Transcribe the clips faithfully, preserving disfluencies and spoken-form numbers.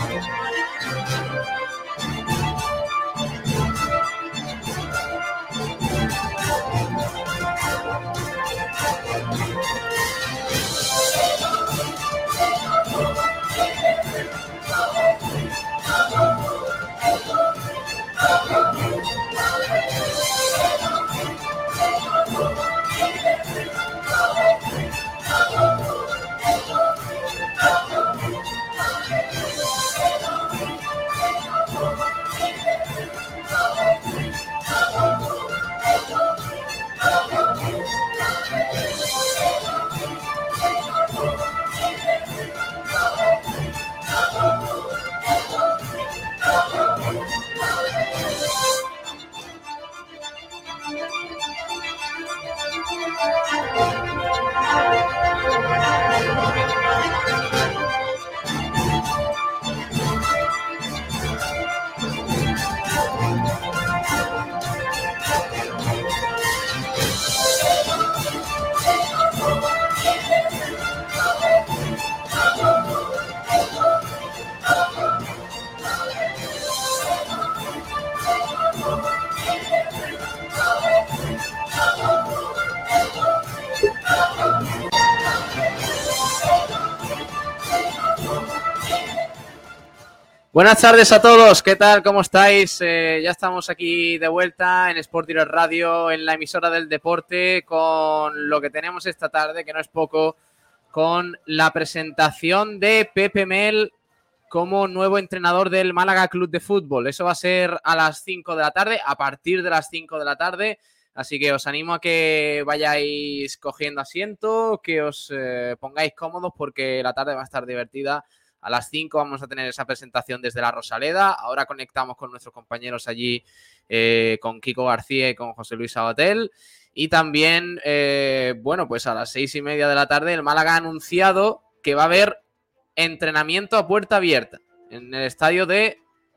Buenas tardes a todos, ¿qué tal? ¿Cómo estáis? Eh, ya estamos aquí de vuelta en Sport Direct Radio, en la emisora del deporte, con lo que tenemos esta tarde, que no es poco, con la presentación de Pepe Mel como nuevo entrenador del Málaga Club de Fútbol. Eso va a ser a las cinco de la tarde, a partir de las cinco de la tarde, así que os animo a que vayáis cogiendo asiento, que os eh, pongáis cómodos porque la tarde va a estar divertida. A las cinco vamos a tener esa presentación desde la Rosaleda. Ahora conectamos con nuestros compañeros allí, eh, con Kiko García y con José Luis Sabatel. Y también, eh, bueno, pues a las seis y media de la tarde el Málaga ha anunciado que va a haber entrenamiento a puerta abierta en el estadio de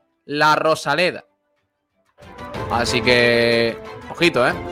la Rosaleda. Así que, ojito, ¿eh?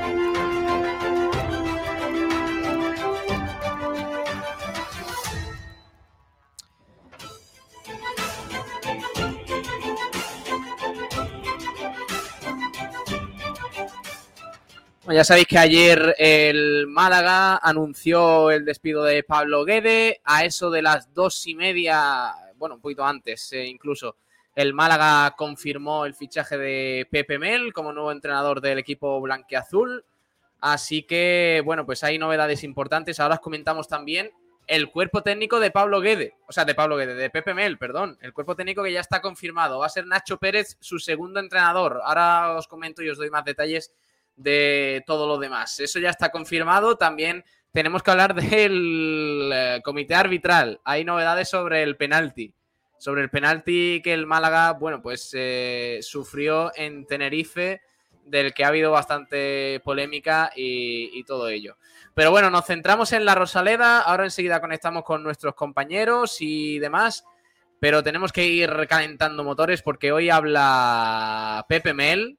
Ya sabéis que ayer el Málaga anunció el despido de Pablo Guede. A eso de las dos y media, bueno, un poquito antes eh, incluso, el Málaga confirmó el fichaje de Pepe Mel como nuevo entrenador del equipo blanquiazul. Así que, bueno, pues hay novedades importantes. Ahora os comentamos también el cuerpo técnico de Pablo Guede. O sea, de Pablo Guede, de Pepe Mel, perdón. El cuerpo técnico que ya está confirmado. Va a ser Nacho Pérez, su segundo entrenador. Ahora os comento y os doy más detalles de todo lo demás. Eso ya está confirmado. También tenemos que hablar del eh, comité arbitral. Hay novedades sobre el penalti. Sobre el penalti que el Málaga, bueno, pues eh, sufrió en Tenerife, del que ha habido bastante polémica y, y todo ello. Pero bueno, nos centramos en la Rosaleda. Ahora enseguida conectamos con nuestros compañeros y demás. Pero tenemos que ir calentando motores porque hoy habla Pepe Mel.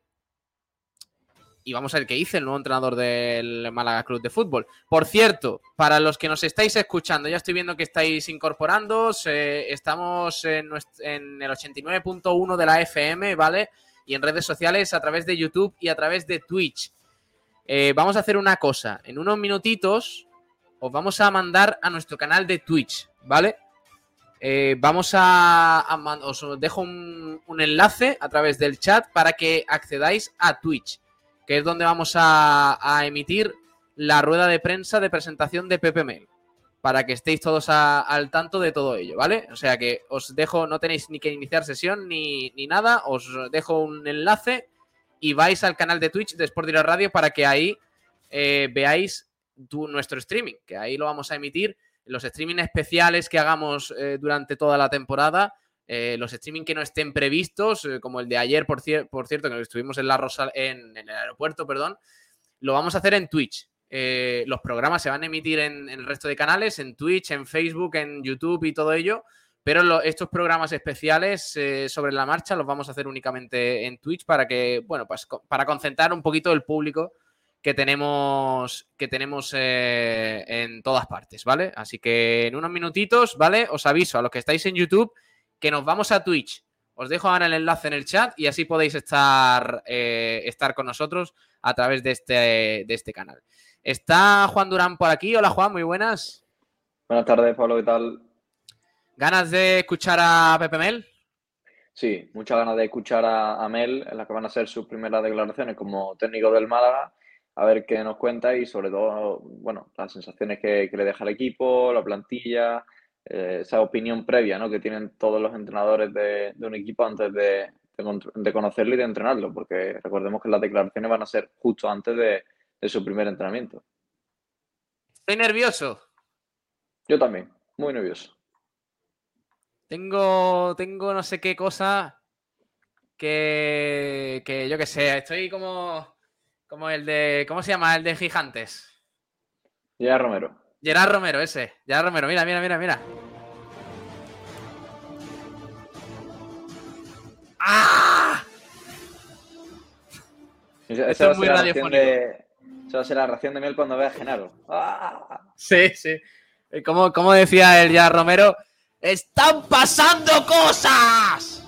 Y vamos a ver qué dice el nuevo entrenador del Málaga Club de Fútbol. Por cierto, para los que nos estáis escuchando, ya estoy viendo que estáis incorporándoos. Eh, estamos en, nuestro, en el ochenta y nueve punto uno de la F M, ¿vale? Y en redes sociales a través de YouTube y a través de Twitch. Eh, vamos a hacer una cosa. En unos minutitos os vamos a mandar a nuestro canal de Twitch, ¿vale? Eh, vamos a, a... Os dejo un, un enlace a través del chat para que accedáis a Twitch, que es donde vamos a, a emitir la rueda de prensa de presentación de Pepe Mel, para que estéis todos a, al tanto de todo ello, ¿vale? O sea que os dejo, no tenéis ni que iniciar sesión ni, ni nada, os dejo un enlace y vais al canal de Twitch de Sport Direct Radio para que ahí eh, veáis tu, nuestro streaming, que ahí lo vamos a emitir, los streaming especiales que hagamos eh, durante toda la temporada. Eh, los streaming que no estén previstos, eh, como el de ayer, por, cier- por cierto, que estuvimos en la Rosa en, en el aeropuerto, perdón, lo vamos a hacer en Twitch. Eh, los programas se van a emitir en, en el resto de canales, en Twitch, en Facebook, en YouTube y todo ello, pero lo, estos programas especiales eh, sobre la marcha los vamos a hacer únicamente en Twitch para que, bueno, pues para concentrar un poquito el público que tenemos, que tenemos eh, en todas partes, ¿vale? Así que en unos minutitos, ¿vale? Os aviso a los que estáis en YouTube que nos vamos a Twitch. Os dejo ahora el enlace en el chat y así podéis estar, eh, estar con nosotros a través de este, de este canal. ¿Está Juan Durán por aquí? Hola, Juan, muy buenas. Buenas tardes, Pablo, ¿qué tal? ¿Ganas de escuchar a Pepe Mel? Sí, muchas ganas de escuchar a, a Mel en las que van a ser sus primeras declaraciones como técnico del Málaga, a ver qué nos cuenta y sobre todo, bueno, las sensaciones que, que le deja el equipo, la plantilla, eh, esa opinión previa, ¿no?, que tienen todos los entrenadores de, de un equipo antes de, de, de conocerlo y de entrenarlo, porque recordemos que las declaraciones van a ser justo antes de, de su primer entrenamiento. Estoy nervioso. Yo también, muy nervioso. Tengo, tengo no sé qué cosa que, que yo qué sé, estoy como, como el de, ¿cómo se llama? El de Gigantes. Ya, Romero. Gerard Romero, ese. Gerard Romero, mira, mira, mira, mira. ¡Ah! Esa, Esto esa va es a muy ser la reacción radiofónico. de, esa va a ser la reacción de Mel cuando vea a Genaro. ¡Ah! Sí, sí. Como, como decía el Gerard Romero, ¡están pasando cosas!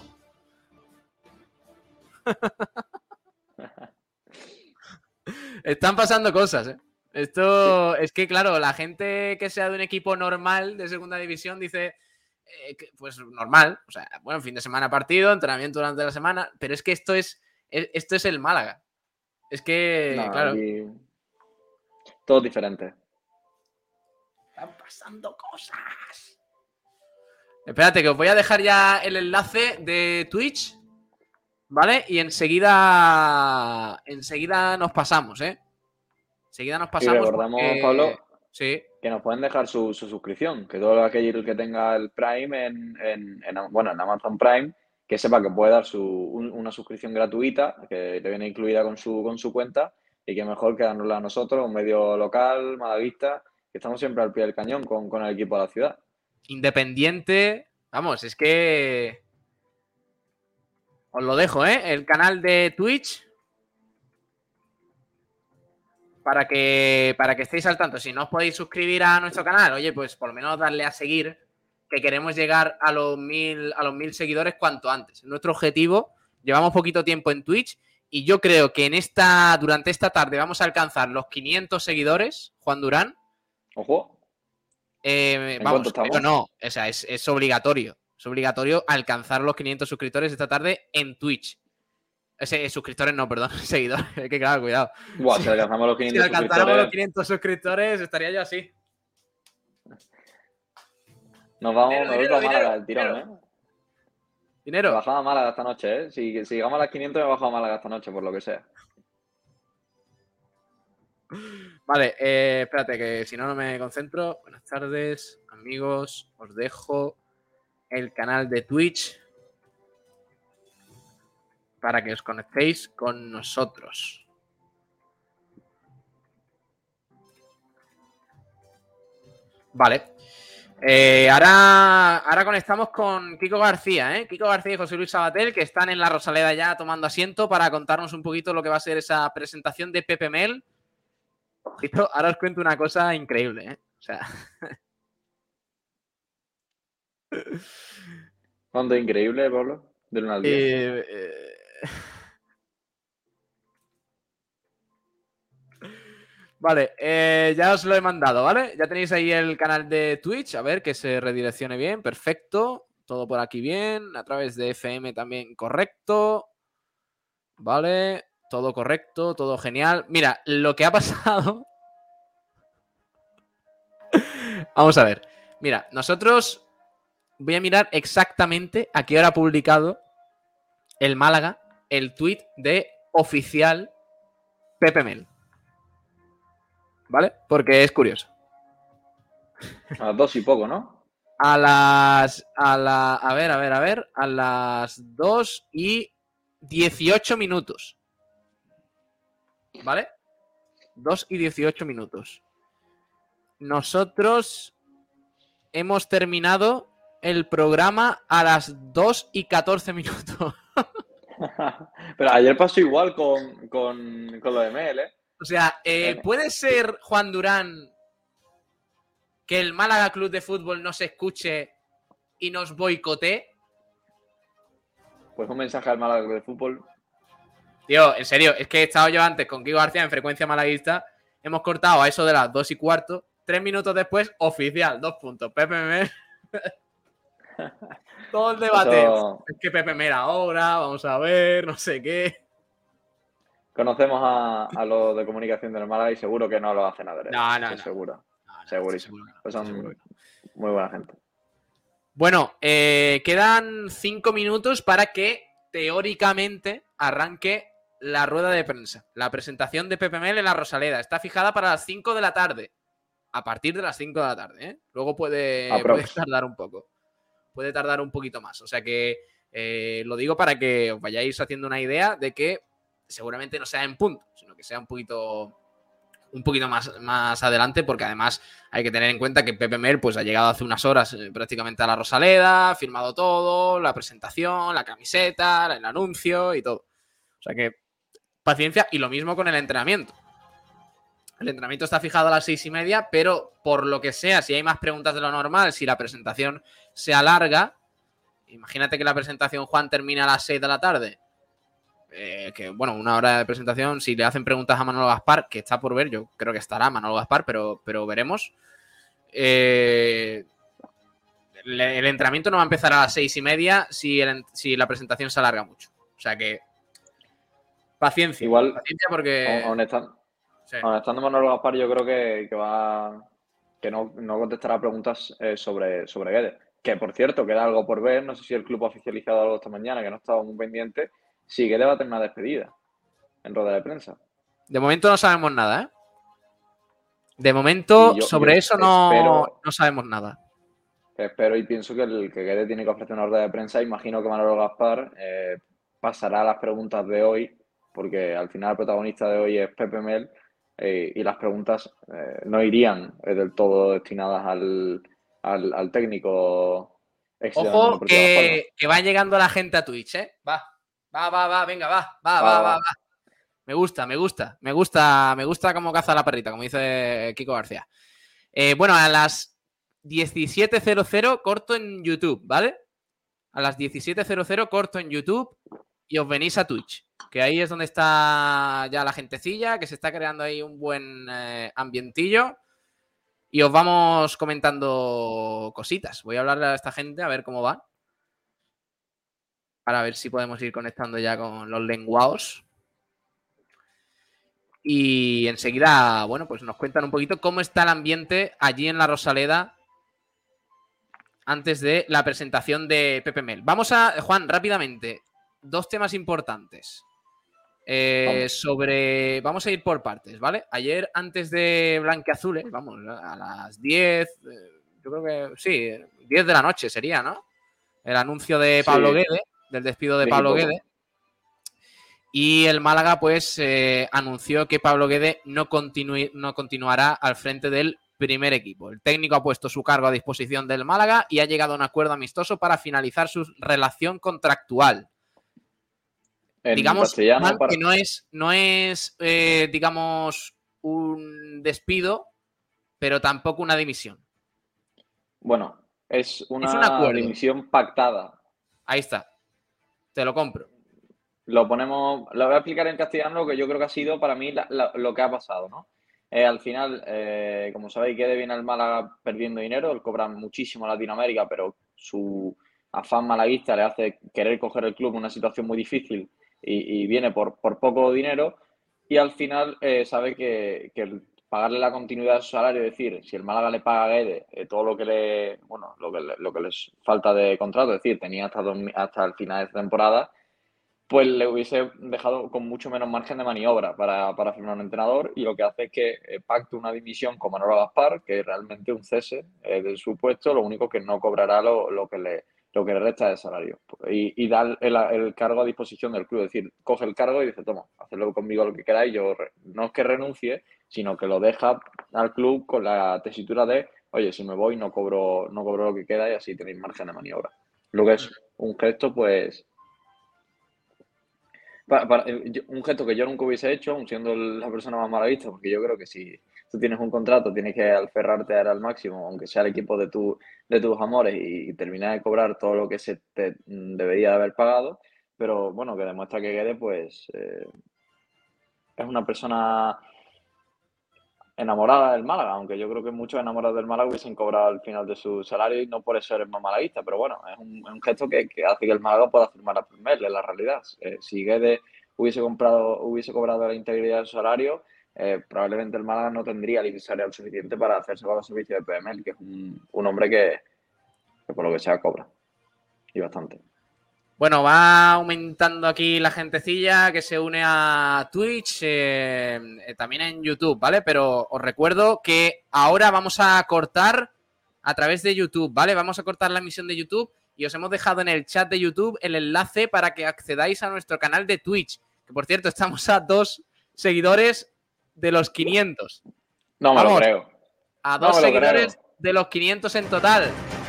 Están pasando cosas, ¿eh? Esto Sí. es que, claro, la gente que sea de un equipo normal de segunda división dice, eh, que, pues normal, o sea, bueno, fin de semana partido, entrenamiento durante la semana, pero es que esto es, esto es el Málaga. Es que, No, claro, aquí todo diferente. están pasando cosas. Espérate, que os voy a dejar ya el enlace de Twitch, ¿vale? Y enseguida, enseguida nos pasamos, ¿eh? Enseguida nos Y pasamos recordamos, porque, Pablo, sí, que nos pueden dejar su, su suscripción, que todo aquel que tenga el Prime en, en, en, bueno, en Amazon Prime, que sepa que puede dar su, un, una suscripción gratuita, que le viene incluida con su, con su cuenta, y que mejor que dárnosla a nosotros, un medio local, malaguista, que estamos siempre al pie del cañón con, con el equipo de la ciudad. Independiente, vamos, es que os lo dejo, ¿eh? El canal de Twitch para que, para que estéis al tanto. Si no os podéis suscribir a nuestro canal, oye, pues por lo menos darle a seguir, que queremos llegar a los mil, a los mil seguidores cuanto antes. Nuestro objetivo, llevamos poquito tiempo en Twitch y yo creo que en esta, durante esta tarde vamos a alcanzar los quinientos seguidores, Juan Durán. Ojo. Eh, ¿En cuánto vamos, pero estamos? no, o sea, es, es obligatorio. Es obligatorio alcanzar los quinientos suscriptores esta tarde en Twitch. Ese, suscriptores no, perdón, seguidores. Es que claro, cuidado. Buah, Si, si alcanzamos los si quinientos alcanzáramos los suscriptores, quinientos suscriptores, estaría yo así. nos vamos, Dinero, me voy dinero, para dinero, Málaga el tirón, dinero. ¿eh? Me Dinero. bajaba a Málaga esta noche, ¿eh? Si, si llegamos a las quinientos, me bajo a Málaga esta noche, por lo que sea. Vale, eh, espérate, que si no, no me concentro. Buenas tardes, amigos. Os dejo el canal de Twitch para que os conectéis con nosotros. Vale. Eh, ahora, ahora conectamos con Kiko García, ¿eh? Kiko García y José Luis Sabatel, que están en la Rosaleda ya tomando asiento para contarnos un poquito lo que va a ser esa presentación de Pepe Mel. Ojito, ahora os cuento una cosa increíble, ¿eh? O sea... ¿Cuánto increíble, Pablo? Del uno al diez. Eh, eh... Vale, eh, ya os lo he mandado, ¿vale? Ya tenéis ahí el canal de Twitch, a ver que se redireccione bien, perfecto. Todo por aquí bien, a través de F M también correcto. Vale, todo correcto, todo genial. Mira, lo que ha pasado... Vamos a ver. Mira, nosotros... Voy a mirar exactamente a qué hora ha publicado el Málaga el tuit de oficial Pepe Mel. ¿Vale? Porque es curioso. A las dos y poco, ¿no? A las... A la... A ver, a ver, a ver. A las dos y dieciocho minutos. ¿Vale? dos y dieciocho minutos. Nosotros hemos terminado el programa a las dos y catorce minutos. Pero ayer pasó igual con, con, con lo de Mel, ¿eh? O sea, eh, ¿puede ser, Juan Durán, que el Málaga Club de Fútbol nos escuche y nos boicotee? Pues un mensaje al Málaga Club de Fútbol. Tío, en serio, es que he estado yo antes con Kiko García en Frecuencia Malaguista. Hemos cortado a eso de las dos y cuarto. Tres minutos después, oficial, dos puntos. Pepe Mel. Todo el debate. Eso... Es que Pepe Mel ahora, vamos a ver, no sé qué. Conocemos a, a los de comunicación del Málaga y seguro que no lo hacen a ver. No, no, Eso no. seguro. no, no Segurísimo. seguro que no, Pues son seguro que no. muy buena gente. Bueno, eh, quedan cinco minutos para que teóricamente arranque la rueda de prensa. La presentación de Pepe Mel en la Rosaleda. Está fijada para las cinco de la tarde. A partir de las cinco de la tarde, ¿eh? Luego puede, puede tardar un poco. Puede tardar un poquito más. O sea que eh, lo digo para que os vayáis haciendo una idea de que seguramente no sea en punto, sino que sea un poquito, un poquito más, más adelante, porque además hay que tener en cuenta que Pepe Mel pues, ha llegado hace unas horas eh, prácticamente a la Rosaleda, ha firmado todo, la presentación, la camiseta, el anuncio y todo. O sea que paciencia, y lo mismo con el entrenamiento. El entrenamiento está fijado a las seis y media, pero por lo que sea, si hay más preguntas de lo normal, si la presentación se alarga, imagínate que la presentación, Juan, termina a las seis de la tarde. Eh, que, bueno, una hora de presentación, si le hacen preguntas a Manolo Gaspar, que está por ver, yo creo que estará Manolo Gaspar, pero, pero veremos. Eh, el, el entrenamiento no va a empezar a las seis y media si, el, si la presentación se alarga mucho. O sea que, paciencia. Igual, paciencia porque... aún estando, sí. aún estando Manolo Gaspar, yo creo que, que va que no, no contestará preguntas eh, sobre, sobre Guedes. Que, por cierto, queda algo por ver. No sé si el club ha oficializado algo esta mañana, que no estaba muy pendiente. Si Guedes va a tener una despedida en rueda de prensa. De momento no sabemos nada, ¿eh? De momento, yo, sobre yo eso no, espero, no sabemos nada. espero y pienso que el que Guedes tiene que ofrecer una rueda de prensa. Imagino que Manolo Gaspar eh, pasará las preguntas de hoy, porque al final el protagonista de hoy es Pepe Mel, eh, y las preguntas eh, no irían eh, del todo destinadas al, al, al técnico ex de la Unión Ojo Deportiva Las Palmas. que, que va llegando la gente a Twitch, ¿eh? Va, va, va, va, venga, va, va, Va, va, va. va, va. Me gusta, me gusta, me gusta, me gusta cómo caza la perrita, como dice Kiko García. Eh, bueno, a las diecisiete cero cero corto en YouTube, ¿vale? A las diecisiete cero cero corto en YouTube y os venís a Twitch, que ahí es donde está ya la gentecilla, que se está creando ahí un buen eh, ambientillo. Y os vamos comentando cositas. Voy a hablarle a esta gente a ver cómo va. Para ver si podemos ir conectando ya con los lenguados. Y enseguida, bueno, pues nos cuentan un poquito cómo está el ambiente allí en la Rosaleda antes de la presentación de Pepe Mel. Vamos a, Juan, rápidamente, dos temas importantes. Eh, vamos. Sobre, vamos a ir por partes, ¿vale? Ayer, antes de Blanquiazules, vamos, a las diez, eh, yo creo que sí, diez de la noche sería, ¿no? El anuncio de Pablo sí. Guede, del despido de Pablo Guede. Y el Málaga, pues, eh, anunció que Pablo Guede no, continu no continuará al frente del primer equipo. El técnico ha puesto su cargo a disposición del Málaga y ha llegado a un acuerdo amistoso para finalizar su relación contractual. En digamos Juan, para... que no es, no es eh, digamos, un despido, pero tampoco una dimisión. Bueno, es una, es un acuerdo. Dimisión pactada. Ahí está. Te lo compro. Lo ponemos, lo voy a explicar en castellano lo que yo creo que ha sido para mí la, la, lo que ha pasado, ¿no? Eh, al final, eh, como sabéis, Guede viene al Málaga perdiendo dinero, él cobra muchísimo en Latinoamérica, pero su afán malaguista le hace querer coger el club en una situación muy difícil y, y viene por, por poco dinero, y al final eh, sabe que, que pagarle la continuidad de su salario, es decir, si el Málaga le paga a Guede eh, todo lo que le, bueno, lo que, lo que les falta de contrato, es decir, tenía hasta, dos, hasta el final de esta temporada, pues le hubiese dejado con mucho menos margen de maniobra para, para firmar un entrenador, y lo que hace es que eh, pacte una dimisión con Manolo Gaspar, que es realmente un cese eh, de su puesto, lo único que no cobrará lo, lo, que, le, lo que le resta de salario. Y, y da el, el cargo a disposición del club, es decir, coge el cargo y dice, toma, hacedlo conmigo lo que queráis, yo re, no es que renuncie, sino que lo deja al club con la tesitura de, oye, si me voy no cobro, no cobro lo que queda y así tenéis margen de maniobra. Lo que es un gesto, pues... Para, para, un gesto que yo nunca hubiese hecho, aun siendo la persona más malaguista, porque yo creo que si tú tienes un contrato, tienes que aferrarte a él al máximo, aunque sea el equipo de, tu, de tus amores, y, y terminar de cobrar todo lo que se te debería de haber pagado, pero bueno, que demuestra que Guede, pues, eh, es una persona enamorada del Málaga, aunque yo creo que muchos enamorados del Málaga hubiesen cobrado al final de su salario y no por eso eres más malaguista, pero bueno, es un, es un gesto que, que hace que el Málaga pueda firmar a Primer, en la realidad. Eh, si Guede hubiese comprado, hubiese cobrado la integridad de su salario, eh, probablemente el Málaga no tendría el salarial suficiente para hacerse con los servicios de P M L, que es un, un hombre que, que por lo que sea cobra, y bastante. Bueno, va aumentando aquí la gentecilla que se une a Twitch, eh, eh, también en YouTube, ¿vale? Pero os recuerdo que ahora vamos a cortar a través de YouTube, ¿vale? Vamos a cortar la emisión de YouTube y os hemos dejado en el chat de YouTube el enlace para que accedáis a nuestro canal de Twitch, que por cierto estamos a dos seguidores de los quinientos. No me Vamos, lo creo. a No dos me lo seguidores creo. de los quinientos en total.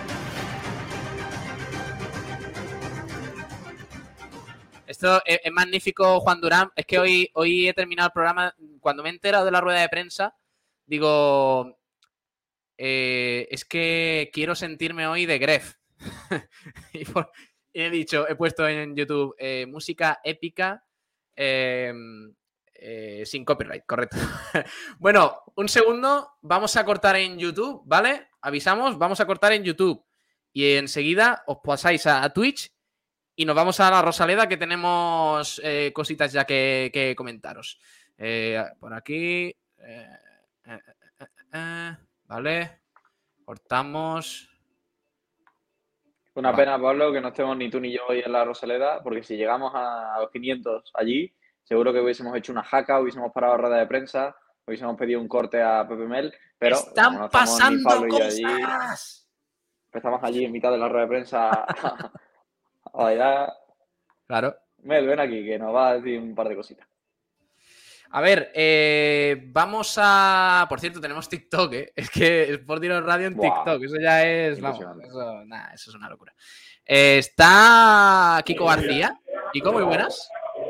Esto es, es magnífico, Juan Durán. Es que hoy, hoy he terminado el programa. Cuando me he enterado de la rueda de prensa, digo, eh, es que quiero sentirme hoy de Gref. y, por, y he dicho, he puesto en YouTube eh, música épica eh, eh, sin copyright, correcto. Bueno, un segundo, vamos a cortar en YouTube, ¿vale? Avisamos, vamos a cortar en YouTube. Y enseguida os pasáis a, a Twitch y nos vamos a la Rosaleda, que tenemos eh, cositas ya que, que comentaros. Eh, por aquí. Eh, eh, eh, eh, vale. Cortamos. Una Vale. pena, Pablo, que no estemos ni tú ni yo hoy en la Rosaleda, porque si llegamos a los quinientos allí, seguro que hubiésemos hecho una jaca, hubiésemos parado rueda de prensa, hubiésemos pedido un corte a Pepe Mel, pero como ¡Están no estamos ni pasando Pablo y yo allí, cosas! empezamos allí en mitad de la rueda de prensa a, a bailar. Claro. Mel, ven aquí, que nos va a decir un par de cositas. A ver, eh, vamos a... Por cierto, tenemos TikTok, ¿eh? Es que Sport Direct Radio en Buah, TikTok. Eso ya es... Vamos, impresionante. eso, nah, eso es una locura. Eh, está Kiko García. Kiko, muy buenas.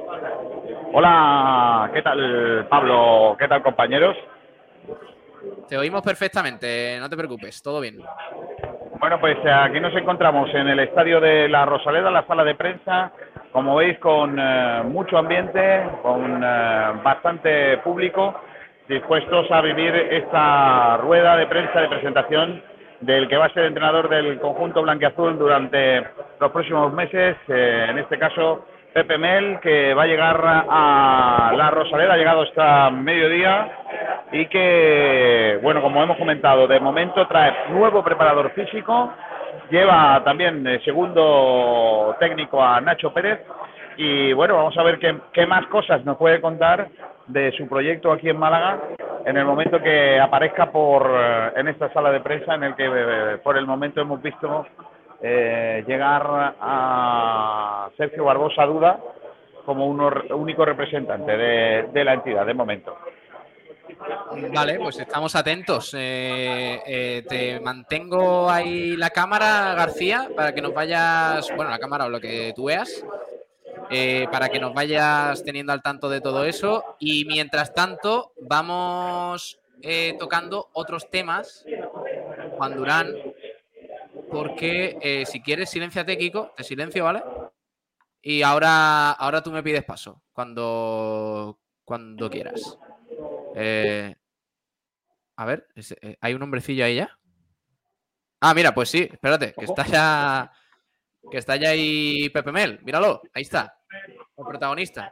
Hola, ¿qué tal, Pablo? ¿Qué tal, compañeros? Te oímos perfectamente, no te preocupes, todo bien. Bueno, pues aquí nos encontramos en el estadio de la Rosaleda, la sala de prensa, como veis, con eh, mucho ambiente, con eh, bastante público, dispuestos a vivir esta rueda de prensa de presentación del que va a ser entrenador del conjunto blanquiazul durante los próximos meses, eh, en este caso Pepe Mel, que va a llegar a la Rosaleda, ha llegado hasta mediodía y que, bueno, como hemos comentado, de momento trae nuevo preparador físico, lleva también eh, segundo técnico a Nacho Pérez y, bueno, vamos a ver qué, qué más cosas nos puede contar de su proyecto aquí en Málaga en el momento que aparezca por eh, en esta sala de prensa en el que eh, por el momento hemos visto eh, llegar a Sergio Barbosa Duda como uno, único representante de, de la entidad de momento. Vale, pues estamos atentos. Eh, eh, te mantengo ahí la cámara, García, para que nos vayas, bueno, la cámara o lo que tú veas, eh, para que nos vayas teniendo al tanto de todo eso. Y mientras tanto, vamos eh, tocando otros temas, Juan Durán, porque eh, si quieres, silénciate, Kiko, te silencio, ¿vale? Y ahora, ahora tú me pides paso, cuando, cuando quieras. Eh, a ver, ¿hay un hombrecillo ahí ya? Ah, mira, pues sí, espérate, que está ya. Que está ya ahí Pepe Mel, míralo, ahí está. El protagonista.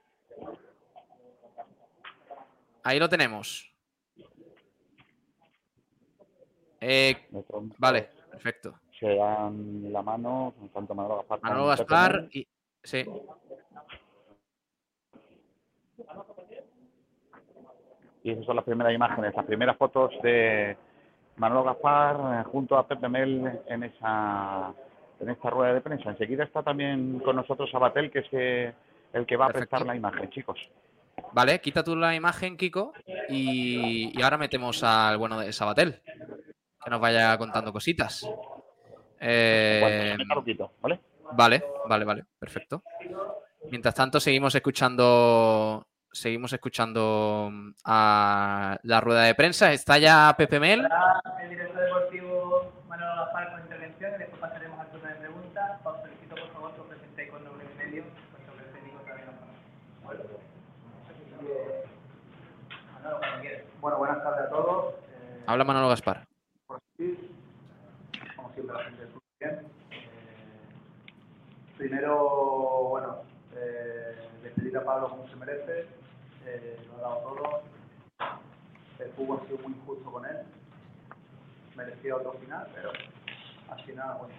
Ahí lo tenemos. Eh, vale, perfecto. Se dan la mano, tanto Manolo Gaspar como Manolo Gaspar y. Sí. Y esas son las primeras imágenes, las primeras fotos de Manolo Gaspar junto a Pepe Mel en esa en esta rueda de prensa. Enseguida está también con nosotros Sabatel, que es el que va Perfecto. a prestar la imagen, chicos. Vale, quita tú la imagen, Kiko, y, y ahora metemos al bueno de Sabatel, que nos vaya contando cositas. Eh, Lo quito, ¿vale? Vale, vale, vale, perfecto. Mientras tanto, seguimos escuchando. Seguimos escuchando a la rueda de prensa. Está ya Pepe Mel. El director deportivo Manolo Gaspar con intervención y después pasaremos al turno de preguntas. Os solicito por favor que os presentéis con nombre y medio Habla Manolo Gaspar. Por sí, como siempre la gente del club bien. Eh, primero, bueno, eh, despedir a Pablo como se merece, eh, lo ha dado todo. El fútbol ha sido muy injusto con él, merecía otro final, pero al final, bueno.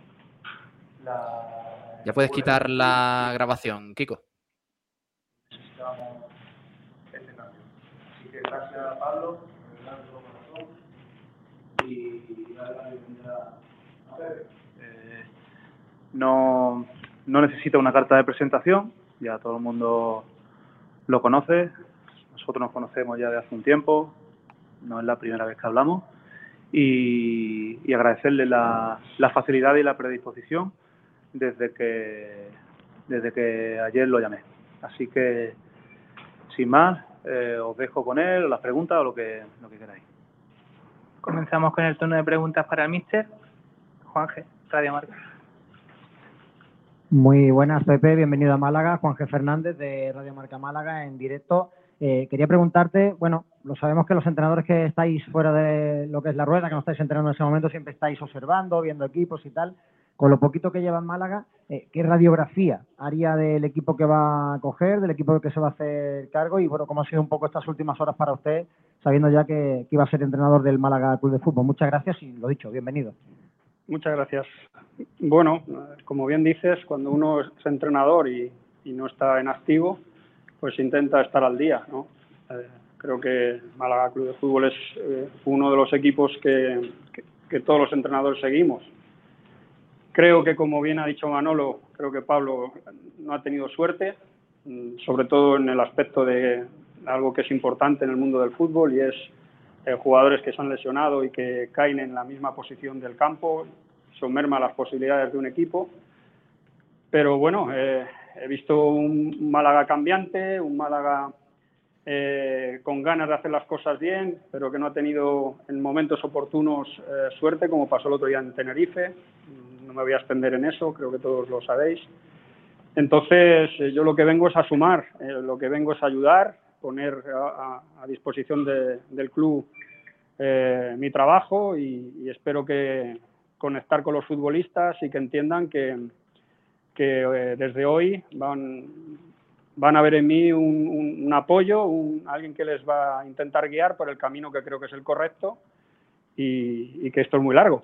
La, Ya puedes quitar la grabación, Kiko. Necesitábamos este cambio. Así que gracias a Pablo, de verdad, de todo corazón, y darle la bienvenida a Pepe. Eh, no, no necesita una carta de presentación, ya todo el mundo lo conoce, nosotros nos conocemos ya de hace un tiempo, no es la primera vez que hablamos, y, y agradecerle la, la facilidad y la predisposición desde que, desde que ayer lo llamé. Así que, sin más, eh, os dejo con él, o las preguntas o lo que, lo que queráis. Comenzamos con el turno de preguntas para el míster. Juanje, Radio Marca. Muy buenas, Pepe. Bienvenido a Málaga. Juanje Fernández, de Radio Marca Málaga, en directo. Eh, quería preguntarte, bueno, lo sabemos que los entrenadores que estáis fuera de lo que es la rueda, que no estáis entrenando en ese momento, siempre estáis observando, viendo equipos y tal. Con lo poquito que lleva en Málaga, eh, ¿qué radiografía haría del equipo que va a coger, del equipo que se va a hacer cargo? Y bueno, ¿cómo ha sido un poco estas últimas horas para usted, sabiendo ya que, que iba a ser entrenador del Málaga Club de Fútbol? Muchas gracias y lo dicho, bienvenido. Muchas gracias. Bueno, como bien dices, cuando uno es entrenador y, y no está en activo, pues intenta estar al día, ¿no? Eh, creo que Málaga Club de Fútbol es eh, uno de los equipos que, que, que todos los entrenadores seguimos. Creo que, como bien ha dicho Manolo, creo que Pablo no ha tenido suerte, sobre todo en el aspecto de algo que es importante en el mundo del fútbol, y es eh, jugadores que se han lesionado y que caen en la misma posición del campo. Eso merma las posibilidades de un equipo. Pero bueno, eh, he visto un Málaga cambiante, un Málaga eh, con ganas de hacer las cosas bien, pero que no ha tenido en momentos oportunos eh, suerte, como pasó el otro día en Tenerife. No me voy a extender en eso, creo que todos lo sabéis. Entonces, eh, yo lo que vengo es a sumar, eh, lo que vengo es a ayudar, poner a, a, a disposición de, del club eh, mi trabajo, y, y espero que conectar con los futbolistas y que entiendan que, que eh, desde hoy van, van a ver en mí un, un, un apoyo, un, alguien que les va a intentar guiar por el camino que creo que es el correcto, y, y que esto es muy largo.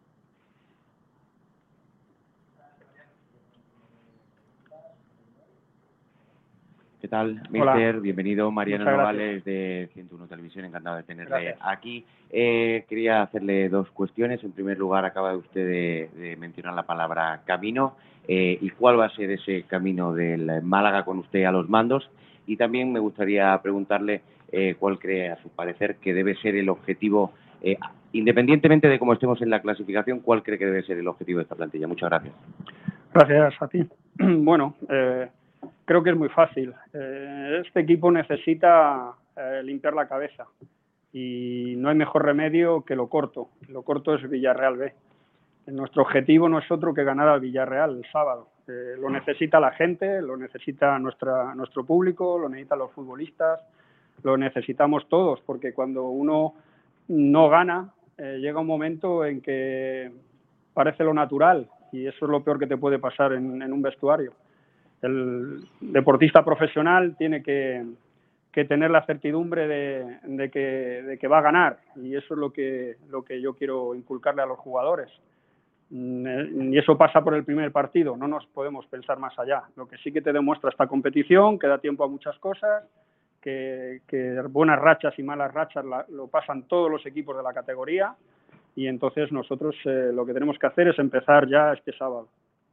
¿Qué tal, mister? Bienvenido, Mariano Nogales, de ciento uno Televisión, encantado de tenerle gracias. Aquí. Eh, quería hacerle dos cuestiones. En primer lugar, acaba usted de, de mencionar la palabra camino. Eh, ¿Y cuál va a ser ese camino del Málaga con usted a los mandos? Y también me gustaría preguntarle eh, cuál cree, a su parecer, que debe ser el objetivo, eh, independientemente de cómo estemos en la clasificación, cuál cree que debe ser el objetivo de esta plantilla. Muchas gracias. Gracias a ti. Bueno, eh, creo que es muy fácil. Eh, este equipo necesita eh, limpiar la cabeza, y no hay mejor remedio que lo corto. Lo corto es Villarreal B. Nuestro objetivo no es otro que ganar al Villarreal el sábado. Eh, lo necesita la gente, lo necesita nuestra, nuestro público, lo necesitan los futbolistas, lo necesitamos todos, porque cuando uno no gana, eh, llega un momento en que parece lo natural, y eso es lo peor que te puede pasar en, en un vestuario. El deportista profesional tiene que, que tener la certidumbre de, de, que, de que va a ganar, y eso es lo que, lo que yo quiero inculcarle a los jugadores. Y eso pasa por el primer partido, no nos podemos pensar más allá. Lo que sí que te demuestra esta competición, que da tiempo a muchas cosas, que, que buenas rachas y malas rachas la, lo pasan todos los equipos de la categoría, y entonces nosotros eh, lo que tenemos que hacer es empezar ya este sábado.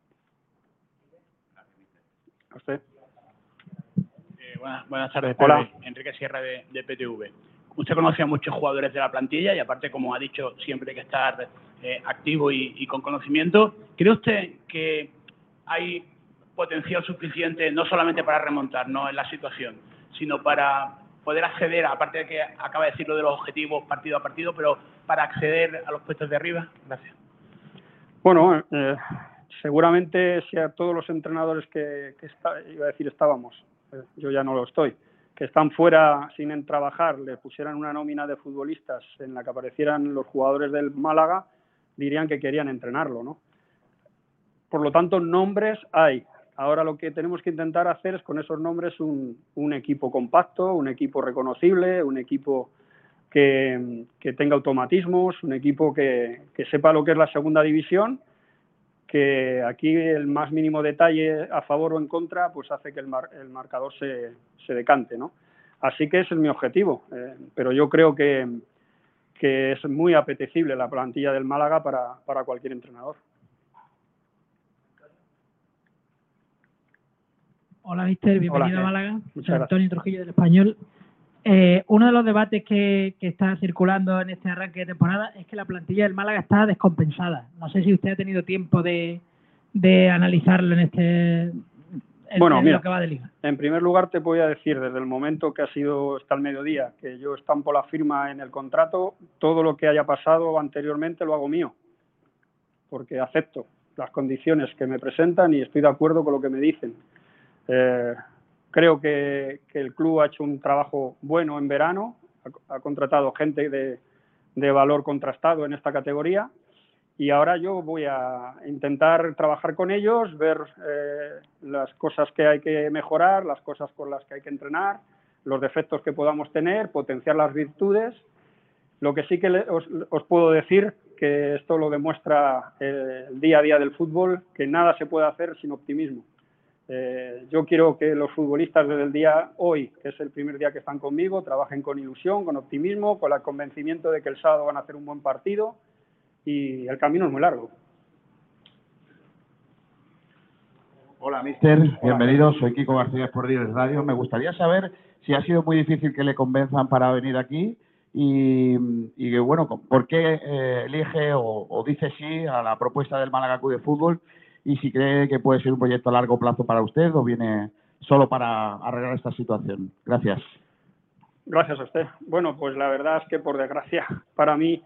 ¿A usted? Eh, buenas, buenas tardes, Hola. Pepe. Enrique Sierra, de, de P T V. Usted conoce a muchos jugadores de la plantilla y, aparte, como ha dicho, siempre hay que estar eh, activo y, y con conocimiento. ¿Cree usted que hay potencial suficiente no solamente para remontar, ¿no?, en la situación, sino para poder acceder, aparte de que acaba de decir lo de los objetivos partido a partido, pero para acceder a los puestos de arriba? Gracias. Bueno, eh, seguramente si a todos los entrenadores que, que está, iba a decir estábamos, eh, yo ya no lo estoy, que están fuera sin trabajar le pusieran una nómina de futbolistas en la que aparecieran los jugadores del Málaga, dirían que querían entrenarlo, ¿no? Por lo tanto, nombres hay. Ahora lo que tenemos que intentar hacer es con esos nombres un, un equipo compacto, un equipo reconocible, un equipo que, que tenga automatismos, un equipo que, que sepa lo que es la segunda división, que aquí el más mínimo detalle a favor o en contra pues hace que el, mar, el marcador se, se decante, ¿no? Así que ese es mi objetivo, eh, pero yo creo que, que es muy apetecible la plantilla del Málaga para, para cualquier entrenador. Hola, míster, bienvenido Hola, a Málaga. Muchas Antonio gracias. Trujillo del Español. Eh, uno de los debates que, que está circulando en este arranque de temporada es que la plantilla del Málaga está descompensada. No sé si usted ha tenido tiempo de, de analizarlo en este en, Bueno, en mira, lo que va de liga. En primer lugar te voy a decir, desde el momento que ha sido hasta el mediodía, que yo estampo la firma en el contrato, todo lo que haya pasado anteriormente lo hago mío, porque acepto las condiciones que me presentan y estoy de acuerdo con lo que me dicen. Eh, creo que, que el club ha hecho un trabajo bueno en verano, ha, ha contratado gente de, de valor contrastado en esta categoría y ahora yo voy a intentar trabajar con ellos, ver eh, las cosas que hay que mejorar, las cosas con las que hay que entrenar, los defectos que podamos tener, potenciar las virtudes. Lo que sí que le, os, os puedo decir, que esto lo demuestra eh, el día a día del fútbol, que nada se puede hacer sin optimismo. Eh, yo quiero que los futbolistas desde el día hoy, que es el primer día que están conmigo, trabajen con ilusión, con optimismo, con el convencimiento de que el sábado van a hacer un buen partido y el camino es muy largo. Hola, míster. Bienvenido. Soy Kiko García por Diles Radio. Me gustaría saber si ha sido muy difícil que le convenzan para venir aquí y, y bueno, ¿por qué eh, elige o, o dice sí a la propuesta del Málaga Club de Fútbol? Y si cree que puede ser un proyecto a largo plazo para usted o viene solo para arreglar esta situación. Gracias. Gracias a usted. Bueno, pues la verdad es que por desgracia para mí,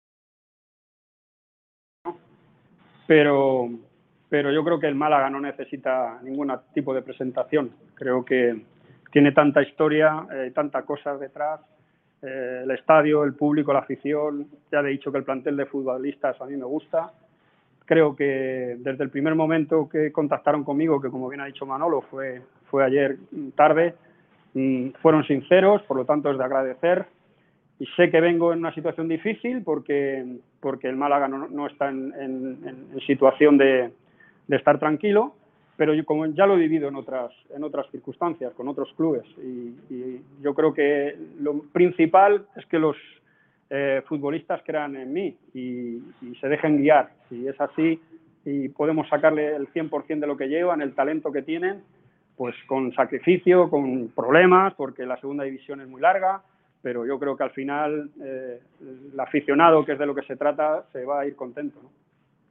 pero, pero yo creo que el Málaga no necesita ningún tipo de presentación. Creo que tiene tanta historia, eh, tanta cosa detrás, eh, el estadio, el público, la afición. Ya le he dicho que el plantel de futbolistas a mí me gusta. Creo que desde el primer momento que contactaron conmigo, que como bien ha dicho Manolo, fue, fue ayer tarde, mmm, fueron sinceros, por lo tanto es de agradecer. Y sé que vengo en una situación difícil porque, porque el Málaga no, no está en, en, en situación de, de estar tranquilo, pero yo, como ya lo he vivido en otras, en otras circunstancias, con otros clubes. Y, y yo creo que lo principal es que los Eh, futbolistas crean en mí y, y se dejen guiar. Si es así y podemos sacarle el cien por ciento de lo que llevan, el talento que tienen, pues con sacrificio, con problemas, porque la segunda división es muy larga, pero yo creo que al final eh, el aficionado, que es de lo que se trata, se va a ir contento, ¿no?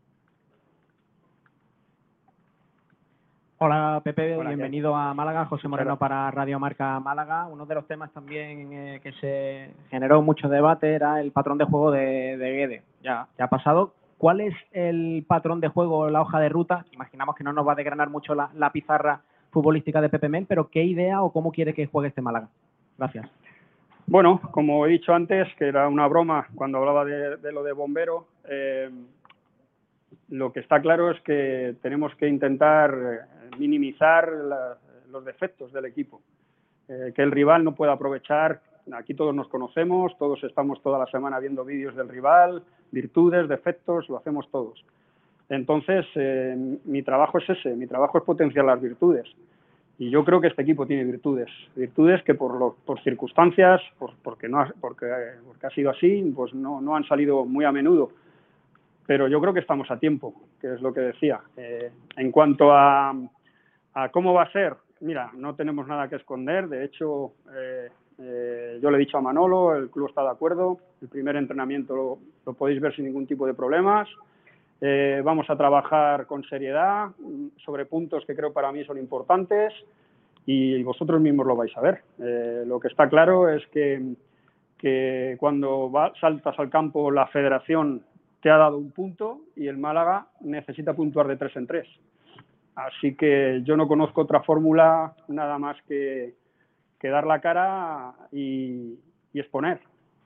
Hola Pepe, Hola, bienvenido a Málaga, José Moreno Gracias. para Radio Marca Málaga. Uno de los temas también eh, que se generó mucho debate era el patrón de juego de, de Guede. Ya, ya ha pasado. ¿Cuál es el patrón de juego, la hoja de ruta? Imaginamos que no nos va a desgranar mucho la, la pizarra futbolística de Pepe Mel, pero ¿qué idea o cómo quiere que juegue este Málaga? Gracias. Bueno, como he dicho antes, que era una broma cuando hablaba de, de lo de bombero, eh, lo que está claro es que tenemos que intentar minimizar la, los defectos del equipo, eh, que el rival no pueda aprovechar. Aquí todos nos conocemos, todos estamos toda la semana viendo vídeos del rival, virtudes, defectos, lo hacemos todos. Entonces, eh, mi trabajo es ese, mi trabajo es potenciar las virtudes. Y yo creo que este equipo tiene virtudes, virtudes que por, lo, por circunstancias, por, porque, no ha, porque, porque ha sido así, pues no, no han salido muy a menudo. Pero yo creo que estamos a tiempo, que es lo que decía. Eh, en cuanto a, a cómo va a ser, mira, no tenemos nada que esconder. De hecho, eh, eh, yo le he dicho a Manolo, el club está de acuerdo. El primer entrenamiento lo, lo podéis ver sin ningún tipo de problemas. Eh, vamos a trabajar con seriedad sobre puntos que creo para mí son importantes y vosotros mismos lo vais a ver. Eh, lo que está claro es que, que cuando va, saltas al campo la federación te ha dado un punto y el Málaga necesita puntuar de tres en tres. Así que yo no conozco otra fórmula nada más que, que dar la cara y, y exponer.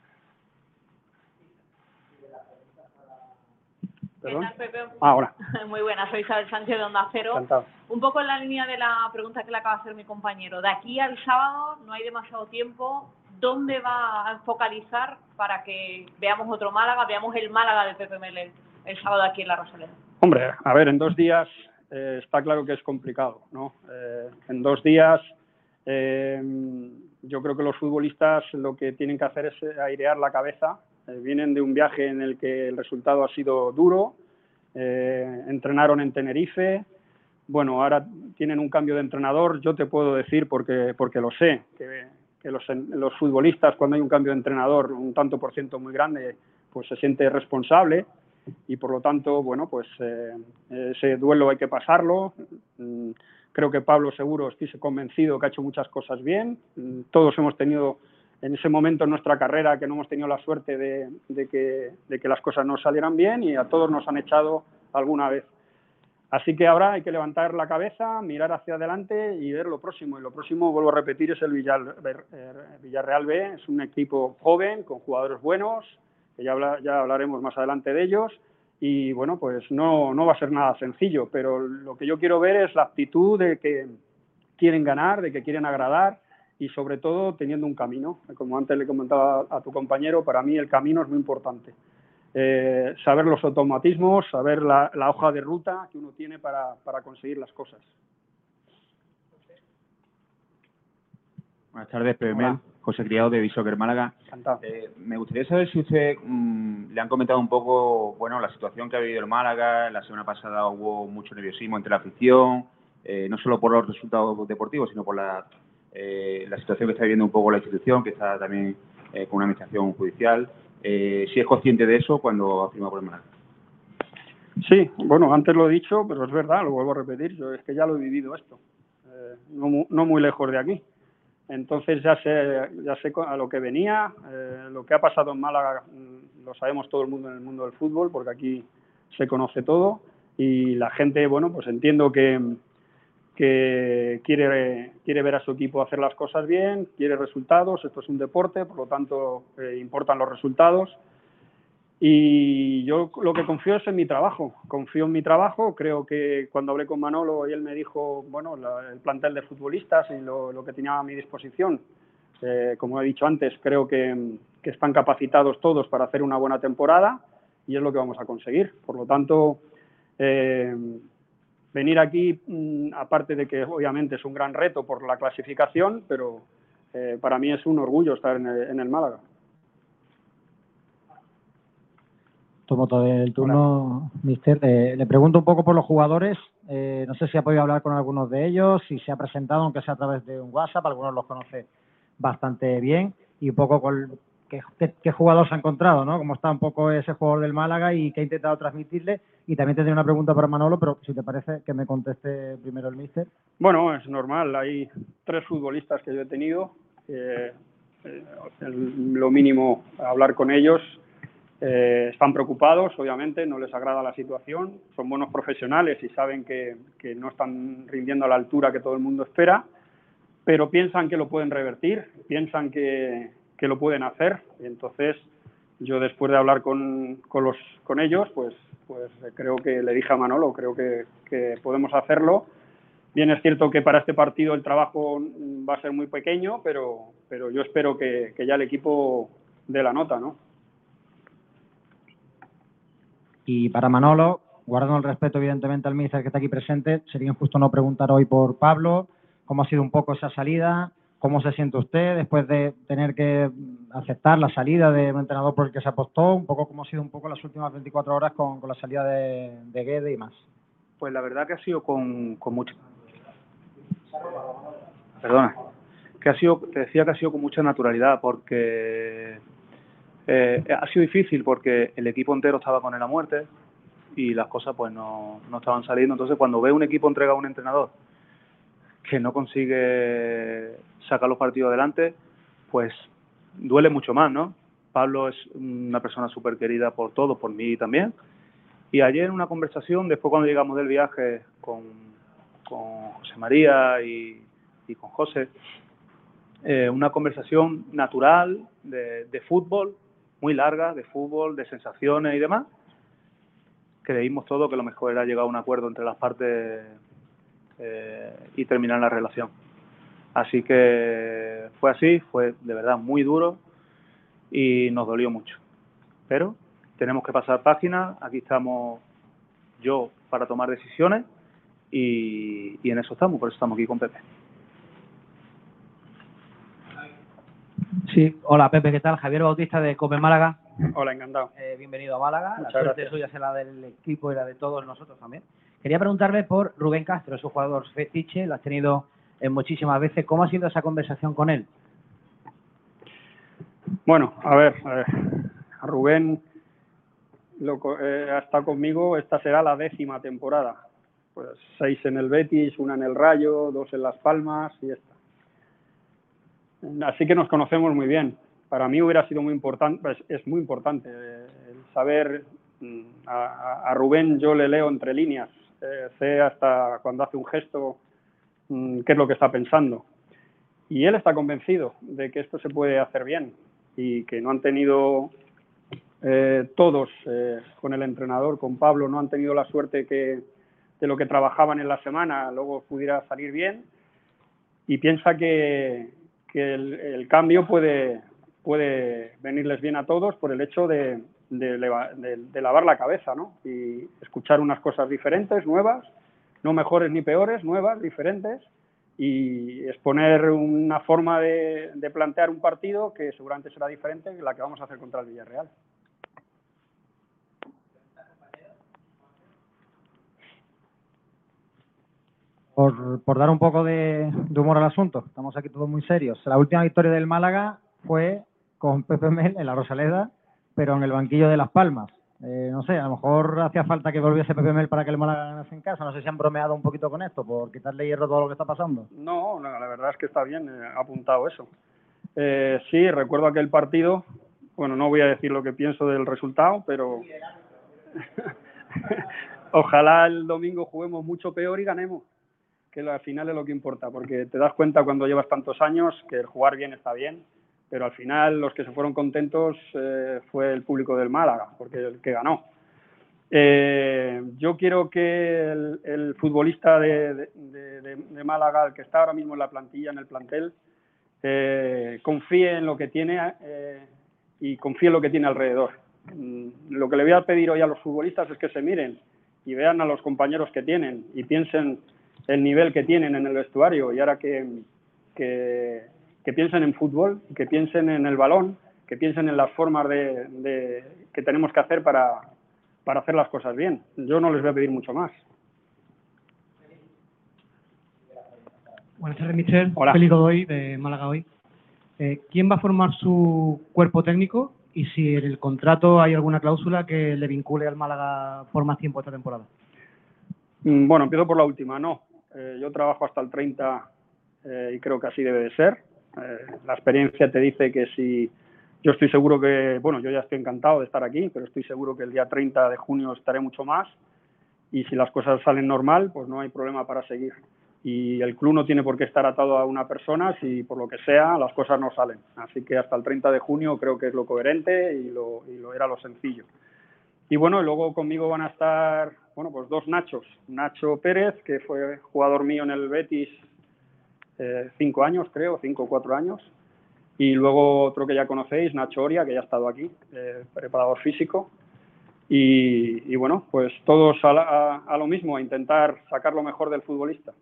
¿Perdón? ¿Qué tal, Pepe? Ah, hola. Muy buena, soy Isabel Sánchez de Onda Cero. Encantado. Un poco en la línea de la pregunta que le acaba de hacer mi compañero. De aquí al sábado no hay demasiado tiempo. ¿Dónde va a focalizar para que veamos otro Málaga, veamos el Málaga de Pepe Mel el, el sábado aquí en la Rosaleda? Hombre, a ver, en dos días eh, está claro que es complicado, ¿no? Eh, en dos días eh, yo creo que los futbolistas lo que tienen que hacer es airear la cabeza. Eh, vienen de un viaje en el que el resultado ha sido duro, eh, entrenaron en Tenerife, bueno, ahora tienen un cambio de entrenador. Yo te puedo decir, porque, porque lo sé, que, que los, los futbolistas, cuando hay un cambio de entrenador, un tanto por ciento muy grande, pues se siente responsable y por lo tanto, bueno, pues eh, ese duelo hay que pasarlo. Creo que Pablo seguro, estoy convencido que ha hecho muchas cosas bien. Todos hemos tenido en ese momento en nuestra carrera que no hemos tenido la suerte de, de, que, de que las cosas no salieran bien y a todos nos han echado alguna vez. Así que ahora hay que levantar la cabeza, mirar hacia adelante y ver lo próximo. Y lo próximo, vuelvo a repetir, es el Villarreal B. Es un equipo joven, con jugadores buenos, que ya, habla, ya hablaremos más adelante de ellos. Y bueno, pues no, no va a ser nada sencillo, pero lo que yo quiero ver es la actitud de que quieren ganar, de que quieren agradar y sobre todo teniendo un camino. Como antes le comentaba a tu compañero, para mí el camino es muy importante. Eh, saber los automatismos, saber la, la hoja de ruta que uno tiene para, para conseguir las cosas. Buenas tardes, Pepe Mel, José Criado de Bishoker Málaga. Eh, me gustaría saber si usted mmm, le han comentado un poco, bueno, la situación que ha vivido el Málaga. La semana pasada hubo mucho nerviosismo entre la afición, eh, no solo por los resultados deportivos, sino por la, eh, la situación que está viviendo un poco la institución, que está también eh, con una administración judicial. Eh, si es consciente de eso cuando ha firmado por el Málaga. Sí, bueno, antes lo he dicho, pero es verdad, lo vuelvo a repetir, yo es que ya lo he vivido esto, eh, no, no muy lejos de aquí. Entonces ya sé, ya sé a lo que venía, eh, lo que ha pasado en Málaga lo sabemos todo el mundo en el mundo del fútbol, porque aquí se conoce todo y la gente, bueno, pues entiendo que, que quiere, quiere ver a su equipo hacer las cosas bien, quiere resultados, esto es un deporte, por lo tanto eh, importan los resultados. Y yo lo que confío es en mi trabajo, confío en mi trabajo, creo que cuando hablé con Manolo y él me dijo, bueno, la, el plantel de futbolistas y lo, lo que tenía a mi disposición, eh, como he dicho antes, creo que, que están capacitados todos para hacer una buena temporada y es lo que vamos a conseguir. Por lo tanto, eh, venir aquí, mmm, aparte de que obviamente es un gran reto por la clasificación, pero eh, para mí es un orgullo estar en el, en el Málaga. Tomo todo el turno, mister. Eh, le pregunto un poco por los jugadores. Eh, no sé si ha podido hablar con algunos de ellos, si se ha presentado, aunque sea a través de un WhatsApp. Algunos los conoce bastante bien. Y un poco con qué, qué, qué jugador se ha encontrado, ¿no? Cómo está un poco ese jugador del Málaga y qué ha intentado transmitirle. Y también tendría una pregunta para Manolo, pero si te parece que me conteste primero el mister. Bueno, es normal. Hay tres futbolistas que yo he tenido. Eh, eh, el, lo mínimo, hablar con ellos. Eh, están preocupados, obviamente, no les agrada la situación, son buenos profesionales y saben que, que no están rindiendo a la altura que todo el mundo espera, pero piensan que lo pueden revertir, piensan que, que lo pueden hacer. Y entonces, yo después de hablar con, con, los, con ellos, pues, pues creo que le dije a Manolo, creo que, que podemos hacerlo. Bien, es cierto que para este partido el trabajo va a ser muy pequeño, pero, pero yo espero que, que ya el equipo dé la nota, ¿no? Y para Manolo, guardando el respeto evidentemente al míster que está aquí presente, sería injusto no preguntar hoy por Pablo, cómo ha sido un poco esa salida, cómo se siente usted después de tener que aceptar la salida de un entrenador por el que se apostó, un poco cómo ha sido un poco las últimas veinticuatro horas con, con la salida de, de Guede y más. Pues la verdad que ha sido con, con mucha... Perdona. Que ha sido, te decía que ha sido con mucha naturalidad porque... Eh, ha sido difícil porque el equipo entero estaba con él a muerte y las cosas pues no, no estaban saliendo. Entonces cuando ve un equipo entregado a un entrenador que no consigue sacar los partidos adelante, pues duele mucho más, ¿no? Pablo es una persona súper querida por todos, por mí también. Y ayer en una conversación, después cuando llegamos del viaje con, con José María y, y con José, eh, una conversación natural de, de fútbol, muy larga, de fútbol, de sensaciones y demás. Creímos todo que lo mejor era llegar a un acuerdo entre las partes eh, y terminar la relación. Así que fue así, fue de verdad muy duro y nos dolió mucho. Pero tenemos que pasar página, aquí estamos yo para tomar decisiones y, y en eso estamos, por eso estamos aquí con Pepe. Sí, hola Pepe, ¿qué tal? Javier Bautista de Cope Málaga. Hola, encantado. Eh, bienvenido a Málaga. Muchas la suerte gracias. suya es la del equipo y la de todos nosotros también. Quería preguntarle por Rubén Castro, es un jugador fetiche, lo has tenido eh, muchísimas veces. ¿Cómo ha sido esa conversación con él? Bueno, a ver, eh, a Rubén lo, eh, ha estado conmigo, esta será la décima temporada. Pues seis en el Betis, una en el Rayo, dos en Las Palmas y esta. Así que nos conocemos muy bien. Para mí hubiera sido muy importante, pues es muy importante eh, el saber, a, a Rubén yo le leo entre líneas, eh, sé hasta cuando hace un gesto mmm, qué es lo que está pensando. Y él está convencido de que esto se puede hacer bien y que no han tenido eh, todos, eh, con el entrenador, con Pablo, no han tenido la suerte que de lo que trabajaban en la semana luego pudiera salir bien y piensa que, que el, el cambio puede, puede venirles bien a todos por el hecho de, de, de, de lavar la cabeza, ¿no? Y escuchar unas cosas diferentes, nuevas, no mejores ni peores, nuevas, diferentes, y exponer una forma de, de plantear un partido que seguramente será diferente que la que vamos a hacer contra el Villarreal. Por, por dar un poco de, de humor al asunto, estamos aquí todos muy serios. La última victoria del Málaga fue con Pepe Mel en la Rosaleda, pero en el banquillo de Las Palmas. Eh, no sé, a lo mejor hacía falta que volviese Pepe Mel para que el Málaga ganase en casa. No sé si han bromeado un poquito con esto, por quitarle hierro a todo lo que está pasando. No, no, la verdad es que está bien, eh, ha apuntado eso. Eh, sí, recuerdo aquel partido, bueno, no voy a decir lo que pienso del resultado, pero ojalá el domingo juguemos mucho peor y ganemos, que al final es lo que importa, porque te das cuenta cuando llevas tantos años que el jugar bien está bien, pero al final los que se fueron contentos eh, fue el público del Málaga, porque el que ganó. Eh, yo quiero que el, el futbolista de, de, de, de Málaga, el que está ahora mismo en la plantilla, en el plantel, eh, confíe en lo que tiene eh, y confíe en lo que tiene alrededor. Lo que le voy a pedir hoy a los futbolistas es que se miren y vean a los compañeros que tienen y piensen el nivel que tienen en el vestuario y ahora que, que, que piensen en fútbol, que piensen en el balón, que piensen en las formas de, de, que tenemos que hacer para, para hacer las cosas bien. Yo no les voy a pedir mucho más. Buenas tardes, mister. Hola. Félix Godoy, de Málaga Hoy. Eh, ¿Quién va a formar su cuerpo técnico y si en el contrato hay alguna cláusula que le vincule al Málaga por más tiempo esta temporada? Bueno, empiezo por la última. No, eh, yo trabajo hasta el treinta eh, y creo que así debe de ser. Eh, la experiencia te dice que si... Yo estoy seguro que... Bueno, yo ya estoy encantado de estar aquí, pero estoy seguro que el día treinta de junio estaré mucho más y si las cosas salen normal, pues no hay problema para seguir. Y el club no tiene por qué estar atado a una persona si por lo que sea las cosas no salen. Así que hasta el treinta de junio creo que es lo coherente y lo, y lo era lo sencillo. Y bueno, y luego conmigo van a estar, bueno, pues dos Nachos. Nacho Pérez, que fue jugador mío en el Betis eh, cinco años, creo, cinco o cuatro años. Y luego otro que ya conocéis, Nacho Oria, que ya ha estado aquí, eh, preparador físico. Y, y bueno, pues todos a, la, a, a lo mismo, a intentar sacar lo mejor del futbolista.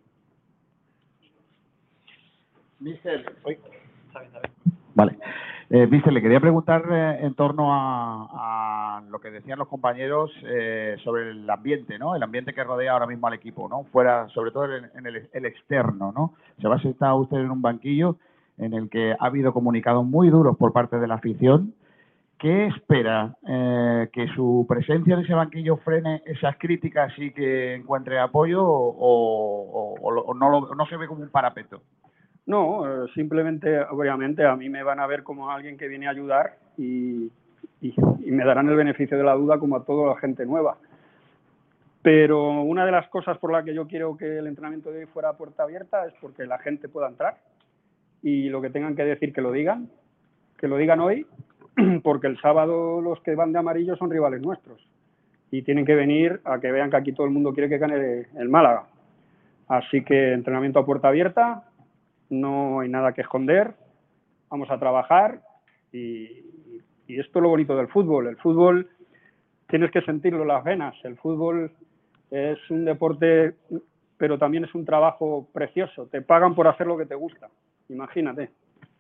Mister, vale. Eh, Mister, le quería preguntar eh, en torno a, a lo que decían los compañeros eh, sobre el ambiente, ¿no? El ambiente que rodea ahora mismo al equipo, ¿no? Fuera, sobre todo en, en el, el externo, ¿no? Se va a sentar usted en un banquillo en el que ha habido comunicados muy duros por parte de la afición. ¿Qué espera? Eh, ¿Que su presencia en ese banquillo frene esas críticas y que encuentre apoyo o, o, o, o no, lo, no se ve como un parapeto? No, eh, simplemente, obviamente, a mí me van a ver como alguien que viene a ayudar y, y, y me darán el beneficio de la duda como a toda la gente nueva. Pero una de las cosas por las que yo quiero que el entrenamiento de hoy fuera a puerta abierta es porque la gente pueda entrar y lo que tengan que decir que lo digan, que lo digan hoy, porque el sábado los que van de amarillo son rivales nuestros y tienen que venir a que vean que aquí todo el mundo quiere que gane el Málaga. Así que entrenamiento a puerta abierta, no hay nada que esconder, vamos a trabajar y, y esto es lo bonito del fútbol. El fútbol tienes que sentirlo en las venas, el fútbol es un deporte, pero también es un trabajo precioso, te pagan por hacer lo que te gusta, imagínate.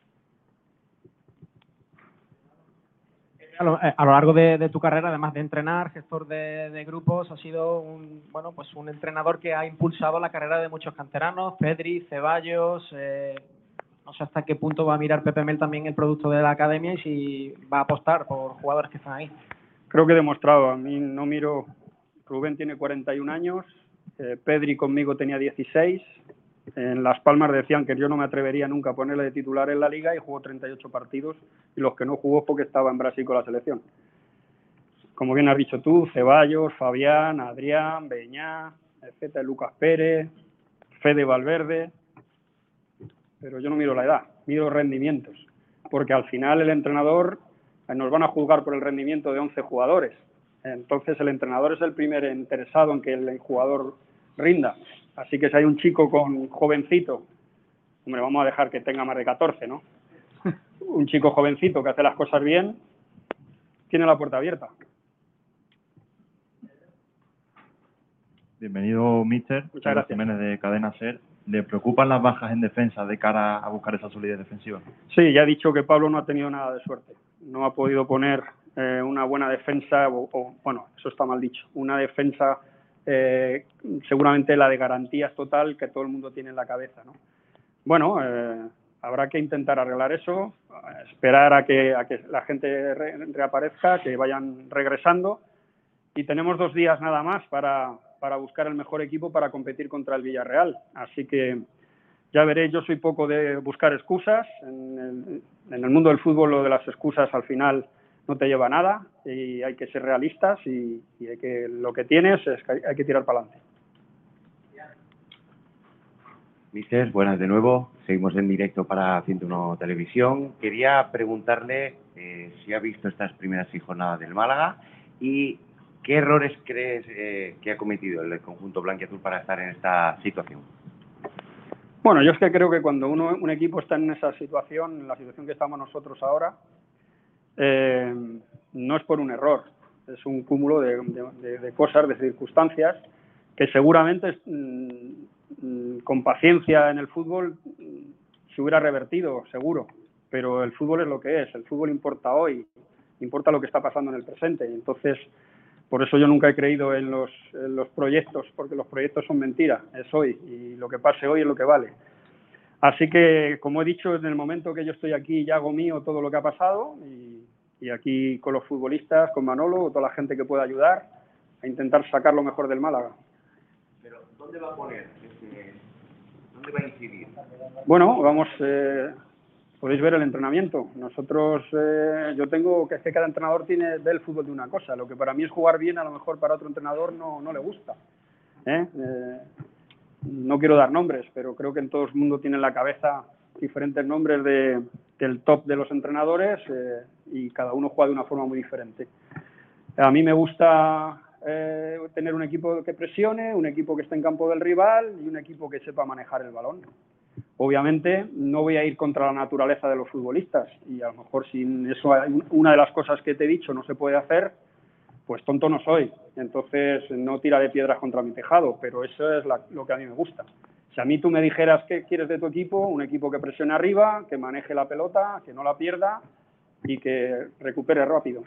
A lo, a lo largo de, de tu carrera, además de entrenar, gestor de, de grupos, has sido un, bueno, pues un entrenador que ha impulsado la carrera de muchos canteranos, Pedri, Ceballos, eh, no sé hasta qué punto va a mirar Pepe Mel también el producto de la academia y si va a apostar por jugadores que están ahí. Creo que he demostrado, a mí no miro, Rubén tiene cuarenta y un años, eh, Pedri conmigo tenía dieciséis, en Las Palmas decían que yo no me atrevería nunca a ponerle de titular en la Liga y jugó treinta y ocho partidos y los que no jugó porque estaba en Brasil con la selección. Como bien has dicho tú, Ceballos, Fabián, Adrián, Beñá, etcétera, Lucas Pérez, Fede Valverde, pero yo no miro la edad, miro rendimientos, porque al final el entrenador nos van a juzgar por el rendimiento de once jugadores, entonces el entrenador es el primer interesado en que el jugador rinda. Así que si hay un chico con jovencito, hombre, vamos a dejar que tenga más de catorce, ¿no? Un chico jovencito que hace las cosas bien, tiene la puerta abierta. Bienvenido, míster. Muchas gracias. Jiménez de Cadena SER. ¿Le preocupan las bajas en defensa de cara a buscar esa solidez defensiva? Sí, ya he dicho que Pablo no ha tenido nada de suerte. No ha podido poner eh, una buena defensa, o, o, bueno, eso está mal dicho, una defensa... Eh, seguramente la de garantías total que todo el mundo tiene en la cabeza, ¿no? Bueno, eh, habrá que intentar arreglar eso, esperar a que, a que la gente re, reaparezca, que vayan regresando y tenemos dos días nada más para, para buscar el mejor equipo para competir contra el Villarreal, así que ya veré, yo soy poco de buscar excusas, en el, en el mundo del fútbol lo de las excusas al final no te lleva a nada y hay que ser realistas y, y hay que, lo que tienes es que hay, hay que tirar para adelante. Mister, buenas de nuevo. Seguimos en directo para ciento uno Televisión. Quería preguntarle eh, si ha visto estas primeras seis jornadas del Málaga y qué errores crees eh, que ha cometido el conjunto blanquiazul para estar en esta situación. Bueno, yo es que creo que cuando uno, un equipo está en esa situación, en la situación que estamos nosotros ahora, Eh, no es por un error, es un cúmulo de, de, de cosas, de circunstancias que seguramente mmm, con paciencia en el fútbol mmm, se hubiera revertido, seguro, pero el fútbol es lo que es, el fútbol importa hoy, importa lo que está pasando en el presente, y entonces por eso yo nunca he creído en los, en los proyectos, porque los proyectos son mentiras, es hoy, y lo que pase hoy es lo que vale. Así que, como he dicho, en el momento que yo estoy aquí ya hago mío todo lo que ha pasado y, y aquí con los futbolistas, con Manolo, toda la gente que pueda ayudar a intentar sacar lo mejor del Málaga. Pero, ¿dónde va a poner? ¿Dónde va a incidir? Bueno, vamos, eh, podéis ver el entrenamiento. Nosotros, eh, yo tengo que es que cada entrenador tiene del fútbol de una cosa. Lo que para mí es jugar bien, a lo mejor para otro entrenador no, no le gusta. ¿eh? Eh, No quiero dar nombres, pero creo que en todo el mundo tiene en la cabeza diferentes nombres de, del top de los entrenadores eh, y cada uno juega de una forma muy diferente. A mí me gusta eh, tener un equipo que presione, un equipo que esté en campo del rival y un equipo que sepa manejar el balón. Obviamente no voy a ir contra la naturaleza de los futbolistas y a lo mejor si eso, una de las cosas que te he dicho no se puede hacer, pues tonto no soy, entonces no tira de piedras contra mi tejado, pero eso es la, lo que a mí me gusta. Si a mí tú me dijeras qué quieres de tu equipo, un equipo que presione arriba, que maneje la pelota, que no la pierda y que recupere rápido.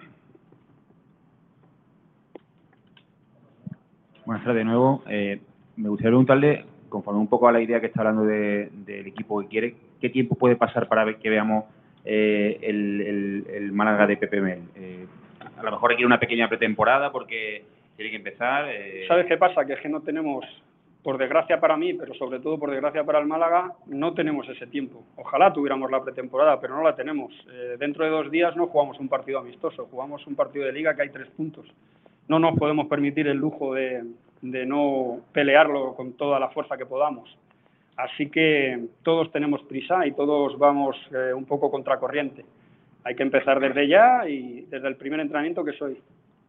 Buenas tardes de nuevo. Eh, me gustaría preguntarle, conforme un poco a la idea que está hablando de, del equipo que quiere, ¿qué tiempo puede pasar para ver que veamos eh, el, el, el Málaga de Pepe Mel? Eh, A lo mejor requiere una pequeña pretemporada porque tiene que empezar. Eh... ¿Sabes qué pasa? Que es que no tenemos, por desgracia para mí, pero sobre todo por desgracia para el Málaga, no tenemos ese tiempo. Ojalá tuviéramos la pretemporada, pero no la tenemos. Eh, dentro de dos días no jugamos un partido amistoso, jugamos un partido de liga que hay tres puntos. No nos podemos permitir el lujo de, de no pelearlo con toda la fuerza que podamos. Así que todos tenemos prisa y todos vamos eh, un poco contracorriente. Hay que empezar desde ya y desde el primer entrenamiento que soy.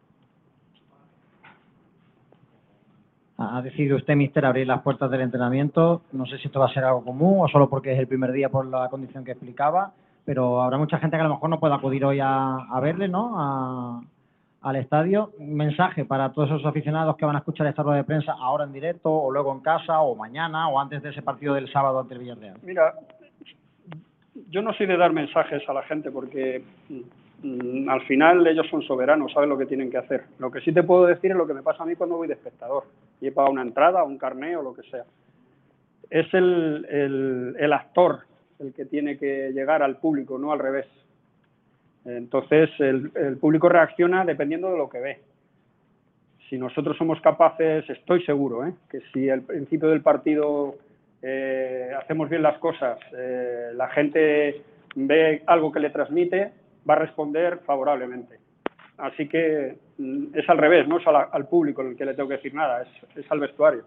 Ha decidido usted, míster, abrir las puertas del entrenamiento. No sé si esto va a ser algo común o solo porque es el primer día por la condición que explicaba, pero habrá mucha gente que a lo mejor no pueda acudir hoy a, a verle, ¿no? A, al estadio. Un mensaje para todos esos aficionados que van a escuchar esta rueda de prensa ahora en directo o luego en casa o mañana o antes de ese partido del sábado ante el Villarreal. Mira, yo no soy de dar mensajes a la gente porque mm, al final ellos son soberanos, saben lo que tienen que hacer. Lo que sí te puedo decir es lo que me pasa a mí cuando voy de espectador y he pagado una entrada, un carné o lo que sea. Es el, el, el actor el que tiene que llegar al público, no al revés. Entonces, el, el público reacciona dependiendo de lo que ve. Si nosotros somos capaces, estoy seguro, ¿eh? que si al principio del partido eh, hacemos bien las cosas, eh, la gente ve algo que le transmite, va a responder favorablemente. Así que mm, es al revés, no es al, al público el que le tengo que decir nada, es, es al vestuario.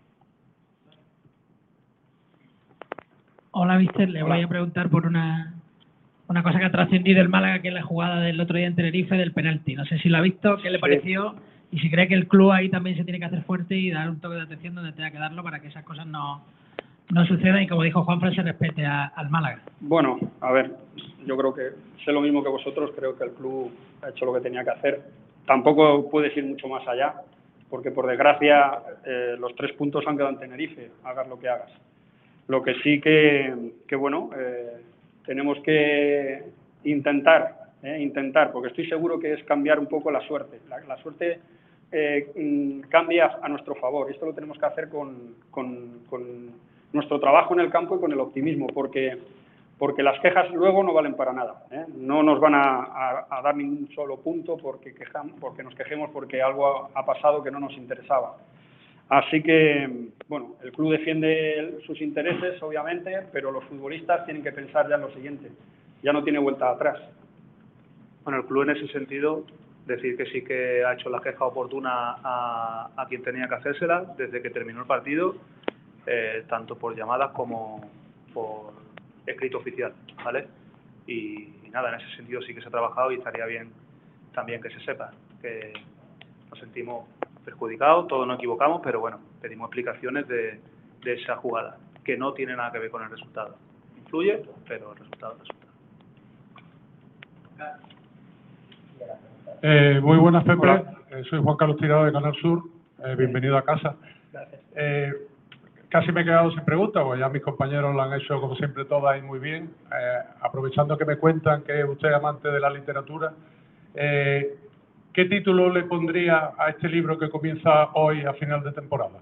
Hola, mister, le voy a preguntar por una, una cosa que ha trascendido el Málaga, que es la jugada del otro día en Tenerife del penalti. No sé si lo ha visto, qué le Sí. pareció y si cree que el club ahí también se tiene que hacer fuerte y dar un toque de atención donde tenga que darlo para que esas cosas no, no sucedan y, como dijo Juanfran, se respete a, al Málaga. Bueno, a ver, yo creo que sé lo mismo que vosotros, creo que el club ha hecho lo que tenía que hacer. Tampoco puedes ir mucho más allá, porque por desgracia eh, los tres puntos han quedado en Tenerife, hagas lo que hagas. Lo que sí que, que bueno, eh, tenemos que intentar, eh, intentar, porque estoy seguro que es cambiar un poco la suerte. La, la suerte eh, mm, cambia a nuestro favor y esto lo tenemos que hacer con, con, con nuestro trabajo en el campo y con el optimismo, porque, porque las quejas luego no valen para nada, ¿eh? No nos van a, a, a dar ningún solo punto porque, quejam, porque nos quejemos porque algo ha, ha pasado que no nos interesaba. Así que, bueno, el club defiende sus intereses, obviamente, pero los futbolistas tienen que pensar ya en lo siguiente. Ya no tiene vuelta atrás. Bueno, el club en ese sentido, decir que sí que ha hecho la queja oportuna a, a quien tenía que hacérsela desde que terminó el partido, eh, tanto por llamadas como por escrito oficial, ¿vale? Y, y nada, en ese sentido sí que se ha trabajado y estaría bien también que se sepa que nos sentimos perjudicados, todos nos equivocamos, pero bueno, pedimos explicaciones de, de esa jugada, que no tiene nada que ver con el resultado. Influye, pero el resultado es el resultado. Eh, muy buenas, Pepe. Eh, soy Juan Carlos Tirado de Canal Sur. Eh, bienvenido a casa. Gracias. Eh, casi me he quedado sin preguntas, pues ya mis compañeros lo han hecho como siempre todas y muy bien. Eh, aprovechando que me cuentan que usted es amante de la literatura, eh, ¿qué título le pondría a este libro que comienza hoy a final de temporada?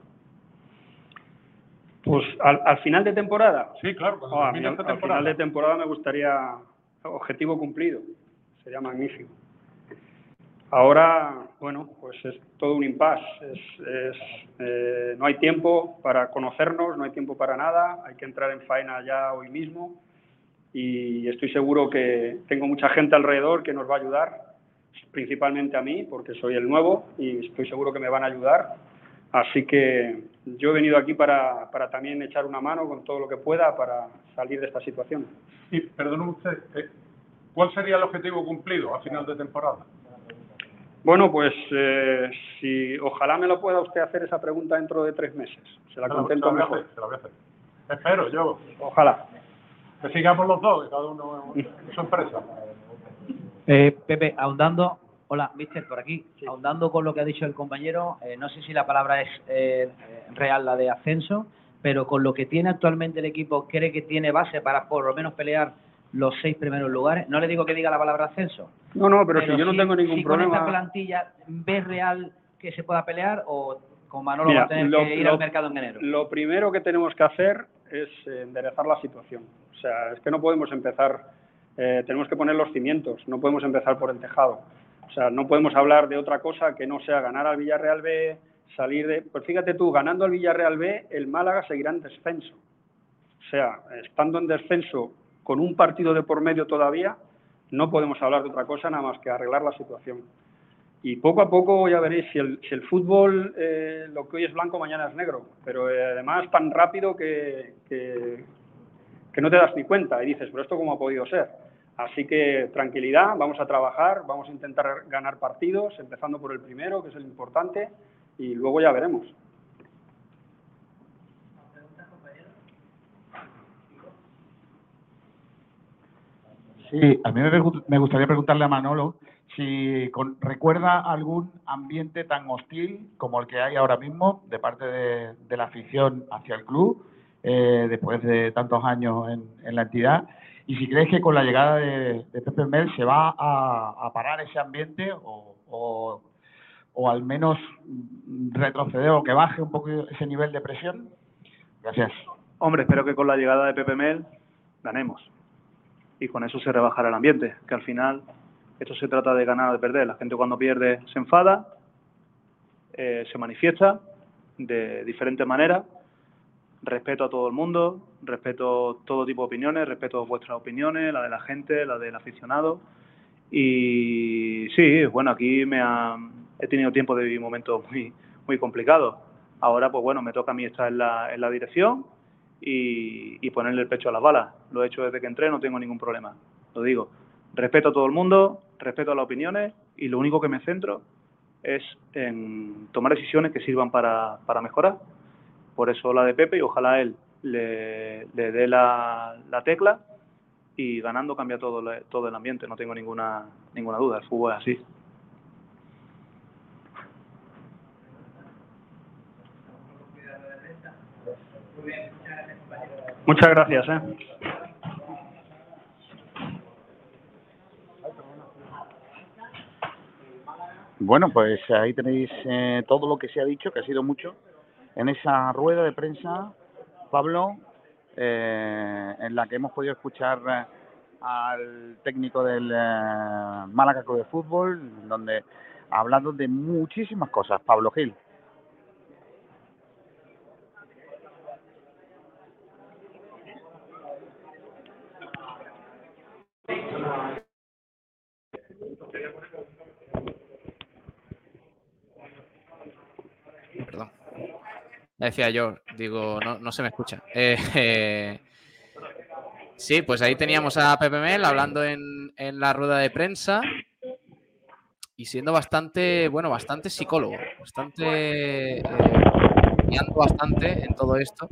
Pues al, al final de temporada. Sí, claro, cuando Oh, a termine mí, esta al temporada. final de temporada me gustaría objetivo cumplido. Sería magnífico. Ahora, bueno, pues es todo un impasse. Es, es, eh, no hay tiempo para conocernos, no hay tiempo para nada. Hay que entrar en faena ya hoy mismo. Y estoy seguro que tengo mucha gente alrededor que nos va a ayudar, principalmente a mí, porque soy el nuevo y estoy seguro que me van a ayudar. Así que yo he venido aquí para, para también echar una mano con todo lo que pueda para salir de esta situación. Y, perdone usted, eh, ¿cuál sería el objetivo cumplido a final de temporada? Bueno, pues eh, si ojalá me lo pueda usted hacer esa pregunta dentro de tres meses. Se la Se la- contento se la voy a mejor. hacer, se la voy a hacer. Espero yo. Ojalá. Que sigamos los dos, que cada uno en su empresa. Eh, Pepe, ahondando, hola, mister, por aquí, ahondando con lo que ha dicho el compañero, eh, no sé si la palabra es eh, real, la de ascenso, pero con lo que tiene actualmente el equipo, ¿cree que tiene base para por lo menos pelear los seis primeros lugares? No le digo que diga la palabra ascenso. No, no, pero, si yo no sí- tengo ningún sí problema. con esta plantilla, ¿ves real que se pueda pelear o con Manolo Mira, va a tener lo- que ir lo- al mercado en enero? Lo primero que tenemos que hacer es eh, enderezar la situación. O sea, es que no podemos empezar, eh, tenemos que poner los cimientos, no podemos empezar por el tejado. O sea, no podemos hablar de otra cosa que no sea ganar al Villarreal B, salir de... Pues fíjate tú, ganando al Villarreal B, el Málaga seguirá en descenso. O sea, estando en descenso con un partido de por medio todavía, no podemos hablar de otra cosa nada más que arreglar la situación. Y poco a poco ya veréis, si el, si el fútbol, eh, lo que hoy es blanco, mañana es negro, pero eh, además tan rápido que, que, que no te das ni cuenta y dices, pero ¿esto cómo ha podido ser? Así que tranquilidad, vamos a trabajar, vamos a intentar ganar partidos, empezando por el primero, que es el importante, y luego ya veremos. Sí, a mí me, me gustaría preguntarle a Manolo si con, recuerda algún ambiente tan hostil como el que hay ahora mismo de parte de, de la afición hacia el club, eh, después de tantos años en, en la entidad, y si crees que con la llegada de, de Pepe Mel se va a, a parar ese ambiente o, o, o al menos retroceder o que baje un poco ese nivel de presión. Gracias. Hombre, espero que con la llegada de Pepe Mel ganemos. Y con eso se rebajará el ambiente, que al final esto se trata de ganar o de perder. La gente cuando pierde se enfada, eh, se manifiesta de diferentes maneras. Respeto a todo el mundo, respeto todo tipo de opiniones, respeto vuestras opiniones, la de la gente, la del aficionado. Y sí, bueno, aquí me ha, he tenido tiempo de vivir momentos muy, muy complicados. Ahora, pues bueno, me toca a mí estar en la, en la dirección y, y ponerle el pecho a las balas. Lo he hecho desde que entré, no tengo ningún problema. Lo digo, respeto a todo el mundo, respeto a las opiniones y lo único que me centro es en tomar decisiones que sirvan para, para mejorar. Por eso la de Pepe y ojalá él le, le dé la, la tecla y ganando cambia todo, todo el ambiente, no tengo ninguna, ninguna duda, el fútbol es así. Muchas gracias, ¿eh? Bueno, pues ahí tenéis eh, todo lo que se ha dicho, que ha sido mucho, en esa rueda de prensa, Pablo, eh, en la que hemos podido escuchar eh, al técnico del eh, Málaga Club de Fútbol, donde ha hablado de muchísimas cosas. Pablo Gil. Perdón. Ya decía yo, digo, no, no se me escucha. Eh, eh, sí, pues ahí teníamos a Pepe Mel hablando en, en la rueda de prensa y siendo bastante, bueno, bastante psicólogo, bastante, eh, guiando bastante en todo esto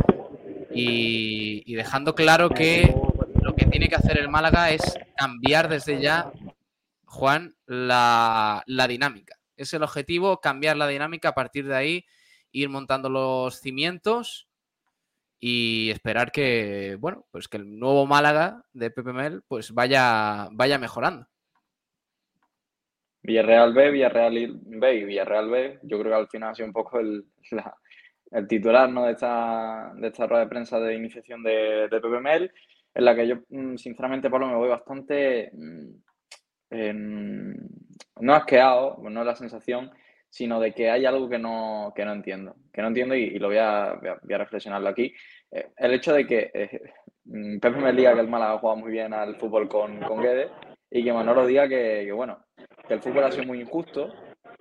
y, y dejando claro que lo que tiene que hacer el Málaga es cambiar desde ya, Juan, la, la dinámica. Es el objetivo, cambiar la dinámica, a partir de ahí ir montando los cimientos y esperar que, bueno, pues que el nuevo Málaga de Pepe Mel pues vaya, vaya mejorando. Villarreal B, Villarreal B y Villarreal B, yo creo que al final ha sido un poco el, la, el titular, ¿no?, de esta, de esta rueda de prensa de iniciación de, de Pepe Mel, en la que yo, sinceramente, Pablo, me voy bastante, eh, no asqueado, no es la sensación, sino de que hay algo que no, que no entiendo, que no entiendo y, y lo voy a, voy a, voy a reflexionarlo aquí. Eh, el hecho de que eh, Pepe Mel diga que el Málaga ha jugado muy bien al fútbol con, con Guede y que Manolo diga que, que, bueno, que el fútbol ha sido muy injusto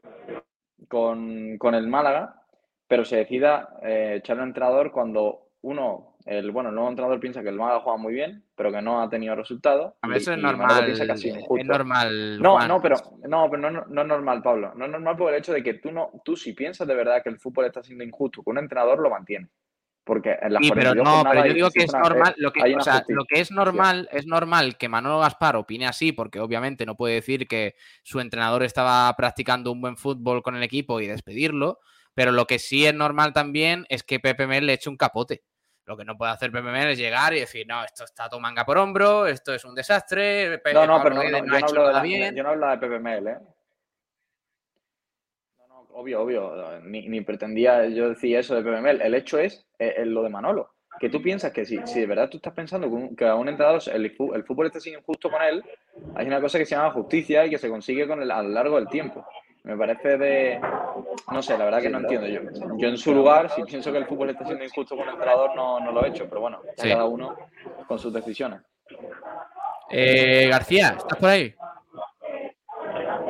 con, con el Málaga, pero se decida eh, echarle a un entrenador cuando uno, el bueno, el nuevo entrenador piensa que el Málaga juega muy bien, pero que no ha tenido resultados. A ver, eso es y normal. Piensa que ha sido injusto. Es normal. No, Juan. no, pero no, pero no, no es normal, Pablo. No es normal por el hecho de que tú no, tú si piensas de verdad que el fútbol está siendo injusto, que un entrenador lo mantiene. Porque en las sí, pero no, pero yo digo que es normal, lo que, o sea, justicia. lo que es normal, es normal que Manolo Gaspar opine así, porque obviamente no puede decir que su entrenador estaba practicando un buen fútbol con el equipo y despedirlo, pero lo que sí es normal también es que Pepe Mel le eche un capote. Lo que no puede hacer Pepe Mel es llegar y decir, no, esto está todo manga por hombro, esto es un desastre, Pepe, no, no, Pablo pero no, Guede no, no ha yo, hecho no nada la, bien. yo no hablo de Pepe Mel, ¿eh? No, no, obvio, obvio, ni, ni pretendía yo decir eso de Pepe Mel. El hecho es eh, lo de Manolo. Que tú piensas que si, si de verdad tú estás pensando que, un, que a un entrenador el, el fútbol está siendo injusto con él, hay una cosa que se llama justicia y que se consigue con el, a lo largo del tiempo. Me parece de... No sé, la verdad que no entiendo yo. Yo en su lugar, si pienso que el fútbol está siendo injusto con el entrenador, no, no lo he hecho. Pero bueno, ya sí. Cada uno con sus decisiones. Eh, García, ¿estás por ahí?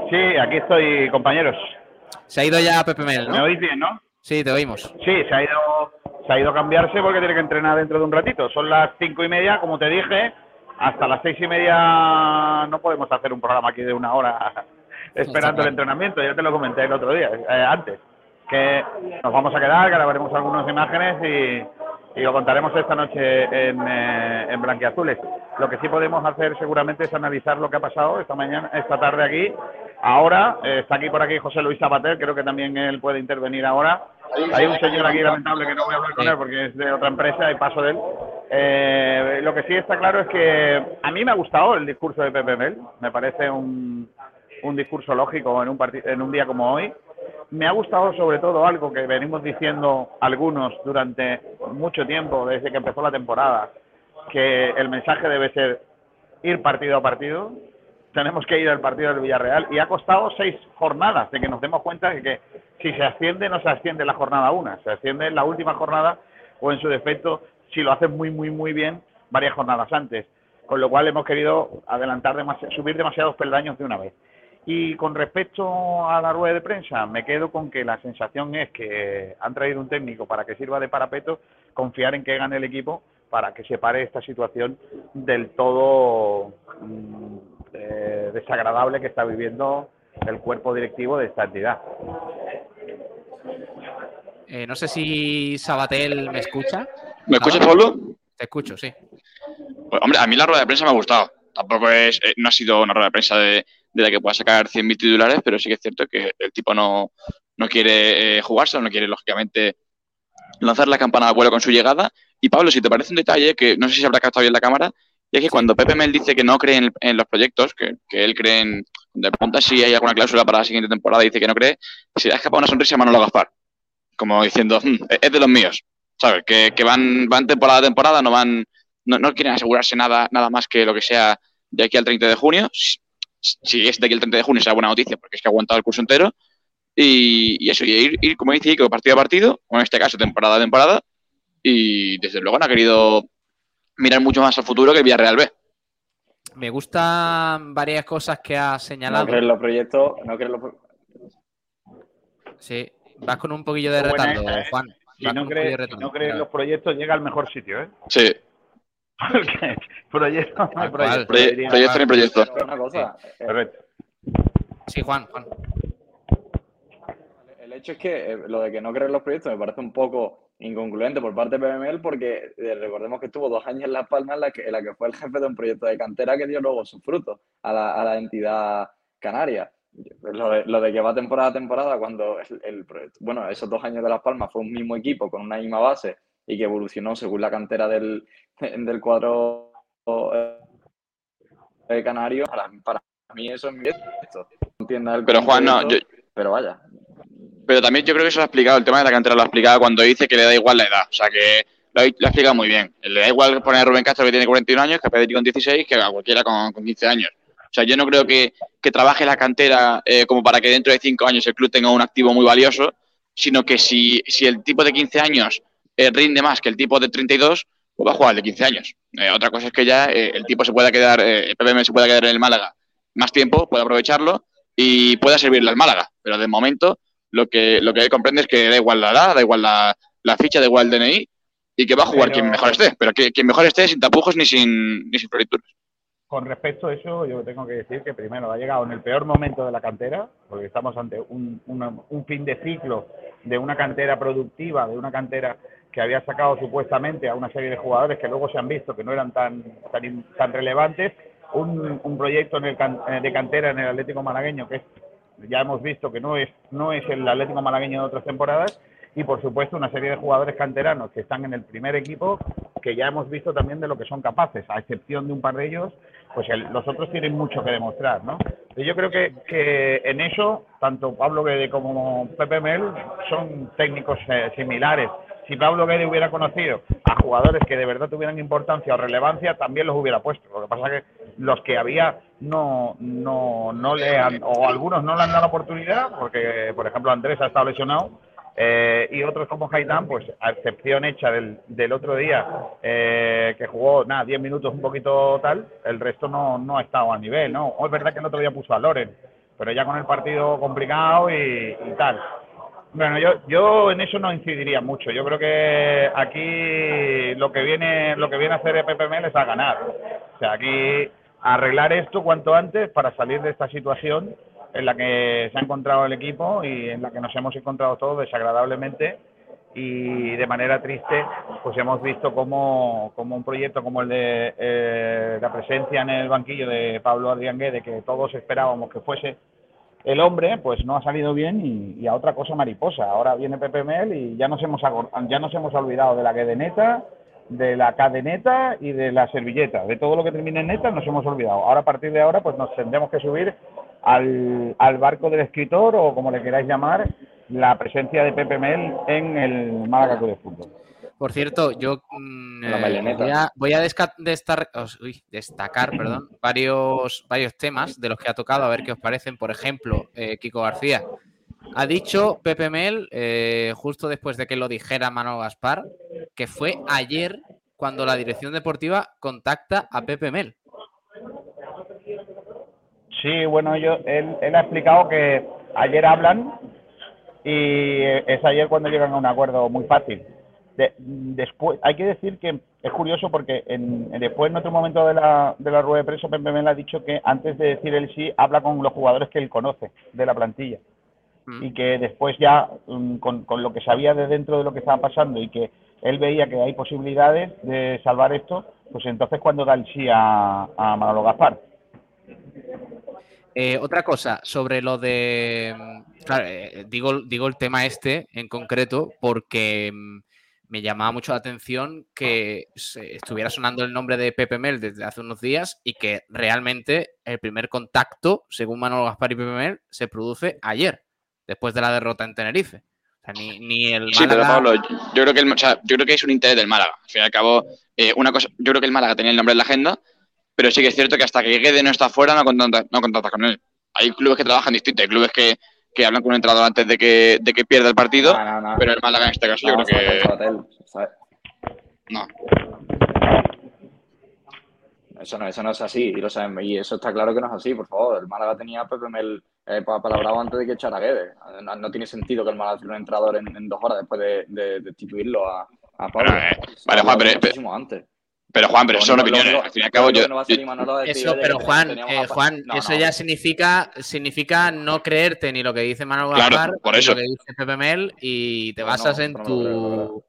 Sí, aquí estoy, compañeros. Se ha ido ya Pepe Mel, ¿no? ¿Me oís bien, no? Sí, te oímos. Sí, se ha ido, se ha ido a cambiarse porque tiene que entrenar dentro de un ratito. Son las cinco y media, como te dije. Hasta las seis y media no podemos hacer un programa aquí de una hora esperando el entrenamiento. Ya te lo comenté el otro día, eh, antes. Que nos vamos a quedar, grabaremos algunas imágenes y, y lo contaremos esta noche en, eh, en Blanquiazules. Lo que sí podemos hacer seguramente es analizar lo que ha pasado esta mañana, esta tarde aquí. Ahora, eh, está aquí por aquí José Luis Sabater, creo que también él puede intervenir ahora. Hay un señor aquí lamentable que no voy a hablar con él porque es de otra empresa y paso de él. Eh, lo que sí está claro es que a mí me ha gustado el discurso de Pepe Mel, me parece un, un discurso lógico en un, en un día como hoy. Me ha gustado sobre todo algo que venimos diciendo algunos durante mucho tiempo, desde que empezó la temporada, que el mensaje debe ser ir partido a partido. Tenemos que ir al partido del Villarreal y ha costado seis jornadas de que nos demos cuenta de que si se asciende no se asciende en la jornada una, se asciende en la última jornada o en su defecto, si lo hacen muy muy muy bien, varias jornadas antes, con lo cual hemos querido adelantar demasi- subir demasiados peldaños de una vez. Y con respecto a la rueda de prensa, me quedo con que la sensación es que han traído un técnico para que sirva de parapeto, confiar en que gane el equipo para que se pare esta situación del todo mmm, eh, desagradable que está viviendo el cuerpo directivo de esta entidad. Eh, no sé si Sabatel me escucha. ¿Me escuchas, Pablo? Te escucho, sí. Pues, hombre, a mí la rueda de prensa me ha gustado. Tampoco es, eh, no ha sido una rueda de prensa de, de la que pueda sacar cien mil titulares, pero sí que es cierto que el tipo no, no quiere eh, jugarse, no quiere, lógicamente, lanzar la campana al vuelo con su llegada. Y, Pablo, si te parece un detalle, que no sé si habrá captado bien la cámara, y es que cuando Pepe Mel dice que no cree en, en los proyectos, que, que él cree en... Cuando le pregunta si hay alguna cláusula para la siguiente temporada, dice que no cree, se le ha escapado una sonrisa a Manolo Gaspar. Como diciendo, hm, es de los míos, ¿sabes? Que, que van, van temporada a temporada, no van... No, no quieren asegurarse nada, nada más que lo que sea de aquí al treinta de junio. Si, si es de aquí al treinta de junio será buena noticia, porque es que ha aguantado el curso entero. Y, y eso, y ir, ir, como dice Ico, partido a partido, o en este caso temporada a temporada, y desde luego no ha querido mirar mucho más al futuro que el Villarreal B. Me gustan varias cosas que ha señalado. No crees los proyectos, no crees los... Sí, vas con un poquillo de retardo, Juan. Si no crees no cree los proyectos, llega al mejor sitio, ¿eh? Sí. Porque proyecto no hay proyecto. Proye proyecto no hay proyecto. Una cosa. Sí. Correcto. Sí, Juan, Juan. El hecho es que eh, lo de que no creen los proyectos me parece un poco incongruente por parte de P M L porque eh, recordemos que estuvo dos años en Las Palmas en la, que, en la que fue el jefe de un proyecto de cantera que dio luego sus frutos a la, a la entidad canaria. Lo de, lo de que va temporada a temporada cuando el, el proyecto, bueno, esos dos años de Las Palmas fue un mismo equipo con una misma base y que evolucionó según la cantera del, del cuadro eh, canario, para, para mí eso es mi esto. Entienda el pero Juan, no, yo... pero vaya. Pero también yo creo que eso lo ha explicado, el tema de la cantera lo ha explicado cuando dice que le da igual la edad. O sea, que lo ha, lo ha explicado muy bien. Le da igual poner a Rubén Castro que tiene cuarenta y un años, que a Pedri con dieciséis, que a cualquiera con, con quince años. O sea, yo no creo que, que trabaje la cantera eh, como para que dentro de cinco años el club tenga un activo muy valioso, sino que si, si el tipo de quince años eh, rinde más que el tipo de treinta y dos, pues va a jugar el de quince años. Eh, otra cosa es que ya eh, el tipo se pueda quedar, eh, el P P M se pueda quedar en el Málaga más tiempo, pueda aprovecharlo y pueda servirle al Málaga. Pero de momento lo que lo que él comprende es que da igual la edad, da igual la, la ficha, da igual el D N I y que va a jugar pero... quien mejor esté. Pero que quien mejor esté sin tapujos ni sin, ni sin florituras. Con respecto a eso, yo tengo que decir que primero ha llegado en el peor momento de la cantera, porque estamos ante un, una, un fin de ciclo de una cantera productiva, de una cantera que había sacado supuestamente a una serie de jugadores que luego se han visto que no eran tan, tan, tan relevantes, un, un proyecto en el can, de cantera en el Atlético Malagueño que es, ya hemos visto que no es, no es el Atlético Malagueño de otras temporadas, y por supuesto una serie de jugadores canteranos que están en el primer equipo que ya hemos visto también de lo que son capaces, a excepción de un par de ellos, pues el, los otros tienen mucho que demostrar, ¿no? Y yo creo que, que en eso, tanto Pablo Guede como Pepe Mel son técnicos eh, similares. Si Pablo Guede hubiera conocido a jugadores que de verdad tuvieran importancia o relevancia, también los hubiera puesto. Lo que pasa es que los que había no, no, no le han, o algunos no le han dado la oportunidad, porque, por ejemplo, Andrés ha estado lesionado, Eh, y otros como Haitán, pues a excepción hecha del, del otro día, eh, que jugó, nada, diez minutos un poquito tal, el resto no, no ha estado a nivel, ¿no? O es verdad que el otro día puso a Loren, pero ya con el partido complicado y, y tal. Bueno, yo, yo en eso no incidiría mucho. Yo creo que aquí lo que viene, lo que viene a hacer P P M L es a ganar. O sea, aquí arreglar esto cuanto antes para salir de esta situación en la que se ha encontrado el equipo y en la que nos hemos encontrado todos desagradablemente y de manera triste, pues hemos visto como, como un proyecto como el de eh, la presencia en el banquillo de Pablo Adrián Guede, que todos esperábamos que fuese el hombre, pues no ha salido bien y, y a otra cosa mariposa. Ahora viene P P M L y ya nos hemos ya nos hemos olvidado de la Guedeneta, de la cadeneta y de la servilleta. De todo lo que termine en neta nos hemos olvidado. Ahora, a partir de ahora, pues nos tendremos que subir al, al barco del escritor o como le queráis llamar, la presencia de P P M L en el Málaga Club de Fútbol. Por cierto, yo mmm, eh, voy a, voy a desca- destar- oh, uy, destacar perdón, varios, varios temas de los que ha tocado, a ver qué os parecen. Por ejemplo, eh, Kiko García ha dicho P P M L, eh, justo después de que lo dijera Manolo Gaspar, que fue ayer cuando la dirección deportiva contacta a P P M L. Sí, bueno, yo, él, él ha explicado que ayer hablan y es ayer cuando llegan a un acuerdo muy fácil. De, después, hay que decir que es curioso porque en, en después en otro momento de la, de la rueda de prensa P P M L ha dicho que antes de decir el sí habla con los jugadores que él conoce de la plantilla mm. y que después ya um, con, con lo que sabía de dentro de lo que estaba pasando y que él veía que hay posibilidades de salvar esto, pues entonces cuando da el sí a, a Manolo Gaspar. Eh, otra cosa, sobre lo de... Claro, eh, digo, digo el tema este en concreto porque me llamaba mucho la atención que estuviera sonando el nombre de P P M L desde hace unos días y que realmente el primer contacto, según Manolo Gaspar y P P M L, se produce ayer, después de la derrota en Tenerife. O sea, ni, ni el Málaga... Sí, pero Pablo, yo creo que el, o sea, yo creo que es un interés del Málaga. Al fin y al cabo, eh, una cosa, yo creo que el Málaga tenía el nombre en la agenda, pero sí que es cierto que hasta que Guede no está fuera no contacta, no contacta con él. Hay clubes que trabajan distinto, hay clubes que, que hablan con un entrenador antes de que, de que pierda el partido, no, no, no. Pero el Málaga en este caso no, yo creo que... No. Eso no, eso no es así, y lo saben, y eso está claro que no es así, por favor. El Málaga tenía a P P M L eh, palabrado antes de que echara a Guede. No, no tiene sentido que el Málaga tenga un entrenador en, en dos horas después de, de destituirlo a, a Pablo. Pero, eh, vale, Juan, pero, pero, antes. pero Juan, pero eso son opiniones. Al fin y al cabo, yo. No eso, pero Juan, eh, Juan, no, eso no. ya significa, significa no creerte ni lo que dice Manolo Gaspar, claro, por eso. ni lo que dice P P M L y te basas no, en no tu.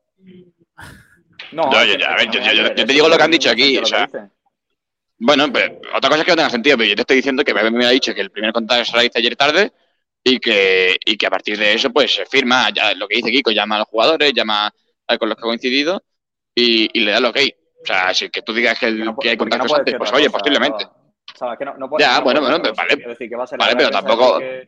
No, yo, yo, yo, a ver, yo, yo, yo, yo te digo lo que han dicho aquí, o sea. Bueno, pero otra cosa es que no tenga sentido, pero yo te estoy diciendo que P P M me ha dicho que el primer contacto se realiza ayer tarde y que, y que a partir de eso pues se firma, ya lo que dice Kiko, llama a los jugadores, llama a con los que ha coincidido y, y le da el ok. O sea, si que tú digas que, el, no, que hay contactos no antes, pues oye, cosa, posiblemente. No, o sea, que no, no puede, ya, no bueno, bueno, pero vale, decir, que va a ser vale, pero tampoco... Que...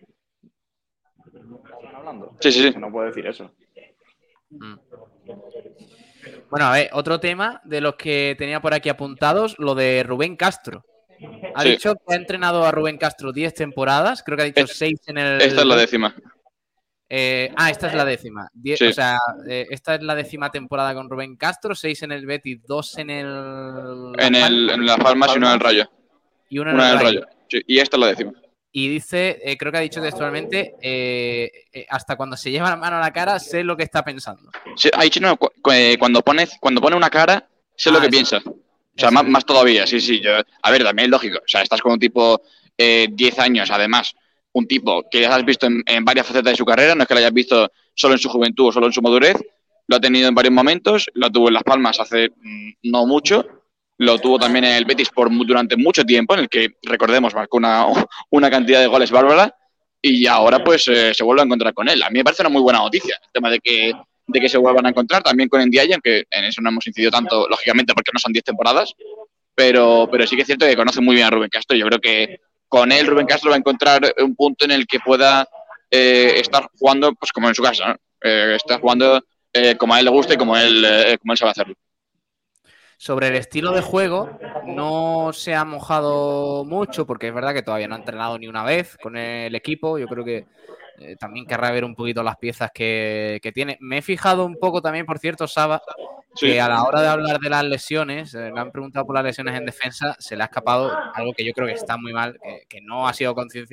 ¿Están hablando? Sí, sí, sí. No puede decir eso. Mm. Bueno, a ver, otro tema de los que tenía por aquí apuntados, lo de Rubén Castro. Ha sí. dicho que ha entrenado a Rubén Castro diez temporadas, creo que ha dicho seis en el... Esta es la décima. Eh, ah, esta es la décima. Die sí. O sea, eh, esta es la décima temporada con Rubén Castro, seis en el Betis, dos en el... En, el, en Las Palmas y uno en el Rayo. Y uno en una el Rayo. Rayo. Sí, y esta es la décima. Y dice, eh, creo que ha dicho textualmente, eh, eh, hasta cuando se lleva la mano a la cara, sé lo que está pensando. Sí, ha dicho, no, cu cuando, pone, cuando pone una cara, sé ah, lo que eso. piensa. O sea, más, más todavía, sí, sí. Yo, a ver, también es lógico. O sea, estás con un tipo eh, diez años, además, un tipo que ya has visto en, en varias facetas de su carrera, no es que lo hayas visto solo en su juventud o solo en su madurez, lo ha tenido en varios momentos, lo tuvo en Las Palmas hace mmm, no mucho, lo tuvo también en el Betis por durante mucho tiempo, en el que, recordemos, marcó una, una cantidad de goles bárbara, y ahora pues eh, se vuelve a encontrar con él. A mí me parece una muy buena noticia el tema de que, de que se vuelvan a encontrar, también con Ndiaye, aunque en eso no hemos incidido tanto, lógicamente, porque no son diez temporadas, pero, pero sí que es cierto que conoce muy bien a Rubén Castro. Yo creo que con él Rubén Castro va a encontrar un punto en el que pueda eh, estar jugando pues como en su casa, ¿no? Eh, estar jugando eh, como a él le gusta y como él, eh, como él sabe hacerlo. Sobre el estilo de juego, no se ha mojado mucho, porque es verdad que todavía no ha entrenado ni una vez con el equipo. Yo creo que eh, también querrá ver un poquito las piezas que, que tiene. Me he fijado un poco también, por cierto, Saba, sí. que a la hora de hablar de las lesiones, eh, me han preguntado por las lesiones en defensa, se le ha escapado algo que yo creo que está muy mal, que, que no ha sido conciencia,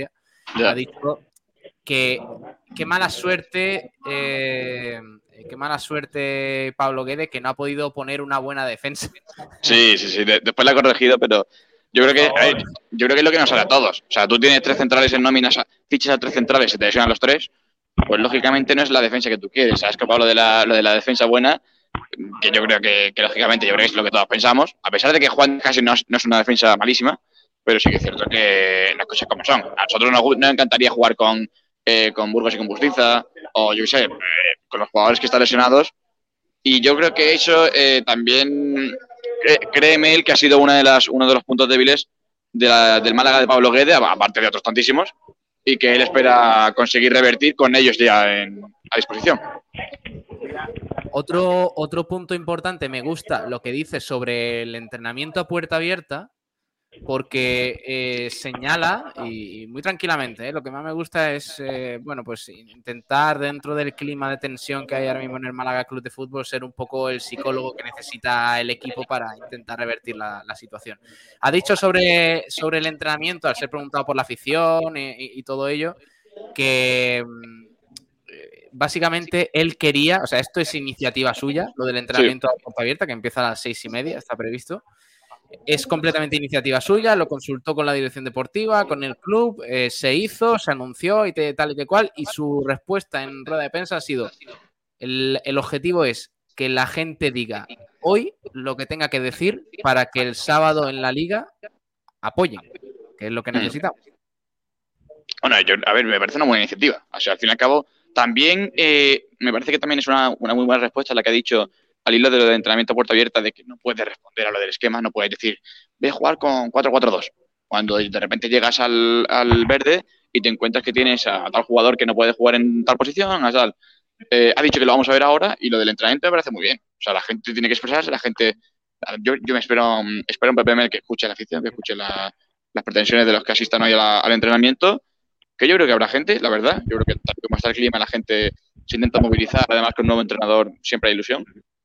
ha dicho que qué mala suerte, eh, qué mala suerte Pablo Guede que no ha podido poner una buena defensa. Sí, sí, sí. De- después la he corregido, pero yo creo que a ver, yo creo que es lo que nos sale a todos. O sea, tú tienes tres centrales en nóminas, fichas a tres centrales y se te lesionan los tres, pues lógicamente no es la defensa que tú quieres. Has escapado lo de la, lo de la defensa buena, que yo creo que, que lógicamente yo creo que es lo que todos pensamos, a pesar de que Juan casi no es, no es una defensa malísima, pero sí que es cierto que las cosas como son. A nosotros nos, nos encantaría jugar con, eh, con Burgos y con Bustiza, o yo qué sé, eh, con los jugadores que están lesionados, y yo creo que eso eh, también, eh, créeme él que ha sido una de las, uno de los puntos débiles de la, del Málaga de Pablo Guede, aparte de otros tantísimos, y que él espera conseguir revertir con ellos ya en, a disposición. Otro, otro punto importante, me gusta lo que dice sobre el entrenamiento a puerta abierta, porque eh, señala, y, y muy tranquilamente, ¿eh? Lo que más me gusta es, eh, bueno, pues intentar dentro del clima de tensión que hay ahora mismo en el Málaga Club de Fútbol ser un poco el psicólogo que necesita el equipo para intentar revertir la, la situación. Ha dicho sobre, sobre el entrenamiento, al ser preguntado por la afición y, y, y todo ello, que básicamente él quería, o sea, esto es iniciativa suya, lo del entrenamiento sí. a puerta abierta, que empieza a las seis y media, está previsto. Es completamente iniciativa suya, lo consultó con la dirección deportiva, con el club, eh, se hizo, se anunció y te, tal y que cual, y su respuesta en rueda de prensa ha sido, el, el objetivo es que la gente diga hoy lo que tenga que decir para que el sábado en la liga apoyen, que es lo que necesitamos. Bueno, yo, a ver, me parece una buena iniciativa. O sea, al fin y al cabo, también eh, me parece que también es una, una muy buena respuesta la que ha dicho al hilo de lo de entrenamiento a puerta abierta, de que no puedes responder a lo del esquema, no puedes decir, ve a jugar con cuatro cuatro dos. Cuando de repente llegas al, al verde y te encuentras que tienes a, a tal jugador que no puede jugar en tal posición, a tal. Eh, ha dicho que lo vamos a ver ahora y lo del entrenamiento me parece muy bien. O sea, la gente tiene que expresarse, la gente... Yo, yo me espero, espero un P P M que escuche la afición, que escuche la, las pretensiones de los que asistan hoy a la, al entrenamiento, que yo creo que habrá gente, la verdad. Yo creo que tal como está el clima, la gente se intenta movilizar, además con un nuevo entrenador siempre hay ilusión.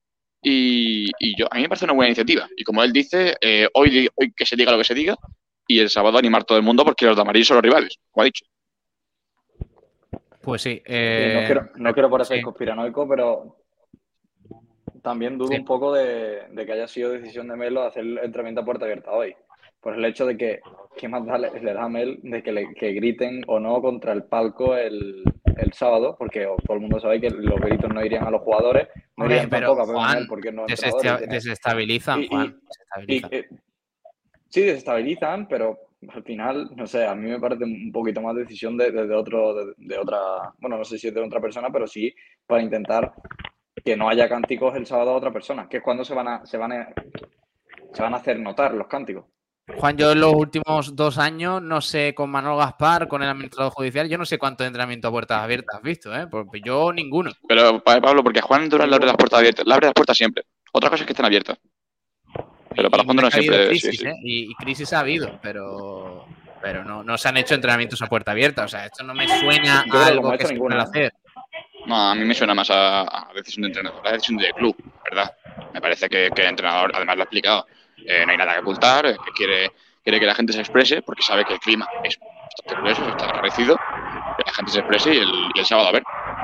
Y, y yo a mí me parece una buena iniciativa. Y como él dice, eh, hoy, hoy que se diga lo que se diga y el sábado animar todo el mundo porque los de amarillo son los rivales, como ha dicho. Pues sí. Eh, sí no, quiero, no quiero parecer sí. conspiranoico, pero también dudo sí. un poco de, de que haya sido decisión de Melo hacer el entrenamiento a puerta abierta hoy. Por el hecho de que, ¿qué más da, le, le da a Mel de que, le, que griten o no contra el palco el, el sábado? Porque oh, todo el mundo sabe que los gritos no irían a los jugadores, no Hombre, irían pero tampoco Juan, a Mel porque no desestia- desestabilizan, y, Juan. Y, desestabilizan. Y, eh, sí, desestabilizan, pero al final, no sé, a mí me parece un poquito más decisión de, de, de otro, de, de otra, bueno, no sé si es de otra persona, pero sí para intentar que no haya cánticos el sábado a otra persona, que es cuando se van a, se van a, se van a hacer notar los cánticos. Juan, yo en los últimos dos años, no sé, con Manuel Gaspar, con el administrador judicial, yo no sé cuántos entrenamientos a puertas abiertas has visto, ¿eh? Porque yo ninguno. Pero, Pablo, porque Juan Durán le abre las puertas abiertas, le abre las puertas siempre. Otra cosa es que estén abiertas. Pero para Juan Durán siempre... Crisis, sí, sí. ¿eh? y, y crisis ha habido, pero pero no, no se han hecho entrenamientos a puerta abierta. O sea, esto no me suena yo a creo algo que que se pueda hacer. No, a mí me suena más a, a decisión de entrenador, a decisión de club, ¿verdad? Me parece que, que el entrenador, además lo ha explicado, eh, no hay nada que ocultar, que quiere... quiere que la gente se exprese porque sabe que el clima es bastante grueso, está enrarecido, que la gente se exprese y el, y el sábado a ver.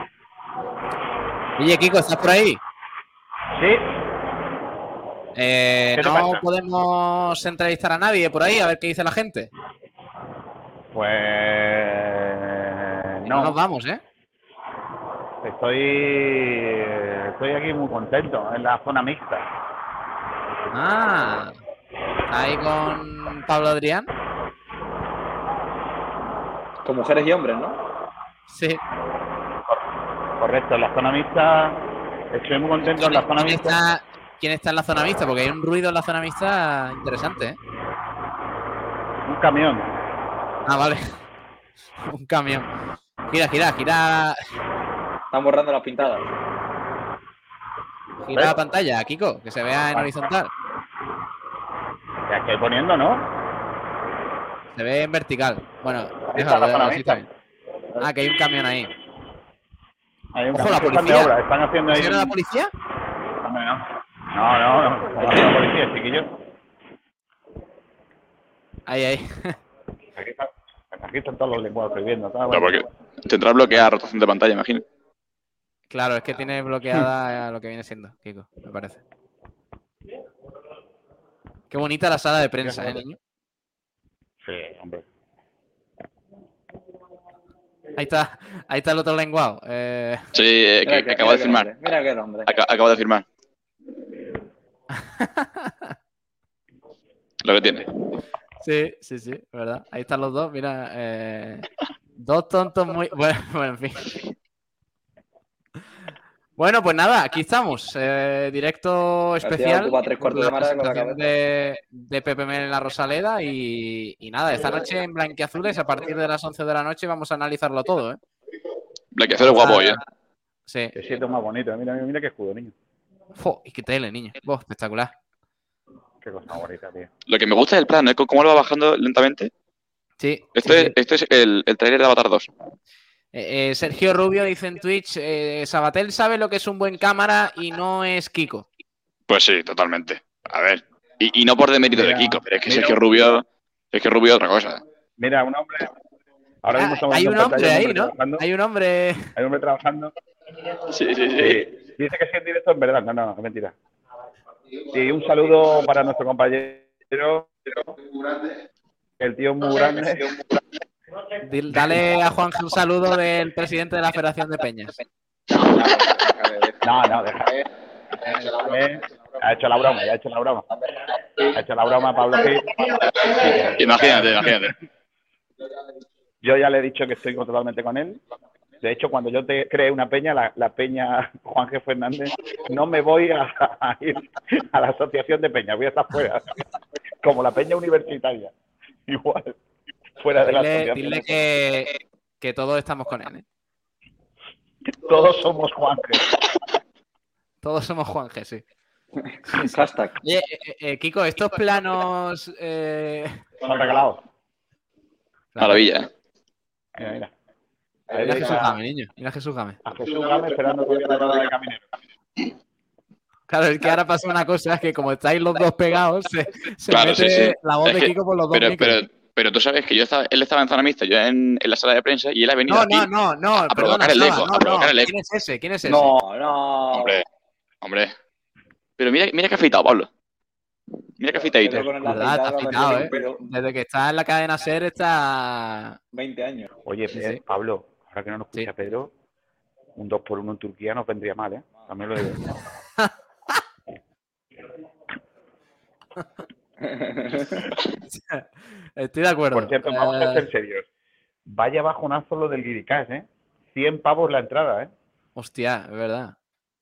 Oye, Kiko, ¿estás por ahí? Sí. Eh, ¿Qué te ¿No pasa? podemos entrevistar a nadie por ahí a ver qué dice la gente? Pues no. no nos vamos, ¿eh? Estoy, estoy aquí muy contento, en la zona mixta. Ah... Ahí con Pablo Adrián. Con mujeres y hombres, ¿no? Sí. Correcto, en la zona mixta. Estoy muy contento en la zona ¿Quién mixta. Está, ¿Quién está en la zona mixta? Porque hay un ruido en la zona mixta interesante, ¿eh? Un camión. Ah, vale. Un camión. Gira, gira, gira. Están borrando las pintadas. Gira la pantalla, Kiko, que se vea en horizontal. Ya estoy poniendo, ¿no? Se ve en vertical. Bueno, Está la zona así mixta. está bien. Ah, que hay un camión ahí. Hay un Ojo, la camión. Están de policía. obra, están haciendo ahí. ¿Era la policía? Hombre, no. No, no, no. Están haciendo la policía, chiquillo. Ahí, ahí. Aquí está. Aquí están todos los lenguajes prohibiendo. Pero porque tendrá bloqueada rotación de pantalla, imagino. Claro, es que tiene bloqueada lo que viene siendo, Kiko, me parece. Qué bonita la sala de prensa, ¿eh, niño? Sí, hombre. Ahí está, ahí está el otro lenguado. Eh... Sí, eh, que, que acabo de firmar. Hombre, mira qué hombre. Ac acabo de firmar. Lo que tiene. Sí, sí, sí, verdad. Ahí están los dos, mira. Eh... Dos tontos muy... Bueno, bueno, en fin. Bueno, pues nada, aquí estamos. Eh, directo especial de, de, de P P M L en la Rosaleda y, y nada, esta noche en Blanquiazules a partir de las once de la noche vamos a analizarlo todo, ¿eh? Blanquiazules guapo hoy, ¿eh? Sí. Qué siento más bonito, mira, mira, mira qué escudo, niño. ¡Fo! Y qué tele, niño. Oh, espectacular. Qué cosa bonita, tío. Lo que me gusta es el plano, ¿eh? Cómo lo va bajando lentamente. Sí. Esto, sí, es, sí. esto es el, el trailer de Avatar dos. Eh, eh, Sergio Rubio dice en Twitch, eh, Sabatel sabe lo que es un buen cámara y no es Kiko. Pues sí, totalmente. A ver, y, y no por demérito Mira, de Kiko, pero es que mira, Sergio Rubio, Sergio Rubio es otra cosa. Mira, un hombre... Ahora Ah, mismo estamos hay un viendo en hombre pantalla, ahí, un ¿no? trabajando. Hay un hombre... Hay un hombre trabajando. Sí, sí, sí. Sí. Dice que sí en directo, en verdad. No, no, es mentira. Y un saludo para nuestro compañero, el tío muy grande. Dale a Juan un saludo del presidente de la Federación de Peñas. No, no, deja. Eh, ha hecho la broma, ya ha hecho la broma. Ha hecho la broma Pablo Gil. Imagínate, imagínate. Yo ya le he dicho que estoy totalmente con él. De hecho, cuando yo te creé una peña, la, la peña Juan G. Fernández, no me voy a, a ir a la asociación de peñas, voy a estar fuera. Como la peña universitaria. Igual, fuera de la Dile, asociación. dile que, que todos estamos con él, ¿eh? Todos somos Juan G. Todos somos Juan G, sí. Hashtag. Oye, eh, eh, Kiko, estos planos... Eh... Son regalados. Maravilla. Mira, mira. Mira a Jesús Game, niño. Mira a Jesús Game. A Jesús Game esperando todavía la rueda de caminero. Claro, es que ahora pasa una cosa, es que como estáis los dos pegados, se, se Claro, mete sí, sí. la voz Es de que- Kiko por los dos Pero, micros. pero, pero tú sabes que yo estaba, él estaba en zona mixta, yo en, en la sala de prensa y él ha venido No, aquí no, no, no, a provocar perdona, el Saba, eco, no, a provocar no. el eco. ¿Quién es ese? ¿Quién es ese? No, no. Hombre, hombre. Pero mira, mira que afeitado, Pablo. Mira que afeitadito. Pero con el Verdad, está afeitado, afeitado, me ¿eh? pero Desde que está en la cadena SER está... veinte años. Oye, Sí, eh, sí. Pablo, ahora que no nos escucha Sí. Pedro, un dos por uno en Turquía nos vendría mal, ¿eh? También lo digo. Estoy de acuerdo. Por cierto, vamos a Eh, ser serios. Vaya bajonazo lo del Guiricás, ¿eh? cien pavos la entrada, ¿eh? Hostia, es verdad,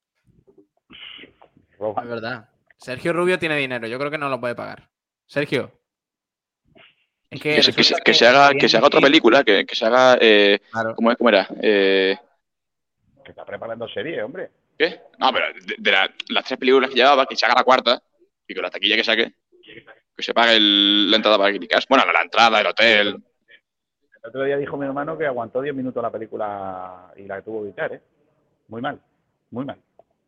Roba. es verdad. Sergio Rubio tiene dinero, yo creo que no lo puede pagar. Sergio. Es que, Que se, que, se, resulta que se haga, que se haga otra película, que, que se haga... Eh, Claro. ¿cómo, es? ¿Cómo era? Eh, Que está preparando serie, hombre. ¿Qué? No, pero de, de la- las tres películas que llevaba, que se haga la cuarta y con la taquilla que saque, que se pague el- la entrada para Guiricás. Bueno, la, la entrada, el hotel... El otro día dijo mi hermano que aguantó diez minutos la película y la tuvo que quitar, ¿eh? Muy mal, muy mal.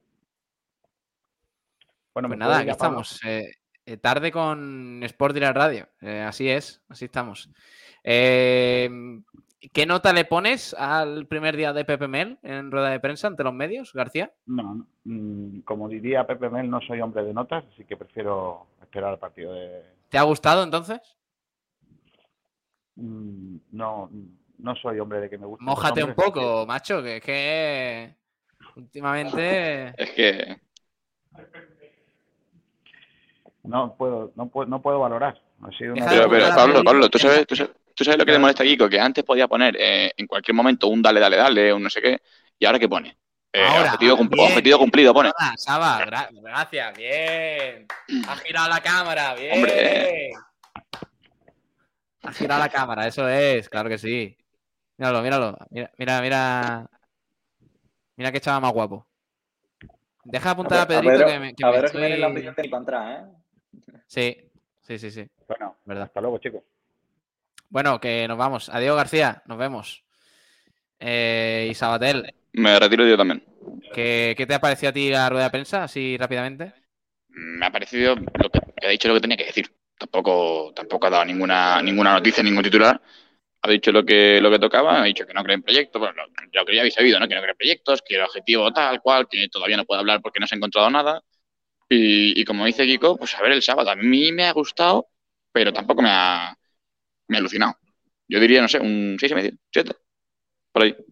Bueno, Pues ¿me nada, puedo aquí ir a Pablo? estamos. eh, eh, tarde con Sport Direct Radio. Eh, así es, así estamos. Eh, ¿Qué nota le pones al primer día de Pepe Mel en rueda de prensa ante los medios, García? No, no, mm, como diría Pepe Mel, no soy hombre de notas, así que prefiero esperar al partido de... ¿Te ha gustado entonces? Mm, no, no soy hombre de que me guste. Mójate un poco, macho, que es que últimamente... Es que... No puedo, no puedo, no puedo valorar. Ha sido una... Pero, pero Pablo, Pablo, ¿tú sabes, tú sabes, tú sabes lo que le molesta a Kiko? Que antes podía poner eh, en cualquier momento un dale, dale, dale, un no sé qué, y ahora ¿qué pone? Eh, Ahora, objetivo, cum- bien, objetivo cumplido pone. Perdona, Saba, gra- gracias, bien. Ha girado la cámara, bien. Hombre. Ha girado la cámara, eso es, claro que sí. Míralo, míralo. Mira, mira, mira. Mira qué chaval más guapo. Deja apuntar a, A Pedrito Pedro, que me, que a me Pedro estoy... Jiménez la opinión de ni para atrás, ¿eh? Sí, sí, sí, sí. Bueno, verdad. hasta luego, chicos. Bueno, que nos vamos. Adiós, García. Nos vemos. Eh, y Sabatel, Me retiro yo también. ¿qué, ¿qué te ha parecido a ti la rueda de prensa, así rápidamente? Me ha parecido lo que, que ha dicho lo que tenía que decir. Tampoco, tampoco ha dado ninguna, ninguna noticia, ningún titular. ha dicho lo que, lo que tocaba, ha dicho que no cree en proyectos, bueno, lo, lo que ya habéis sabido, ¿no? Que no cree en proyectos, que el objetivo tal cual, que todavía no puede hablar porque no se ha encontrado nada. Y, y como dice Kiko, pues a ver el sábado, a mí me ha gustado, pero tampoco me ha, me ha alucinado. Yo diría, no sé, un seis y medio, siete, por ahí.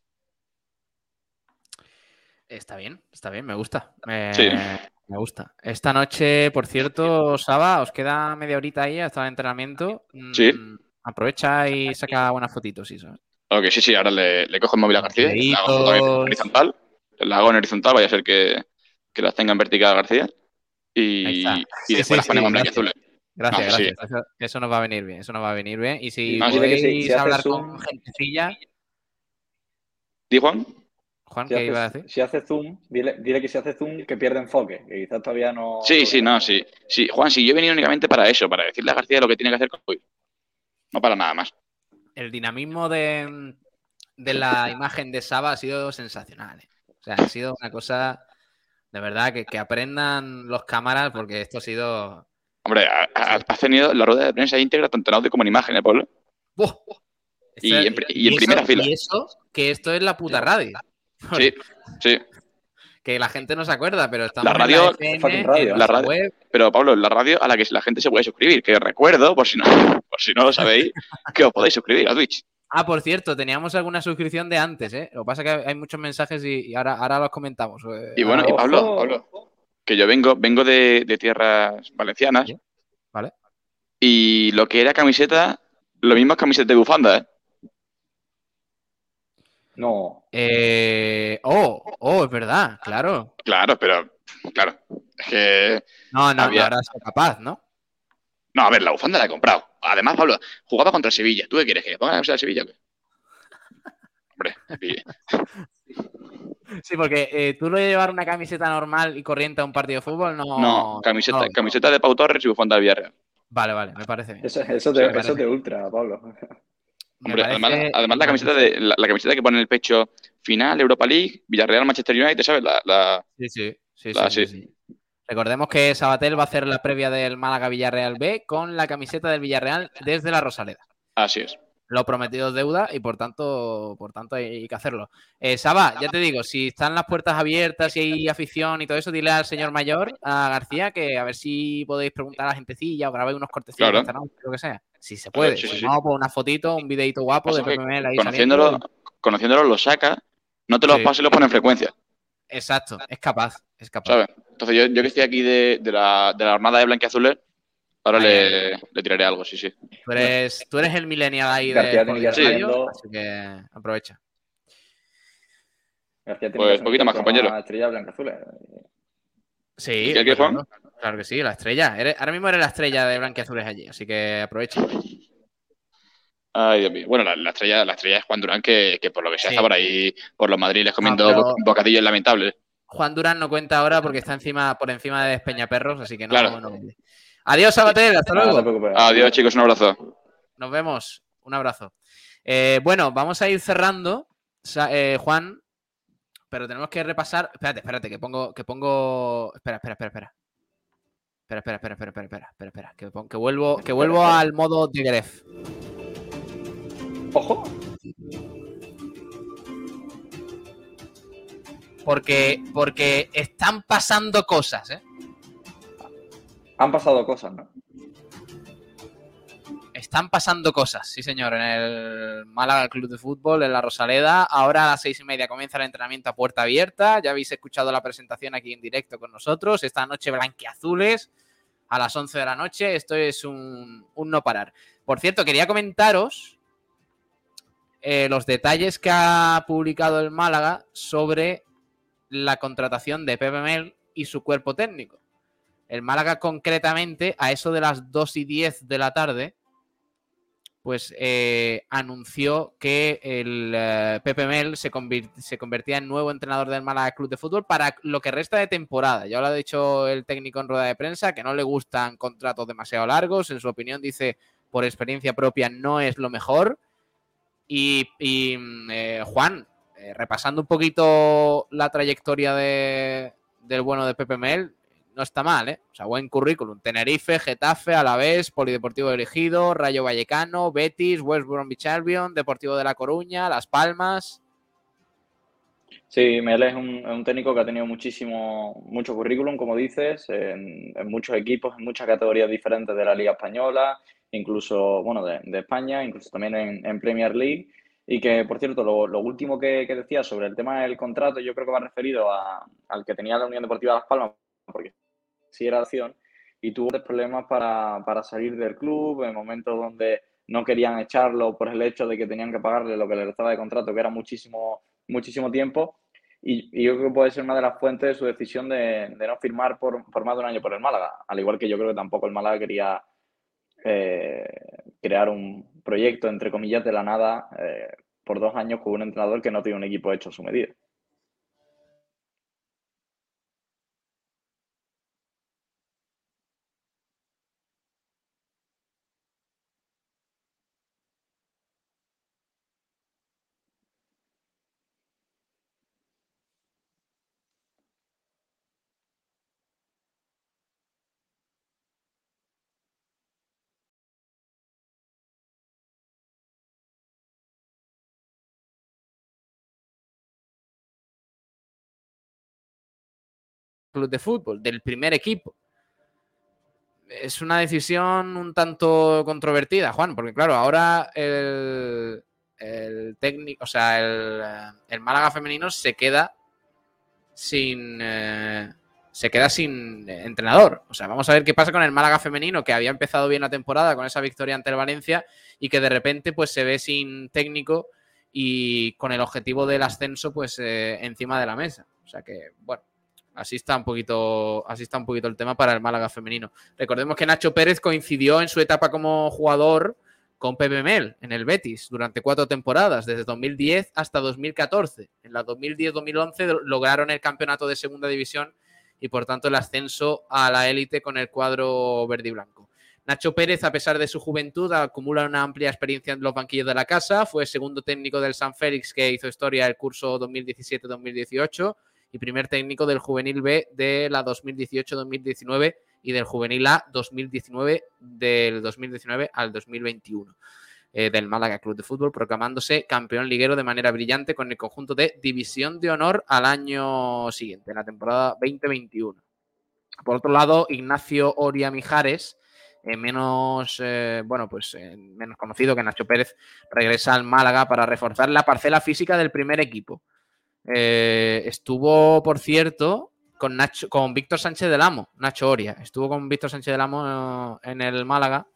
Está bien, está bien, me gusta. Me, Sí. me gusta. Esta noche, por cierto, Saba, os queda media horita ahí hasta el entrenamiento. Sí. Mm, aprovecha y saca buenas fotitos, sí, ¿sabes? Ok, sí, sí, ahora le, le cojo el móvil a García, la hago foto Videitos. en horizontal, la hago en horizontal, vaya a ser que, que las tenga en vertical García, Ahí y, está. y Sí, después sí, las ponemos sí, en gracias. blanquiazules. Gracias, No, sí, gracias. Eso, eso nos va a venir bien, eso nos va a venir bien. Y si No, dile que podéis si, si hace hablar zoom, con gentecilla... ¿Di, Juan? Juan, si ¿qué hace, iba a decir? si hace zoom, dile, dile que si hace zoom que pierde enfoque, que quizás todavía no... Sí, no sí, lo- no, sí. sí. Juan, sí, yo he venido únicamente para eso, para decirle a García lo que tiene que hacer con hoy. No para nada más. El dinamismo de, de la imagen de Saba ha sido sensacional. ¿eh? O sea, ha sido una cosa, de verdad, que, que aprendan los cámaras, porque esto ha sido... Hombre, ha- ha- has tenido la rueda de prensa íntegra tanto en audio como en imagen, ¿eh, Pablo? ¡Buah! Y en, pri- y en eso, primera fila. Y eso, que esto es la puta radio. Sí, sí. Que la gente no se acuerda, pero estamos La radio, en la F M, en la nuestra radio, web. pero Pablo, la radio a la que la gente se puede suscribir, que recuerdo, por si no, por si no lo sabéis, que os podéis suscribir a Twitch. Ah, por cierto, teníamos alguna suscripción de antes, ¿eh? Lo que pasa es que hay muchos mensajes y, y ahora, ahora los comentamos. eh, Y bueno, ahora- y Pablo, Pablo, que yo vengo, vengo de, de tierras valencianas. Vale. Y lo que era camiseta, lo mismo es camiseta de bufanda, ¿eh? No. Eh, oh, oh, es verdad, claro. Claro, pero, claro, es que... No, no, había- no habrás sido capaz, ¿no? No, a ver, la bufanda la he comprado. Además, Pablo, jugaba contra el Sevilla. ¿Tú qué quieres? ¿Que le ponga la camiseta del Sevilla o qué? Hombre, sí. Sí, porque eh, tú lo de llevar una camiseta normal y corriente a un partido de fútbol, no. No, camiseta, no. camiseta de Pau Torres y bufanda del Villarreal. Vale, vale, me parece bien. Eso, eso, Sí, te, me parece eso te bien. ultra, Pablo. Hombre, parece además, además la camiseta de la, la camiseta que pone en el pecho final, Europa League, Villarreal, Manchester United, ¿sabes? La, la, Sí, sí, sí, la- sí, sí, sí. Recordemos que Sabatel va a hacer la previa del Málaga Villarreal B con la camiseta del Villarreal desde la Rosaleda. Así es. Lo prometido es deuda y por tanto, por tanto hay que hacerlo. Eh, Saba, ya te digo, si están las puertas abiertas y hay afición y todo eso, dile al señor mayor, a García, que a ver si podéis preguntar a la gentecilla o grabáis unos cortecillos, Claro. esta noche, lo que sea. Si se puede. Sí, sí, Si sí. no, pues una fotito, un videito guapo de Pasa que P P M L ahí conociéndolo, saliendo. conociéndolo lo saca, no te los Sí. pasa y los pone en frecuencia, Exacto, es capaz, es capaz. ¿sabes? Entonces yo, yo que estoy aquí de, de la, de la jornada de Blanquiazules, ahora Ahí, le, le tiraré algo, sí, sí. Tú eres, tú eres el millennial ahí de García tiene que Sport ir Radio, haciendo- así que aprovecha. García tiene Pues que hacer un poquito más, programa compañero. Estrella Blanca Azul. Sí, ¿Y qué, qué, hombre, Juan? claro. Claro que sí, la estrella. Eres- ahora mismo eres la estrella de Blanquiazules allí, así que aprovecha. Ay, Dios mío. Bueno, la, la estrella, la estrella es Juan Durán, que, que por lo que sea Sí. está por ahí, por los madriles comiendo pero- bo- bocadillos lamentables. Juan Durán no cuenta ahora porque está encima, por encima de Despeñaperros, así que no. Claro. no vale. Adiós, Sabater, hasta Nada, no te luego. preocupes. Adiós, chicos, un abrazo. Nos vemos. Un abrazo. Eh, bueno, vamos a ir cerrando, Sa- eh, Juan, pero tenemos que repasar. Espérate, espérate, que pongo, que pongo. Espera, espera, espera, espera. Espera, espera, espera, espera, espera, espera, espera, espera, que, pon- que vuelvo, que vuelvo al modo de Gref. Ojo. Porque, porque están pasando cosas, ¿eh? Han pasado cosas, ¿no? Están pasando cosas, sí señor, en el Málaga Club de Fútbol, en la Rosaleda. Ahora a las seis y media comienza el entrenamiento a puerta abierta. Ya habéis escuchado la presentación aquí en directo con nosotros. Esta noche blanquiazules a las once de la noche. Esto es un, un no parar. Por cierto, quería comentaros eh, los detalles que ha publicado el Málaga sobre la contratación de Pepe Mel y su cuerpo técnico. El Málaga concretamente, a eso de las dos y diez de la tarde, pues eh, anunció que el eh, Pepe Mel se, convir- se convertía en nuevo entrenador del Málaga Club de Fútbol para lo que resta de temporada. Ya lo ha dicho el técnico en rueda de prensa, que no le gustan contratos demasiado largos. En su opinión, dice, por experiencia propia, no es lo mejor. Y, y, eh, Juan, eh, repasando un poquito la trayectoria de, del bueno de Pepe Mel, no está mal, ¿eh? O sea, buen currículum. Tenerife, Getafe, Alavés, Polideportivo de Ejido, Rayo Vallecano, Betis, West Bromwich Albion, Deportivo de La Coruña, Las Palmas. Sí, Mel es un, es un técnico que ha tenido muchísimo, mucho currículum, como dices, en, en muchos equipos, en muchas categorías diferentes de la Liga Española, incluso, bueno, de, de España, incluso también en, en Premier League. Y que, por cierto, lo, lo último que, que decía sobre el tema del contrato, yo creo que va referido a, al que tenía la Unión Deportiva Las Palmas, porque sí era acción, y tuvo problemas para, para salir del club en momentos donde no querían echarlo por el hecho de que tenían que pagarle lo que le restaba de contrato, que era muchísimo, muchísimo tiempo. Y, y yo creo que puede ser una de las fuentes de su decisión de, de no firmar por, por más de un año por el Málaga. Al igual que yo creo que tampoco el Málaga quería eh, crear un proyecto, entre comillas, de la nada eh, por dos años con un entrenador que no tiene un equipo hecho a su medida. Club de fútbol, del primer equipo. Es una decisión un tanto controvertida, Juan, porque claro, ahora el, el técnico, o sea, el, el Málaga femenino se queda sin eh, se queda sin entrenador. O sea, vamos a ver qué pasa con el Málaga femenino, que había empezado bien la temporada con esa victoria ante el Valencia y que de repente pues se ve sin técnico y con el objetivo del ascenso pues eh, encima de la mesa. O sea que, bueno, así está un poquito, así está un poquito el tema para el Málaga femenino. Recordemos que Nacho Pérez coincidió en su etapa como jugador con Pepe Mel en el Betis durante cuatro temporadas, desde dos mil diez hasta dos mil catorce. En la dos mil diez dos mil once lograron el campeonato de segunda división y por tanto el ascenso a la élite con el cuadro verde y blanco. Nacho Pérez, a pesar de su juventud, acumula una amplia experiencia en los banquillos de la casa. Fue segundo técnico del San Félix, que hizo historia el curso dos mil diecisiete dos mil dieciocho, y primer técnico del Juvenil B de la dos mil dieciocho dos mil diecinueve y del Juvenil A dos mil diecinueve, del dos mil diecinueve al dos mil veintiuno. Eh, del Málaga Club de Fútbol, proclamándose campeón liguero de manera brillante con el conjunto de División de Honor al año siguiente, en la temporada veinte veintiuno. Por otro lado, Ignacio Oria Mijares, eh, menos, eh, bueno, pues, eh, menos conocido que Nacho Pérez, regresa al Málaga para reforzar la parcela física del primer equipo. Eh, estuvo, por cierto, con, Nacho, con Víctor Sánchez del Amo, Nacho Oria. Estuvo con Víctor Sánchez del Amo en el Málaga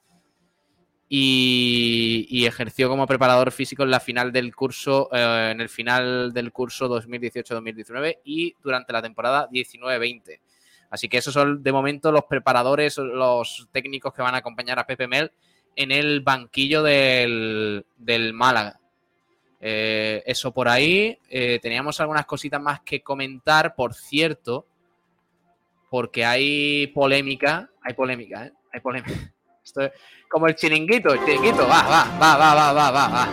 y, y ejerció como preparador físico en la final del curso, eh, en el final del curso dos mil dieciocho dos mil diecinueve y durante la temporada diecinueve veinte. Así que esos son de momento los preparadores, los técnicos que van a acompañar a Pepe Mel en el banquillo del, del Málaga. Eh, eso por ahí. Eh, teníamos algunas cositas más que comentar, por cierto, porque hay polémica, hay polémica, ¿eh? Hay polémica. Esto es como el chiringuito, el chiringuito, va, va, va, va, va, va, va, va.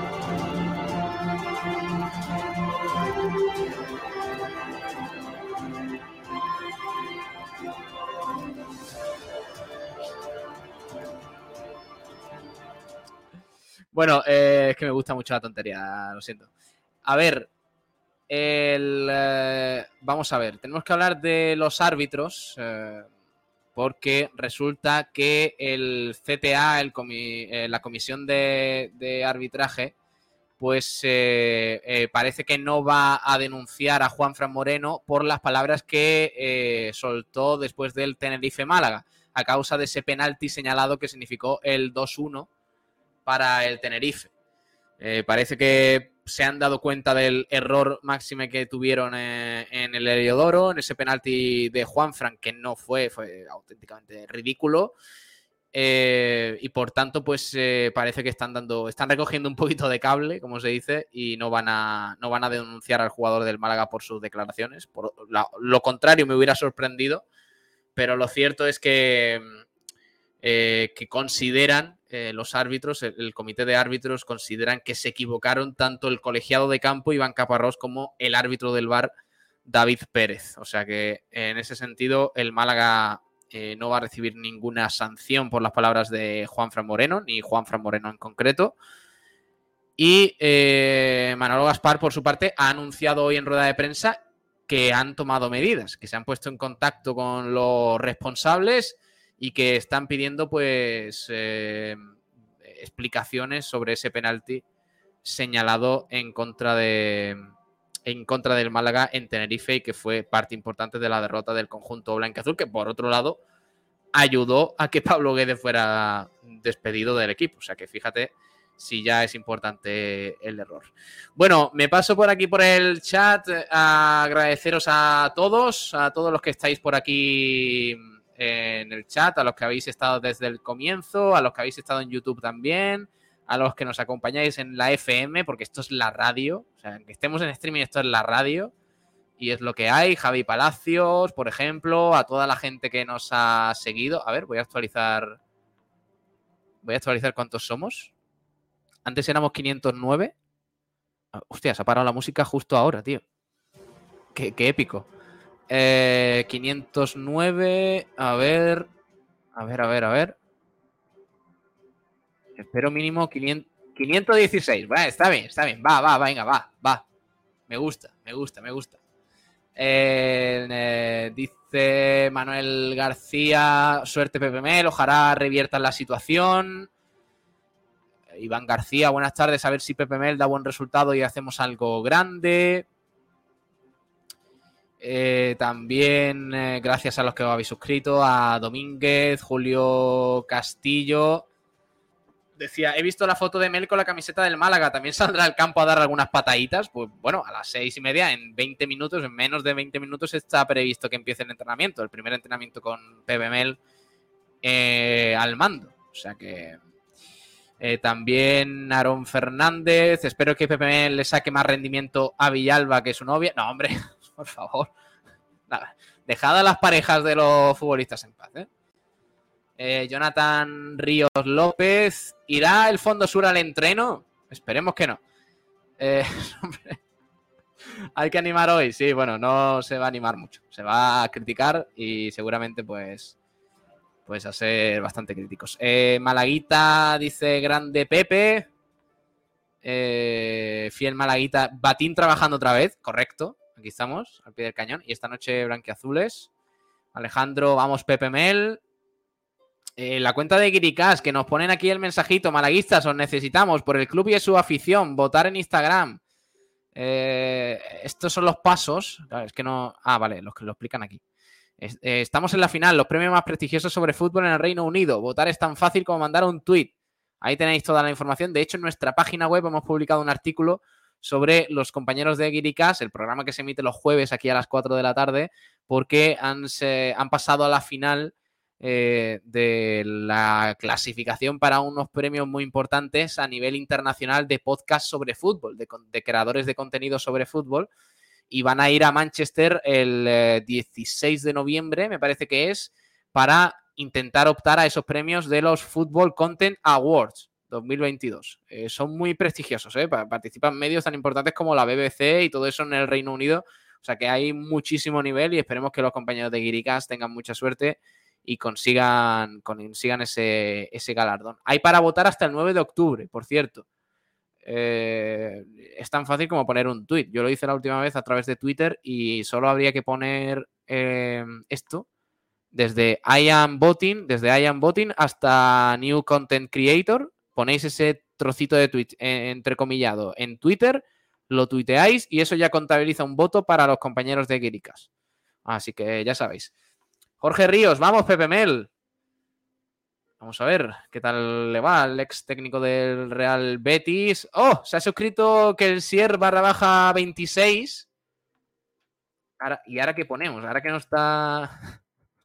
Bueno, eh, es que me gusta mucho la tontería, lo siento. A ver, el, eh, vamos a ver, tenemos que hablar de los árbitros, eh, porque resulta que el C T A, el comi eh, la comisión de, de arbitraje, pues eh, eh, parece que no va a denunciar a Juanfran Moreno por las palabras que eh, soltó después del Tenerife Málaga, a causa de ese penalti señalado que significó el dos uno para el Tenerife. Eh, parece que se han dado cuenta del error máxime que tuvieron eh, en el Heliodoro, en ese penalti de Juanfran, que no fue, fue auténticamente ridículo. Eh, y por tanto, pues eh, parece que están dando, están recogiendo un poquito de cable, como se dice, y no van a, no van a denunciar al jugador del Málaga por sus declaraciones. Por la, lo contrario me hubiera sorprendido, pero lo cierto es que, eh, que consideran eh, los árbitros, el, el comité de árbitros consideran que se equivocaron tanto el colegiado de campo, Iván Caparrós, como el árbitro del V A R David Pérez. O sea que en ese sentido el Málaga eh, no va a recibir ninguna sanción por las palabras de Juanfran Moreno, ni Juanfran Moreno en concreto. Y eh, Manolo Gaspar, por su parte, ha anunciado hoy en rueda de prensa que han tomado medidas, que se han puesto en contacto con los responsables y que están pidiendo pues eh, explicaciones sobre ese penalti señalado en contra de en contra del Málaga en Tenerife y que fue parte importante de la derrota del conjunto blanquiazul, que por otro lado ayudó a que Pablo Guedes fuera despedido del equipo. O sea que fíjate si ya es importante el error. Bueno, me paso por aquí por el chat a agradeceros a todos, a todos los que estáis por aquí en el chat, a los que habéis estado desde el comienzo, a los que habéis estado en YouTube también, a los que nos acompañáis en la F M, porque esto es la radio, o sea, que estemos en streaming, esto es la radio, y es lo que hay. Javi Palacios, por ejemplo, a toda la gente que nos ha seguido. A ver, voy a actualizar, voy a actualizar cuántos somos. Antes éramos quinientos nueve. Hostia, se ha parado la música justo ahora, tío. Qué, qué épico. Eh, quinientos nueve. A ver. A ver, a ver, a ver. Espero mínimo quinientos, quinientos dieciséis. Bueno, está bien, está bien. Va, va, venga, va, va. Me gusta, me gusta, me gusta. Eh, eh, dice Manuel García, suerte Pepe Mel, ojalá reviertan la situación. Iván García, buenas tardes, a ver si Pepe Mel da buen resultado y hacemos algo grande. Eh, también eh, gracias a los que os habéis suscrito, a Domínguez, Julio Castillo. Decía, he visto la foto de Mel con la camiseta del Málaga, ¿también saldrá al campo a dar algunas pataditas? Pues bueno, a las seis y media, en veinte minutos, en menos de veinte minutos está previsto que empiece el entrenamiento, el primer entrenamiento con Pepe Mel eh, al mando. O sea que... Eh, también Aarón Fernández, espero que Pepe Mel le saque más rendimiento a Villalba que su novia. No, hombre, por favor. Nada, dejad a las parejas de los futbolistas en paz, ¿eh? Eh, Jonathan Ríos López, ¿irá el Fondo Sur al entreno? Esperemos que no. Eh, hombre, hay que animar hoy. Sí, bueno, no se va a animar mucho. Se va a criticar y seguramente pues... pues a ser bastante críticos. Eh, Malaguita dice grande Pepe. Eh, fiel Malaguita. Batín trabajando otra vez. Correcto. Aquí estamos, al pie del cañón. Y esta noche blanquiazules. Alejandro, vamos Pepe Mel. Eh, la cuenta de Guiricas, que nos ponen aquí el mensajito. Malaguistas, os necesitamos por el club y su afición. Votar en Instagram. Eh, estos son los pasos. Claro, es que no... Ah, vale, los que lo explican aquí. Estamos en la final, los premios más prestigiosos sobre fútbol en el Reino Unido. Votar es tan fácil como mandar un tuit. Ahí tenéis toda la información. De hecho, en nuestra página web hemos publicado un artículo sobre los compañeros de Guiricas, el programa que se emite los jueves aquí a las cuatro de la tarde, porque han, se, han pasado a la final eh, de la clasificación para unos premios muy importantes a nivel internacional de podcast sobre fútbol, de, de creadores de contenido sobre fútbol. Y van a ir a Manchester el eh, dieciséis de noviembre, me parece que es, para intentar optar a esos premios de los Football Content Awards dos mil veintidós. Eh, son muy prestigiosos, ¿eh? Participan medios tan importantes como la B B C y todo eso en el Reino Unido. O sea que hay muchísimo nivel y esperemos que los compañeros de Guiricas tengan mucha suerte y consigan, consigan ese, ese galardón. Hay para votar hasta el nueve de octubre, por cierto. Eh, es tan fácil como poner un tweet. Yo lo hice la última vez a través de Twitter y solo habría que poner eh, esto desde I am voting, desde I am voting hasta New Content Creator. Ponéis ese trocito de tweet eh, entrecomillado en Twitter, lo tuiteáis y eso ya contabiliza un voto para los compañeros de Guiricas. Así que ya sabéis. Jorge Ríos, vamos Pepe Mel. Vamos a ver qué tal le va al ex técnico del Real Betis. ¡Oh! Se ha suscrito Kelsier barra baja veintiséis. Ahora, ¿y ahora qué ponemos? Ahora que no está...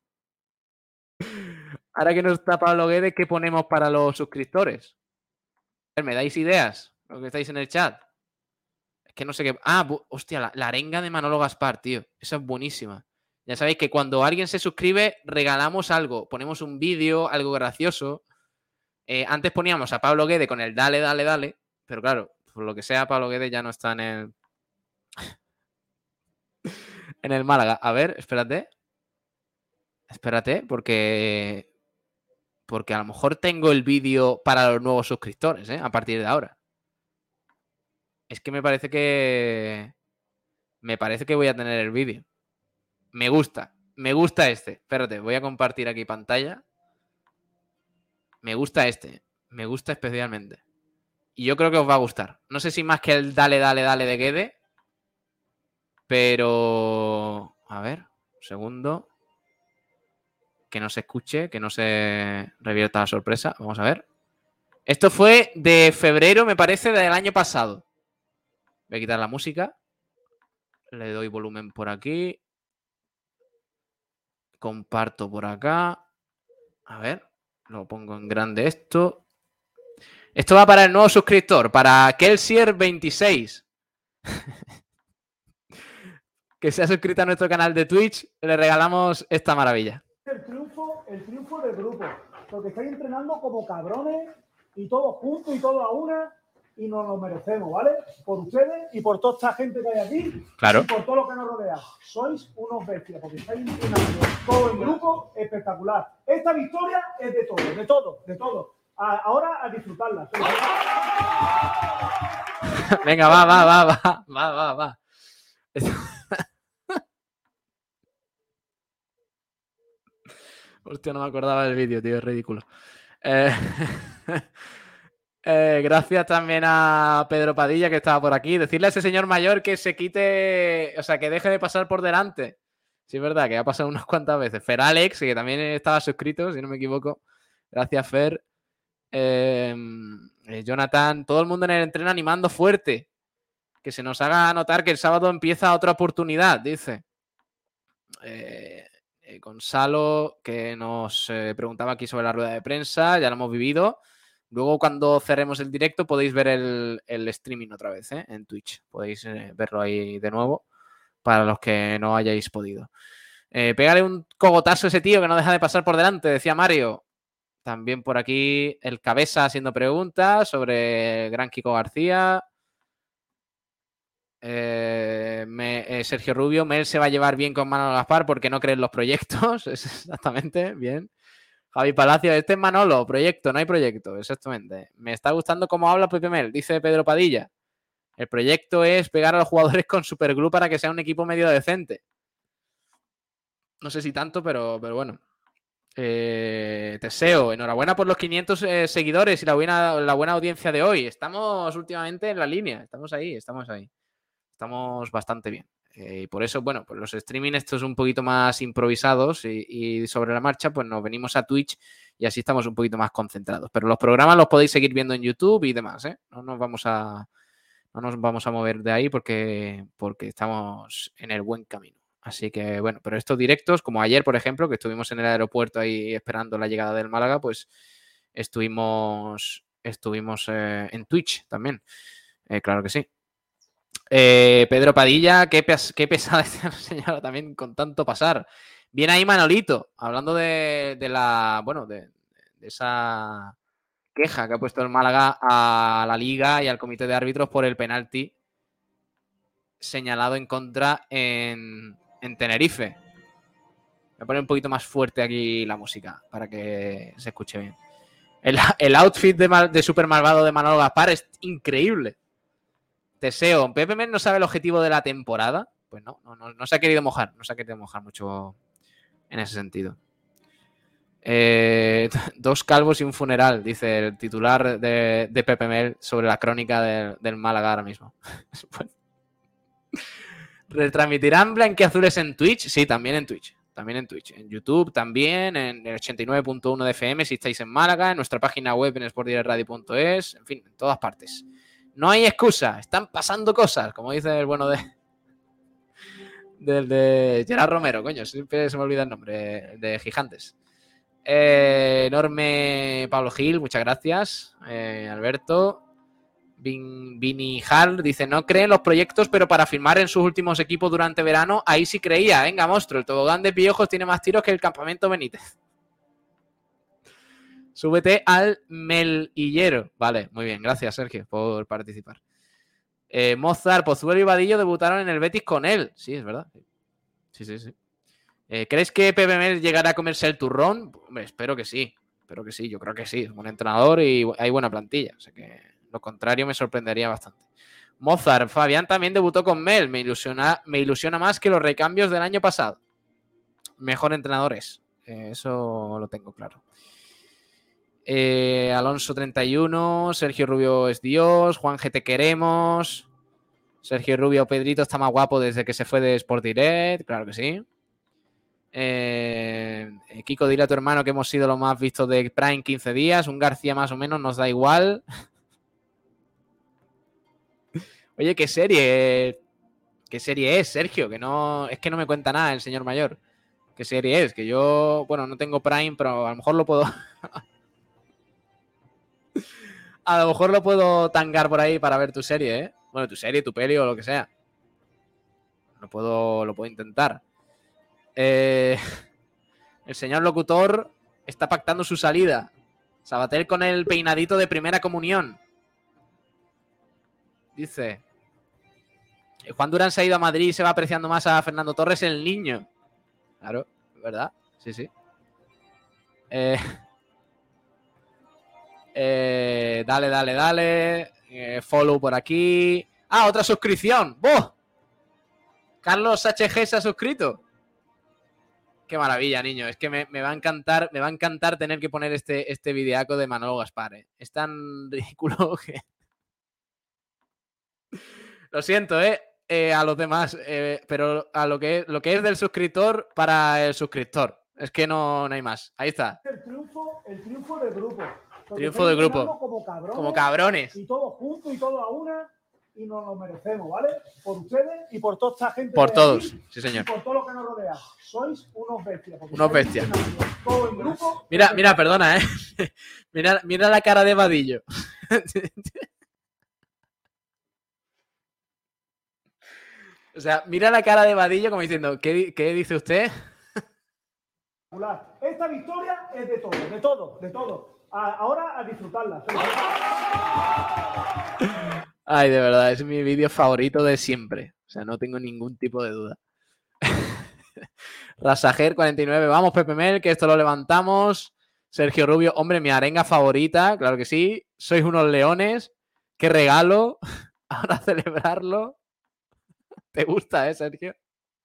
Ahora que no está Pablo Guedes, ¿qué ponemos para los suscriptores? A ver, ¿me dais ideas? Lo que estáis en el chat. Es que no sé qué... Ah, hostia, la, la arenga de Manolo Gaspar, tío. Esa es buenísima. Ya sabéis que cuando alguien se suscribe, regalamos algo. Ponemos un vídeo, algo gracioso. Eh, antes poníamos a Pablo Guede con el dale, dale, dale. Pero claro, por lo que sea, Pablo Guede ya no está en el... en el Málaga. A ver, espérate. Espérate, porque... Porque a lo mejor tengo el vídeo para los nuevos suscriptores, ¿eh? A partir de ahora. Es que me parece que... Me parece que voy a tener el vídeo. Me gusta. Me gusta este. Espérate, voy a compartir aquí pantalla. Me gusta este. Me gusta especialmente. Y yo creo que os va a gustar. No sé si más que el dale, dale, dale de Guede. Pero... A ver, un segundo. Que no se escuche, que no se revierta la sorpresa. Vamos a ver. Esto fue de febrero, me parece, del año pasado. Voy a quitar la música. Le doy volumen por aquí. Comparto por acá. A ver. Lo pongo en grande esto. Esto va para el nuevo suscriptor, para Kelsier veintiséis. Que se ha suscrito a nuestro canal de Twitch. Le regalamos esta maravilla. El triunfo, el triunfo del grupo. Porque estáis entrenando como cabrones y todos juntos y todos a una. Y nos lo merecemos, ¿vale? Por ustedes y por toda esta gente que hay aquí. Claro. Y por todo lo que nos rodea. Sois unos bestias, porque estáis entrenando todo el grupo espectacular. Esta victoria es de todo, de todo, de todo. A, ahora a disfrutarla. Venga, va, va, va, va, va, va, va. Hostia, no me acordaba del vídeo, tío, es ridículo. Eh... Eh, gracias también a Pedro Padilla, que estaba por aquí. Decirle a ese señor mayor que se quite, o sea, que deje de pasar por delante. Sí, es verdad, que ha pasado unas cuantas veces. Fer Alex, que también estaba suscrito, si no me equivoco. Gracias, Fer. Eh, eh, Jonathan, todo el mundo en el entreno animando fuerte. Que se nos haga notar que el sábado empieza otra oportunidad, dice. Eh, eh, Gonzalo, que nos eh, preguntaba aquí sobre la rueda de prensa, ya lo hemos vivido. Luego, cuando cerremos el directo, podéis ver el, el streaming otra vez, ¿eh? En Twitch. Podéis eh, verlo ahí de nuevo para los que no hayáis podido. Eh, pégale un cogotazo a ese tío que no deja de pasar por delante, decía Mario. También por aquí el Cabeza haciendo preguntas sobre el gran Kiko García. Eh, me, eh, Sergio Rubio, Mel se va a llevar bien con Manolo Gaspar porque no cree en los proyectos. Exactamente, bien. Javi Palacio, este es Manolo, proyecto, no hay proyecto, exactamente. Me está gustando cómo habla Pepe Mel, dice Pedro Padilla. El proyecto es pegar a los jugadores con Superglue para que sea un equipo medio decente. No sé si tanto, pero, pero bueno. Eh, Teseo, enhorabuena por los quinientos eh, seguidores y la buena, la buena audiencia de hoy. Estamos últimamente en la línea, estamos ahí, estamos ahí. Estamos bastante bien. Eh, y por eso, bueno, pues los streaming estos un poquito más improvisados y, y sobre la marcha, pues nos venimos a Twitch y así estamos un poquito más concentrados. Pero los programas los podéis seguir viendo en YouTube y demás, ¿eh? No nos vamos a, no nos vamos a mover de ahí porque, porque estamos en el buen camino. Así que, bueno, pero estos directos, como ayer, por ejemplo, que estuvimos en el aeropuerto ahí esperando la llegada del Málaga, pues estuvimos, estuvimos eh, en Twitch también. Eh, claro que sí. Eh, Pedro Padilla, qué, pes qué pesada esta señora también con tanto pasar. Viene ahí Manolito, hablando de, de la, bueno, de, de esa queja que ha puesto el Málaga a la Liga y al comité de árbitros por el penalti señalado en contra en, en Tenerife. Voy a poner un poquito más fuerte aquí la música para que se escuche bien. El, el outfit de, mal, de super malvado de Manolo Gaspar es increíble. Teseo, Pepe Mel no sabe el objetivo de la temporada. Pues no, no, no, no se ha querido mojar. No se ha querido mojar mucho en ese sentido. Eh, dos calvos y un funeral, dice el titular de, de Pepe Mel sobre la crónica de, del Málaga ahora mismo. Bueno. ¿Retransmitirán blanquiazules en Twitch? Sí, también en Twitch. También en Twitch. En YouTube también, en el ochenta y nueve punto uno de F M si estáis en Málaga, en nuestra página web en sport direct radio punto es, en fin, en todas partes. No hay excusa, están pasando cosas, como dice el bueno de del de Gerard Romero, coño, siempre se me olvida el nombre, de Gigantes. Eh, enorme Pablo Gil, muchas gracias. Eh, Alberto. Vin, Vini Hall dice, no cree en los proyectos, pero para firmar en sus últimos equipos durante verano, ahí sí creía. Venga, monstruo, el tobogán de Piojos tiene más tiros que el campamento Benítez. Súbete al melillero. Vale, muy bien. Gracias, Sergio, por participar. Eh, Mozart, Pozuelo y Vadillo debutaron en el Betis con él. Sí, es verdad. Sí, sí, sí. Eh, ¿Crees que Pepe Mel llegará a comerse el turrón? Hombre, espero que sí. Espero que sí, yo creo que sí. Es un buen entrenador y hay buena plantilla. O sea que lo contrario me sorprendería bastante. Mozart, Fabián también debutó con Mel. Me ilusiona, me ilusiona más que los recambios del año pasado. Mejor entrenador es. Eh, eso lo tengo claro. Eh, Alonso treinta y uno, Sergio Rubio es Dios, Juan G te queremos. Sergio Rubio, Pedrito está más guapo desde que se fue de Sport Direct, claro que sí. Eh, Kiko, dile a tu hermano que hemos sido los más vistos de Prime quince días. Un García más o menos nos da igual. Oye, ¿qué serie? ¿Qué serie es, Sergio? Que no, es que no me cuenta nada el señor mayor. ¿Qué serie es? Que yo, bueno, no tengo Prime, pero a lo mejor lo puedo... a lo mejor lo puedo tangar por ahí para ver tu serie, ¿eh? Bueno, tu serie, tu peli o lo que sea. Lo puedo, lo puedo intentar. Eh, el señor locutor está pactando su salida. Sabater con el peinadito de primera comunión. Dice: Juan Durán se ha ido a Madrid y se va apreciando más a Fernando Torres el niño. Claro, ¿verdad? Sí, sí. Eh, eh, dale, dale, dale. Eh, follow por aquí. Ah, otra suscripción. ¡Boh! Carlos H G se ha suscrito. Qué maravilla, niño. Es que me, me va a encantar, me va a encantar tener que poner este, este videaco de Manolo Gaspar. ¿eh? Es tan ridículo que... Lo siento, ¿eh? eh a los demás. Eh, pero a lo que, lo que es del suscriptor para el suscriptor. Es que no, no hay más. Ahí está. El triunfo, el triunfo del grupo. Triunfo del grupo. Como cabrones, como cabrones. Y todos juntos y todos a una. Y nos lo merecemos, ¿vale? Por ustedes y por toda esta gente. Por todos, aquí, sí, señor. Y por todo lo que nos rodea. Sois unos bestias. Unos bestias. Todo el grupo. Mira, mira, perdona, ¿eh? mira, mira la cara de Vadillo. O sea, mira la cara de Vadillo como diciendo, ¿qué, qué dice usted? Esta victoria es de todo, de todo, de todo. A, ahora a disfrutarla. Ay, de verdad, es mi vídeo favorito de siempre. O sea, no tengo ningún tipo de duda. Rasager cuarenta y nueve, vamos Pepe Mel, que esto lo levantamos. Sergio Rubio, hombre, mi arenga favorita, claro que sí. Sois unos leones. Qué regalo. Ahora celebrarlo. ¿Te gusta, eh, Sergio?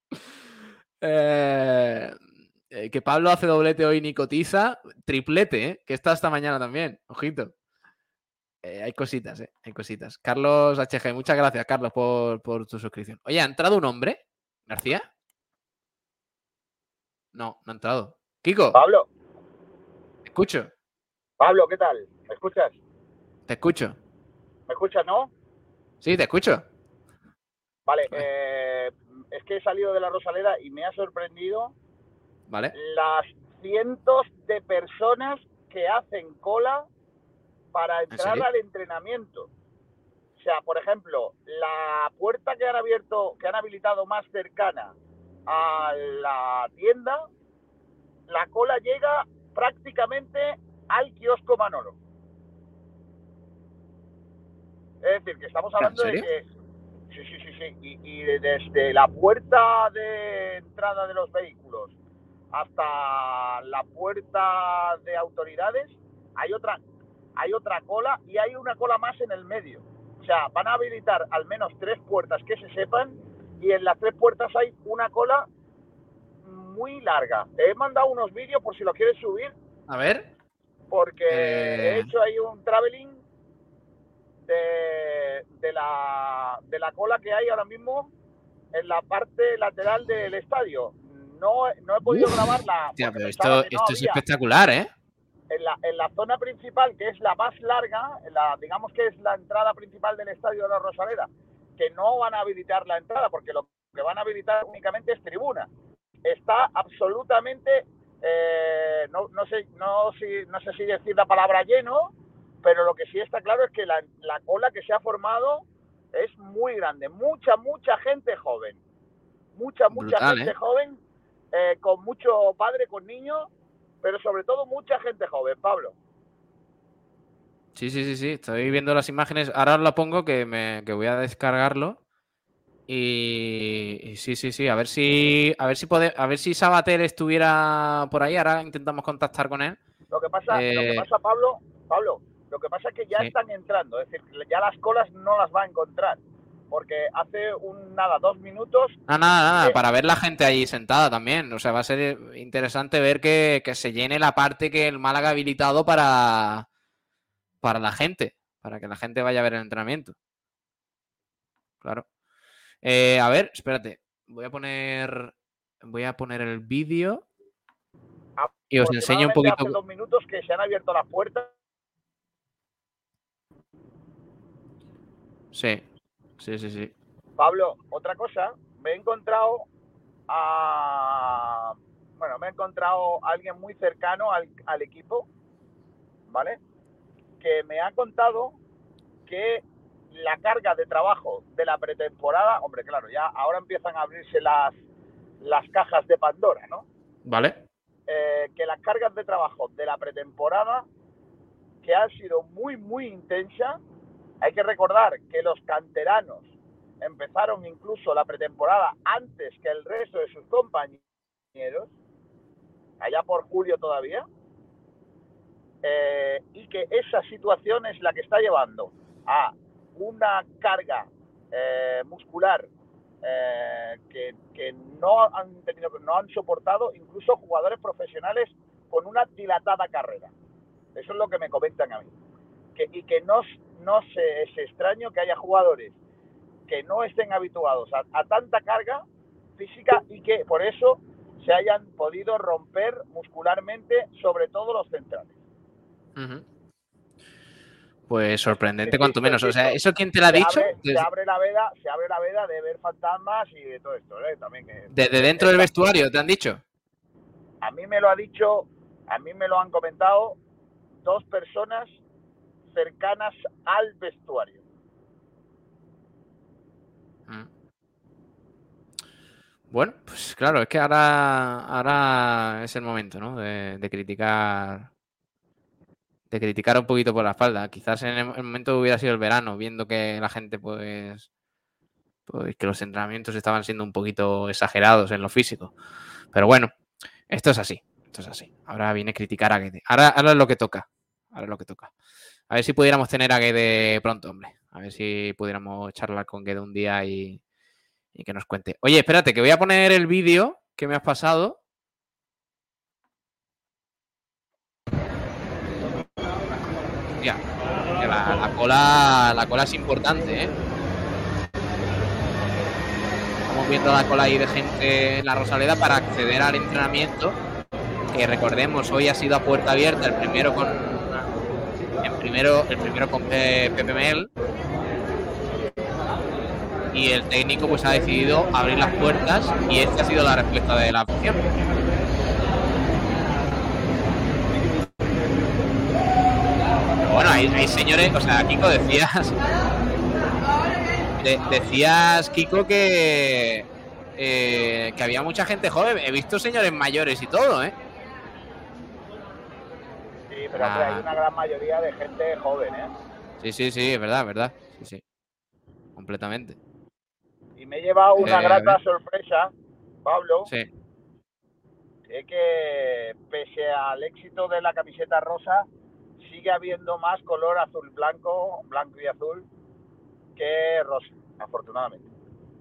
Eh, que Pablo hace doblete hoy ni cotiza. Triplete, ¿eh? Que está hasta mañana también. Ojito. Eh, hay cositas, ¿eh? Hay cositas. Carlos H G, muchas gracias, Carlos, por, por tu suscripción. Oye, ¿ha entrado un hombre? ¿García? No, no ha entrado. Kiko. Pablo. Te escucho. Pablo, ¿qué tal? ¿Me escuchas? Te escucho. ¿Me escuchas, no? Sí, te escucho. Vale, eh, es que he salido de la Rosaleda y me ha sorprendido vale. las cientos de personas que hacen cola para entrar al entrenamiento. O sea, por ejemplo, la puerta que han abierto, que han habilitado más cercana a la tienda, la cola llega prácticamente al kiosco Manolo. Es decir, que estamos hablando de que... Sí, sí, sí, sí. Y, y desde la puerta de entrada de los vehículos hasta la puerta de autoridades hay otra, hay otra cola y hay una cola más en el medio. O sea, van a habilitar al menos tres puertas que se sepan y en las tres puertas hay una cola muy larga. Te he mandado unos vídeos por si lo quieres subir. A ver. Porque eh... he hecho ahí un traveling de, de, la, de la cola que hay ahora mismo en la parte lateral del estadio. No, no he podido Uf, grabarla. Tía, pero esto, no esto es espectacular, ¿eh? En la, en la zona principal, que es la más larga, en la, digamos que es la entrada principal del estadio de la Rosaleda, que no van a habilitar la entrada, porque lo que van a habilitar únicamente es tribuna. Está absolutamente, eh, no, no, sé, no, si, no sé si decir la palabra lleno, pero lo que sí está claro es que la, la cola que se ha formado es muy grande. Mucha, mucha gente joven. Mucha, mucha Brutal, gente ¿eh? joven, eh, con mucho padre, con niños, pero sobre todo mucha gente joven, Pablo. Sí, sí, sí, sí. Estoy viendo las imágenes. Ahora os lo pongo, que, me, que voy a descargarlo. Y, y sí, sí, sí, a ver si a ver si pode, a ver si Sabater estuviera por ahí. Ahora intentamos contactar con él. Lo que pasa, Eh, lo que pasa, Pablo, Pablo, lo que pasa es que ya sí. están entrando, es decir, ya las colas no las va a encontrar, porque hace un nada, dos minutos. Ah, nada, nada, que- para ver la gente ahí sentada también. O sea, va a ser interesante ver que, que se llene la parte que el Málaga ha habilitado para, para la gente, para que la gente vaya a ver el entrenamiento. Claro. Eh, a ver, espérate. Voy a poner. Voy a poner el vídeo. Y os enseño un aproximadamente poquito. hace dos minutos que se han abierto las puertas. Sí, sí, sí, sí. Pablo, otra cosa, me he encontrado a, bueno, me he encontrado a alguien muy cercano al, al equipo, ¿vale? Que me ha contado que la carga de trabajo de la pretemporada, hombre, claro, ya ahora empiezan a abrirse las, las cajas de Pandora, ¿no? Vale. Eh, que las cargas de trabajo de la pretemporada, que han sido muy, muy intensas. Hay que recordar que los canteranos empezaron incluso la pretemporada antes que el resto de sus compañeros, allá por julio todavía, eh, y que esa situación es la que está llevando a una carga eh, muscular eh, que, que no han tenido, no han soportado incluso jugadores profesionales con una dilatada carrera. Eso es lo que me comentan a mí. Que, y que no, no se, es extraño que haya jugadores que no estén habituados a, a tanta carga física y que por eso se hayan podido romper muscularmente, sobre todo los centrales. Uh-huh. Pues sorprendente cuanto menos. O sea, ¿eso quién te lo ha se dicho? Abre, Desde, se abre la veda, se abre la veda de ver fantasmas y de todo esto, ¿eh? También que, desde dentro del vestuario, ¿te han dicho? A mí me lo ha dicho, a mí me lo han comentado dos personas cercanas al vestuario. Bueno, pues claro, es que ahora, ahora es el momento, ¿no? De, de criticar, de criticar un poquito por la espalda. Quizás en el momento hubiera sido el verano, viendo que la gente, pues, pues que los entrenamientos estaban siendo un poquito exagerados en lo físico. Pero bueno, esto es así, esto es así. Ahora viene a criticar a Guede. Ahora, ahora es lo que toca, ahora es lo que toca. A ver si pudiéramos tener a Guede pronto, hombre. A ver si pudiéramos charlar con Guede un día y, y que nos cuente. Oye, espérate, que voy a poner el vídeo que me has pasado. Ya, que la, la cola, la cola es importante, ¿eh? Estamos viendo la cola ahí de gente en la Rosaleda para acceder al entrenamiento. Que recordemos, hoy ha sido a puerta abierta, el primero con el primero, el primero con eh, Pepe Mel. Y el técnico pues ha decidido abrir las puertas y esta ha sido la respuesta de la afición. Pero bueno, hay, hay señores, o sea, Kiko, decías de, decías, Kiko, que eh, que había mucha gente joven. He visto señores mayores y todo, ¿eh? Sí, pero hombre, hay una gran mayoría de gente joven, ¿eh? Sí, sí, sí, es verdad, es verdad. Sí, sí. Completamente. Y me he llevado una Eh, grata sorpresa, Pablo, Sí. es que pese al éxito de la camiseta rosa, sigue habiendo más color azul blanco, blanco y azul, que rosa, afortunadamente.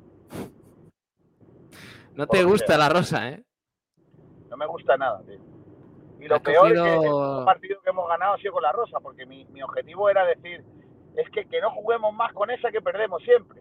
No te Por gusta sea. la rosa, ¿eh? No me gusta nada, tío. Y lo Has peor cogido- es que el único partido que hemos ganado ha sido con la rosa, porque mi, mi objetivo era decir, es que, que no juguemos más con esa que perdemos siempre.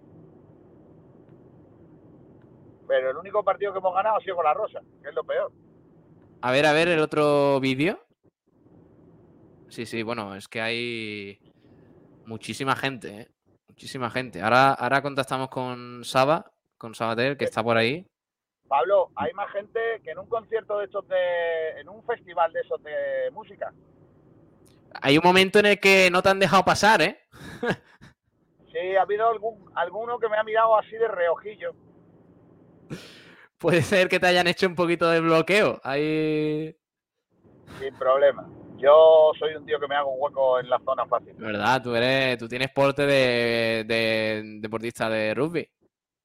Pero el único partido que hemos ganado ha sido con la rosa, que es lo peor. A ver, a ver el otro vídeo. Sí, sí, bueno, es que hay muchísima gente, ¿eh? Muchísima gente. Ahora, ahora contactamos con Saba, con Sabater, que está por ahí. Pablo, hay más gente que en un concierto de estos de... en un festival de esos de música. Hay un momento en el que no te han dejado pasar, ¿eh? Sí, ha habido algún alguno que me ha mirado así de reojillo. Puede ser que te hayan hecho un poquito de bloqueo. Ahí... Sin problema. Yo soy un tío que me hago un hueco en la zona fácil. ¿Verdad? Tú eres, tú tienes porte de, de deportista de rugby.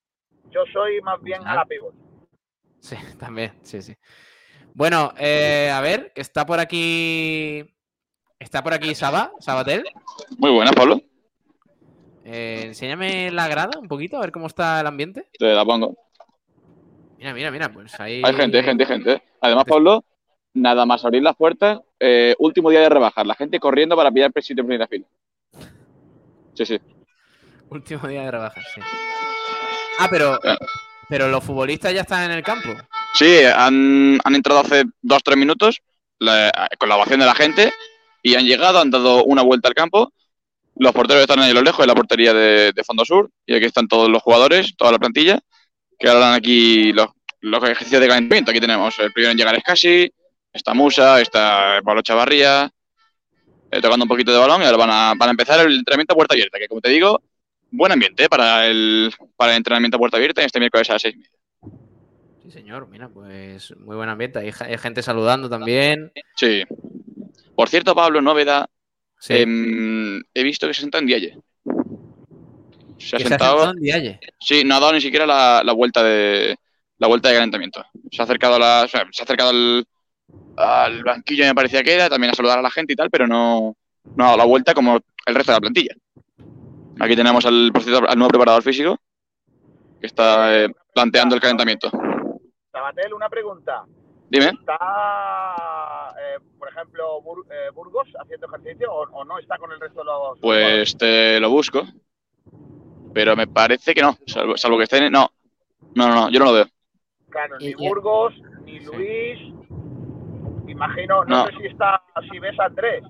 Yo soy más bien a la pivot. Sí, también, sí, sí. Bueno, eh, a ver, está por aquí... ¿Está por aquí Saba? ¿Sabatel? Muy buena, Pablo. Eh, enséñame la grada un poquito, a ver cómo está el ambiente. Te la pongo. Mira, mira, mira, pues ahí... Hay gente, hay gente, hay gente. Además, Pablo, nada más abrir las puertas, eh, último día de rebajar, la gente corriendo para pillar el sitio en primera fila. Sí, sí. Último día de rebajas, sí. Ah, pero, pero los futbolistas ya están en el campo. Sí, han, han entrado hace dos, tres minutos la, con la ovación de la gente y han llegado, han dado una vuelta al campo. Los porteros están ahí a lo lejos, en la portería de, de Fondo Sur, y aquí están todos los jugadores, toda la plantilla, que ahora dan aquí los, los ejercicios de calentamiento. Aquí tenemos el primero en llegar es Casi, está Musa, está Pablo Chavarría, eh, tocando un poquito de balón, y ahora van a, van a empezar el entrenamiento a puerta abierta, que como te digo, buen ambiente para el, para el entrenamiento a puerta abierta este miércoles a las seis y media. Sí, señor, mira, pues muy buen ambiente. Hay, hay gente saludando también. Sí. Por cierto, Pablo, novedad. Sí. Eh, he visto que se senta en Dialle. Se ha ¿Que sentado. se ha sentado en Dialle? Sí, no ha dado ni siquiera la, la vuelta de la vuelta de calentamiento. Se ha acercado a la, o sea, se ha acercado al, al banquillo, me parecía que era, también a saludar a la gente y tal, pero no, no ha dado la vuelta como el resto de la plantilla. Aquí tenemos al, por cierto, al nuevo preparador físico que está eh, planteando el calentamiento. Sabatel, una pregunta. Dime. ¿Está, eh, por ejemplo, Bur eh, Burgos haciendo ejercicio o, o no está con el resto de los...? Pues te lo busco, pero me parece que no, salvo, salvo que esté en... No, no, no, no, yo no lo veo. Claro, ni Burgos, ni Luis, imagino, no, No. sé si está, si ves a Andrés.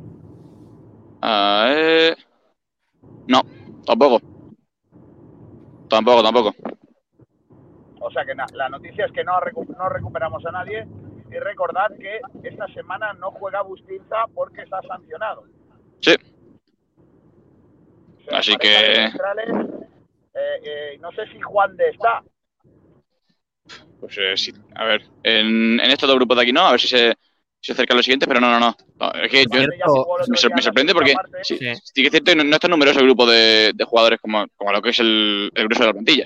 Ah, eh... No, tampoco. Tampoco, tampoco. O sea que na la noticia es que no, recu no recuperamos a nadie y recordad que esta semana no juega Bustinza porque está sancionado. Sí. O sea, Así pareja de que... centrales, eh, eh, no sé si Juan de está. Pues eh, sí, a ver, en, en estos dos grupos de aquí no, a ver si se, si se acerca a lo siguiente, pero no, no, no. no es que yo, me, sor me sorprende porque sí, sí. sí que es cierto que no, no es tan numeroso el grupo de, de jugadores como, como lo que es el, el grueso de la plantilla.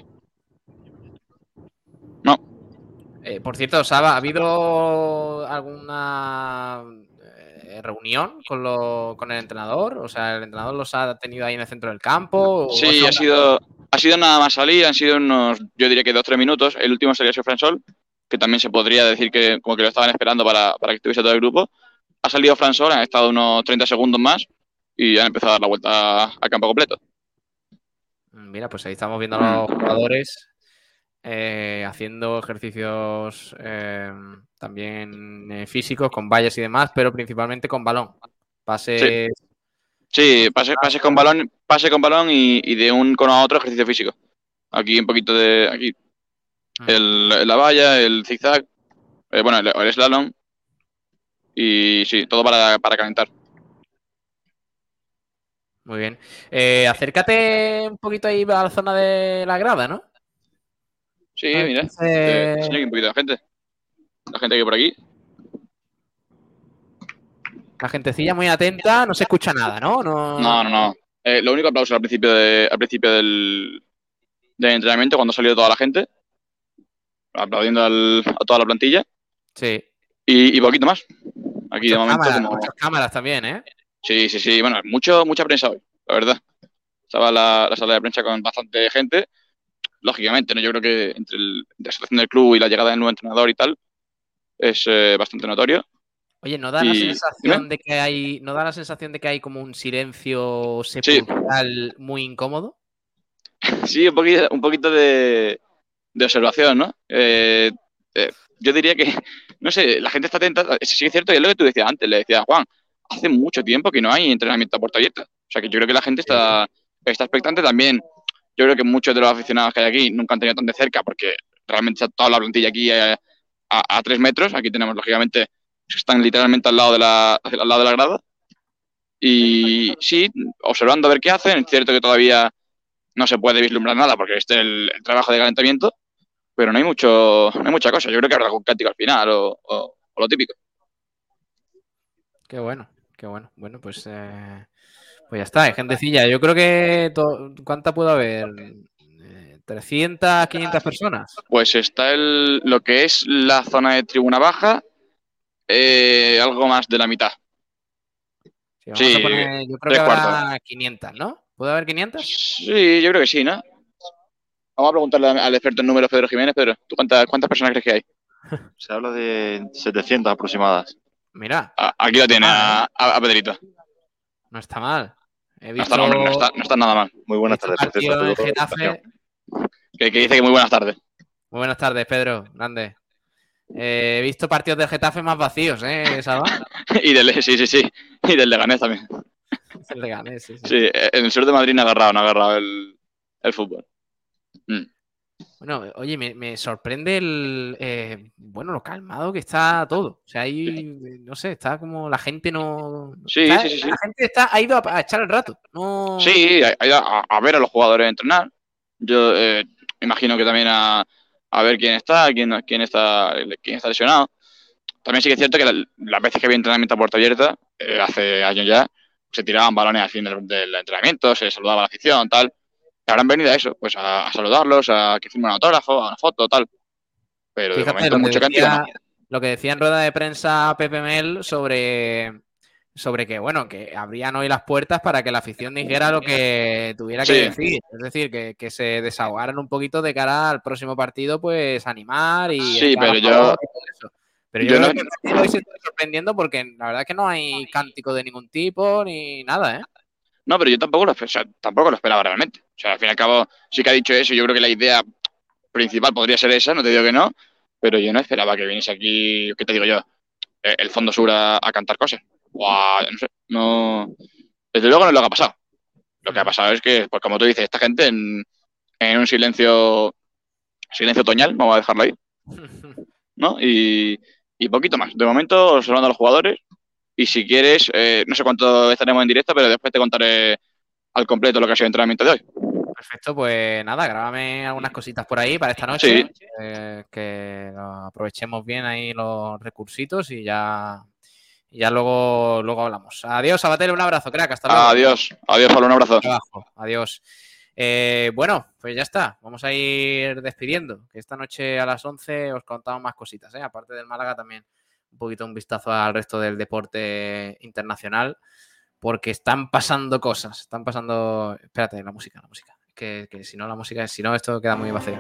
No. Eh, por cierto, Saba, ¿ha habido alguna eh, reunión con, lo, con el entrenador? O sea, ¿el entrenador los ha tenido ahí en el centro del campo? Sí, ha sido, ha sido nada más salir, han sido unos, yo diría que dos o tres minutos. El último sería Fran Sol, que también se podría decir que como que lo estaban esperando para, para que estuviese todo el grupo. Ha salido Fran Sol, han estado unos treinta segundos más y han empezado a dar la vuelta al campo completo. Mira, pues ahí estamos viendo a los jugadores eh, haciendo ejercicios eh, también eh, físicos, con vallas y demás, pero principalmente con balón. Pases... Sí. Sí, pase, pase con balón, pase con balón y, y de un cono a otro ejercicio físico. Aquí un poquito de aquí el, la valla, el zigzag, eh, bueno, el, el slalom y sí, todo para, para calentar. Muy bien. Eh, acércate un poquito ahí a la zona de la grada, ¿no? Sí, mira, eh, enseño aquí un poquito de la gente. La gente que hay por aquí. La gentecilla muy atenta, no se escucha nada, ¿no? No, no, no. no. Eh, lo único aplauso al principio de, al principio del, del entrenamiento, cuando salió toda la gente, aplaudiendo al, a toda la plantilla. Sí. Y, y poquito más. Aquí muchas de momento cámaras, como... muchas cámaras también, ¿eh? Sí, sí, sí. Bueno, mucho, mucha prensa hoy, la verdad. Estaba la, la sala de prensa con bastante gente. Lógicamente, ¿no? Yo creo que entre el, la situación del club y la llegada del nuevo entrenador y tal es eh, bastante notorio. Oye, ¿no da y... la sensación ¿Dime? de que hay, no da la sensación de que hay como un silencio sepulcral sí. muy incómodo? Sí, un poquito, un poquito de, de observación, ¿no? Eh, eh, yo diría que, no sé, la gente está atenta. Sí es cierto, y es lo que tú decías antes, le decía a Juan, hace mucho tiempo que no hay entrenamiento a puerta abierta. O sea que yo creo que la gente está, está expectante también. Yo creo que muchos de los aficionados que hay aquí nunca han tenido tan de cerca porque realmente está toda la plantilla aquí a, a, a tres metros. Aquí tenemos, lógicamente, están literalmente al lado de la, al lado de la grada. Y sí, observando a ver qué hacen. Es cierto que todavía no se puede vislumbrar nada porque este es el, el trabajo de calentamiento, pero no hay mucho, no hay mucha cosa. Yo creo que habrá algún cántico al final o, o, o lo típico. Qué bueno, qué bueno. Bueno, pues... Eh... Pues ya está, hay gentecilla. Yo creo que... To... ¿Cuánta puede haber? Eh, trescientas, quinientas personas. Pues está el, lo que es la zona de tribuna baja, eh, algo más de la mitad. Sí, vamos Sí, a poner, yo creo tres que habrá cuartos. quinientas, ¿no? ¿Puede haber quinientas? Sí, yo creo que sí, ¿no? Vamos a preguntarle al experto en números, Pedro Jiménez. Pedro, ¿tú cuántas, cuántas personas crees que hay? Se habla de setecientas aproximadas. Mira. A- Aquí lo tiene mal, a, ¿eh? a- a Pedrito. No está mal. He No visto, está, hombre, no está, no está nada mal. Muy buenas he visto tardes, por cierto. partido en Pedro. Getafe. Que, que dice que muy buenas tardes. Muy buenas tardes, Pedro. Grande. Eh, he visto partidos del Getafe más vacíos, ¿eh, Salva? Y del, sí, sí, sí. Y del Leganés también. El Leganés, sí, sí. Sí, en el sur de Madrid no ha agarrado, no ha agarrado el, el fútbol. Mm. Bueno, oye, me, me sorprende el eh, bueno, lo calmado que está todo. O sea, ahí, no sé, está como la gente no. Sí, está- sí, sí, sí. La gente está, ha ido a, a echar el rato. No. Sí, a, a, a ver a los jugadores entrenar. Yo eh, imagino que también a, a ver quién está, quién, quién está, quién está lesionado. También sí que es cierto que la- las veces que había entrenamiento a puerta abierta, eh, hace años ya, se tiraban balones al fin del, del entrenamiento, se saludaba a la afición, tal. Y habrán venido a eso, pues a, a saludarlos, a que firmen un autógrafo, a una foto, tal. Pero de Fíjate momento lo que, mucha cantidad decía, no. lo que decía en rueda de prensa Pepe Mel sobre, sobre que, bueno, que abrían hoy las puertas para que la afición dijera lo que tuviera que Sí. decir. Es decir, que, que se desahogaran un poquito de cara al próximo partido, pues animar y Sí, estar a pero yo- favor y todo eso. Pero yo, yo creo no- que el partido hoy se está sorprendiendo porque la verdad es que no hay cántico de ningún tipo ni nada, ¿eh? No, pero yo tampoco lo, o sea, tampoco lo esperaba realmente. O sea, al fin y al cabo, sí que ha dicho eso. Yo creo que la idea principal podría ser esa, no te digo que no, pero yo no esperaba que viniese aquí, ¿qué te digo yo? Eh, El Fondo Sur a, a cantar cosas. O a, no sé, no. Desde luego no es lo que ha pasado. Lo que ha pasado es que, pues como tú dices, esta gente en, en un silencio, silencio otoñal, vamos a dejarlo ahí, ¿no? Y, y poquito más. De momento, observando a los jugadores. Y si quieres, eh, no sé cuánto estaremos en directo, pero después te contaré al completo lo que ha sido el entrenamiento de hoy. Perfecto, pues nada, grábame algunas cositas por ahí para esta noche. Sí. eh, que lo aprovechemos bien ahí los recursitos y ya, y ya luego, luego hablamos. Adiós, Sabater, un abrazo, crack. Hasta luego. Adiós, adiós, Pablo, un abrazo. Trabajo. Adiós. Eh, bueno, pues ya está. Vamos a ir despidiendo. Que esta noche a las once os contamos más cositas, ¿eh? Aparte del Málaga también un poquito un vistazo al resto del deporte internacional. Porque están pasando cosas. Están pasando... Espérate, la música, la música. Que, que si no la música, si no esto queda muy vacío.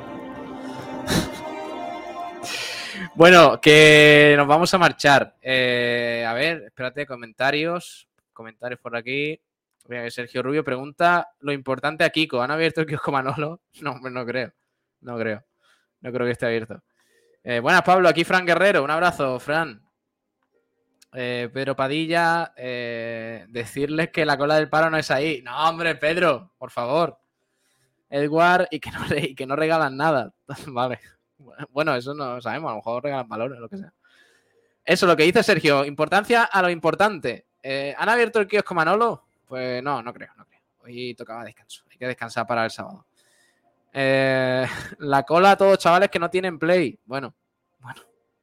Bueno, que nos vamos a marchar. Eh, a ver, espérate, comentarios. Comentarios por aquí. Mira que Sergio Rubio pregunta lo importante a Kiko. ¿Han abierto el kiosco Manolo? No, no creo. No creo. No creo que esté abierto. Eh, buenas, Pablo. Aquí Fran Guerrero. Un abrazo, Fran. Eh, Pedro Padilla. Eh, decirles que la cola del paro no es ahí. No, hombre, Pedro, por favor. Edward y que no, y que no regalan nada. Vale. Bueno, eso no sabemos. A lo mejor regalan valores o lo que sea. Eso, lo que dice Sergio. Importancia a lo importante. Eh, ¿Han abierto el kiosco Manolo? Pues no, no creo, no creo. Hoy tocaba descanso. Hay que descansar para el sábado. Eh, la cola a todos chavales que no tienen play. Bueno, bueno.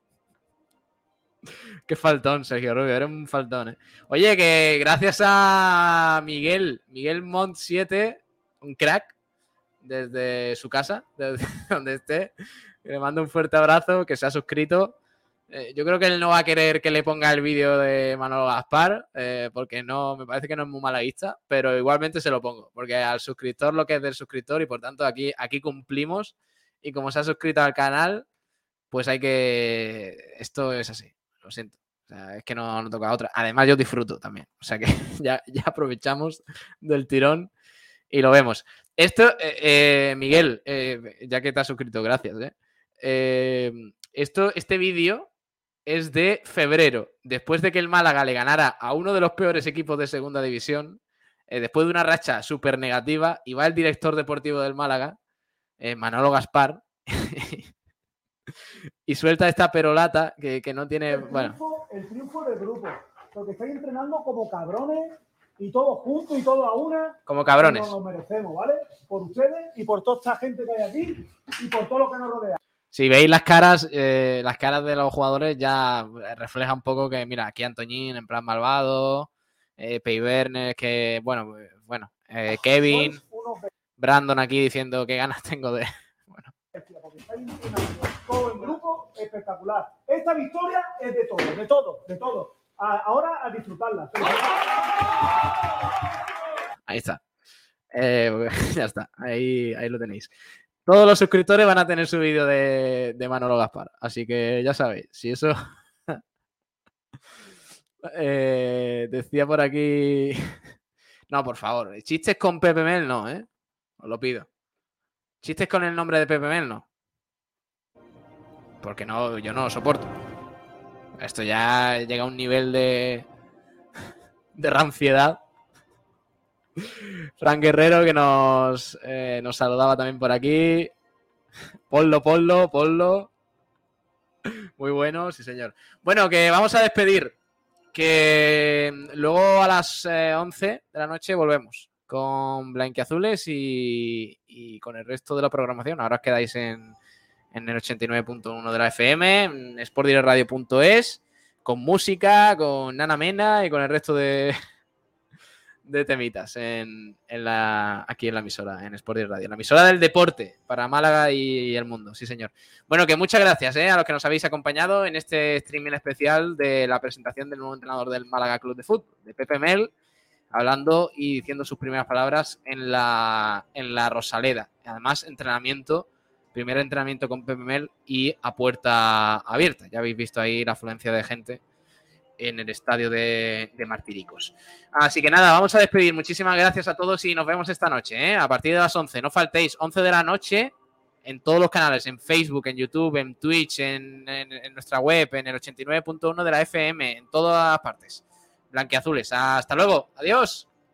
Qué faltón, Sergio Rubio. Eres un faltón, ¿eh? Oye, que gracias a Miguel, Miguel Mont siete, un crack, desde su casa, desde donde esté. Le mando un fuerte abrazo, que se ha suscrito. Eh, yo creo que él no va a querer que le ponga el vídeo de Manolo Gaspar, eh, porque no, me parece que no es muy malaguista, pero igualmente se lo pongo, porque al suscriptor lo que es del suscriptor y por tanto aquí, aquí cumplimos y como se ha suscrito al canal, pues hay que... Esto es así, lo siento. O sea, es que no, no toca otra. Además yo disfruto también, o sea que ya, ya aprovechamos del tirón y lo vemos. Esto, eh, eh, Miguel, eh, ya que te has suscrito, gracias. Eh. Eh, esto, este vídeo es de febrero, después de que el Málaga le ganara a uno de los peores equipos de segunda división, eh, después de una racha súper negativa, y va el director deportivo del Málaga, eh, Manolo Gaspar, y suelta esta perolata que, que no tiene... El triunfo, bueno. el triunfo del grupo, porque estáis entrenando como cabrones y todos juntos y todos a una. Como cabrones. Nos lo merecemos, ¿vale? Por ustedes y por toda esta gente que hay aquí y por todo lo que nos rodea. Si veis las caras, eh, las caras de los jugadores ya refleja un poco que, mira, aquí Antoñín en plan malvado, eh, Pei Werner, que, bueno, bueno, eh, Kevin, Brandon aquí diciendo qué ganas tengo de... Porque estáis entrenando todo en grupo espectacular. Esta victoria es de todo, de todo, de todo. A, ahora a disfrutarla. Ahí está. Eh, ya está. Ahí, ahí lo tenéis. Todos los suscriptores van a tener su vídeo de, de Manolo Gaspar. Así que ya sabéis, si eso... eh, decía por aquí... No, por favor. Chistes con Pepe Mel no, ¿eh? Os lo pido. Chistes con el nombre de Pepe Mel no. Porque no, yo no lo soporto. Esto ya llega a un nivel de... de ranciedad. Fran Guerrero, que nos, eh, nos saludaba también por aquí. Ponlo, ponlo, ponlo. Muy bueno, sí señor. Bueno, que vamos a despedir. Que luego a las eh, once de la noche volvemos con Blanquiazules y, y con el resto de la programación. Ahora os quedáis en, en el ochenta y nueve punto uno de la F M, en sport direct radio punto es, con música, con Nana Mena y con el resto de... de temitas en, en la, aquí en la emisora, en Sport Direct Radio, la emisora del deporte para Málaga y, y el mundo, sí señor. Bueno, que muchas gracias eh, a los que nos habéis acompañado en este streaming especial de la presentación del nuevo entrenador del Málaga Club de Fútbol, de Pepe Mel, hablando y diciendo sus primeras palabras en la, en la Rosaleda. Además, entrenamiento, primer entrenamiento con Pepe Mel y a puerta abierta. Ya habéis visto ahí la afluencia de gente en el estadio de, de Martiricos. Así que nada, vamos a despedir. Muchísimas gracias a todos y nos vemos esta noche, ¿eh? A partir de las once. No faltéis, once de la noche en todos los canales, en Facebook, en YouTube, en Twitch, en, en, en nuestra web, en el ochenta y nueve punto uno de la F M, en todas partes. Blanquiazules. Hasta luego. Adiós.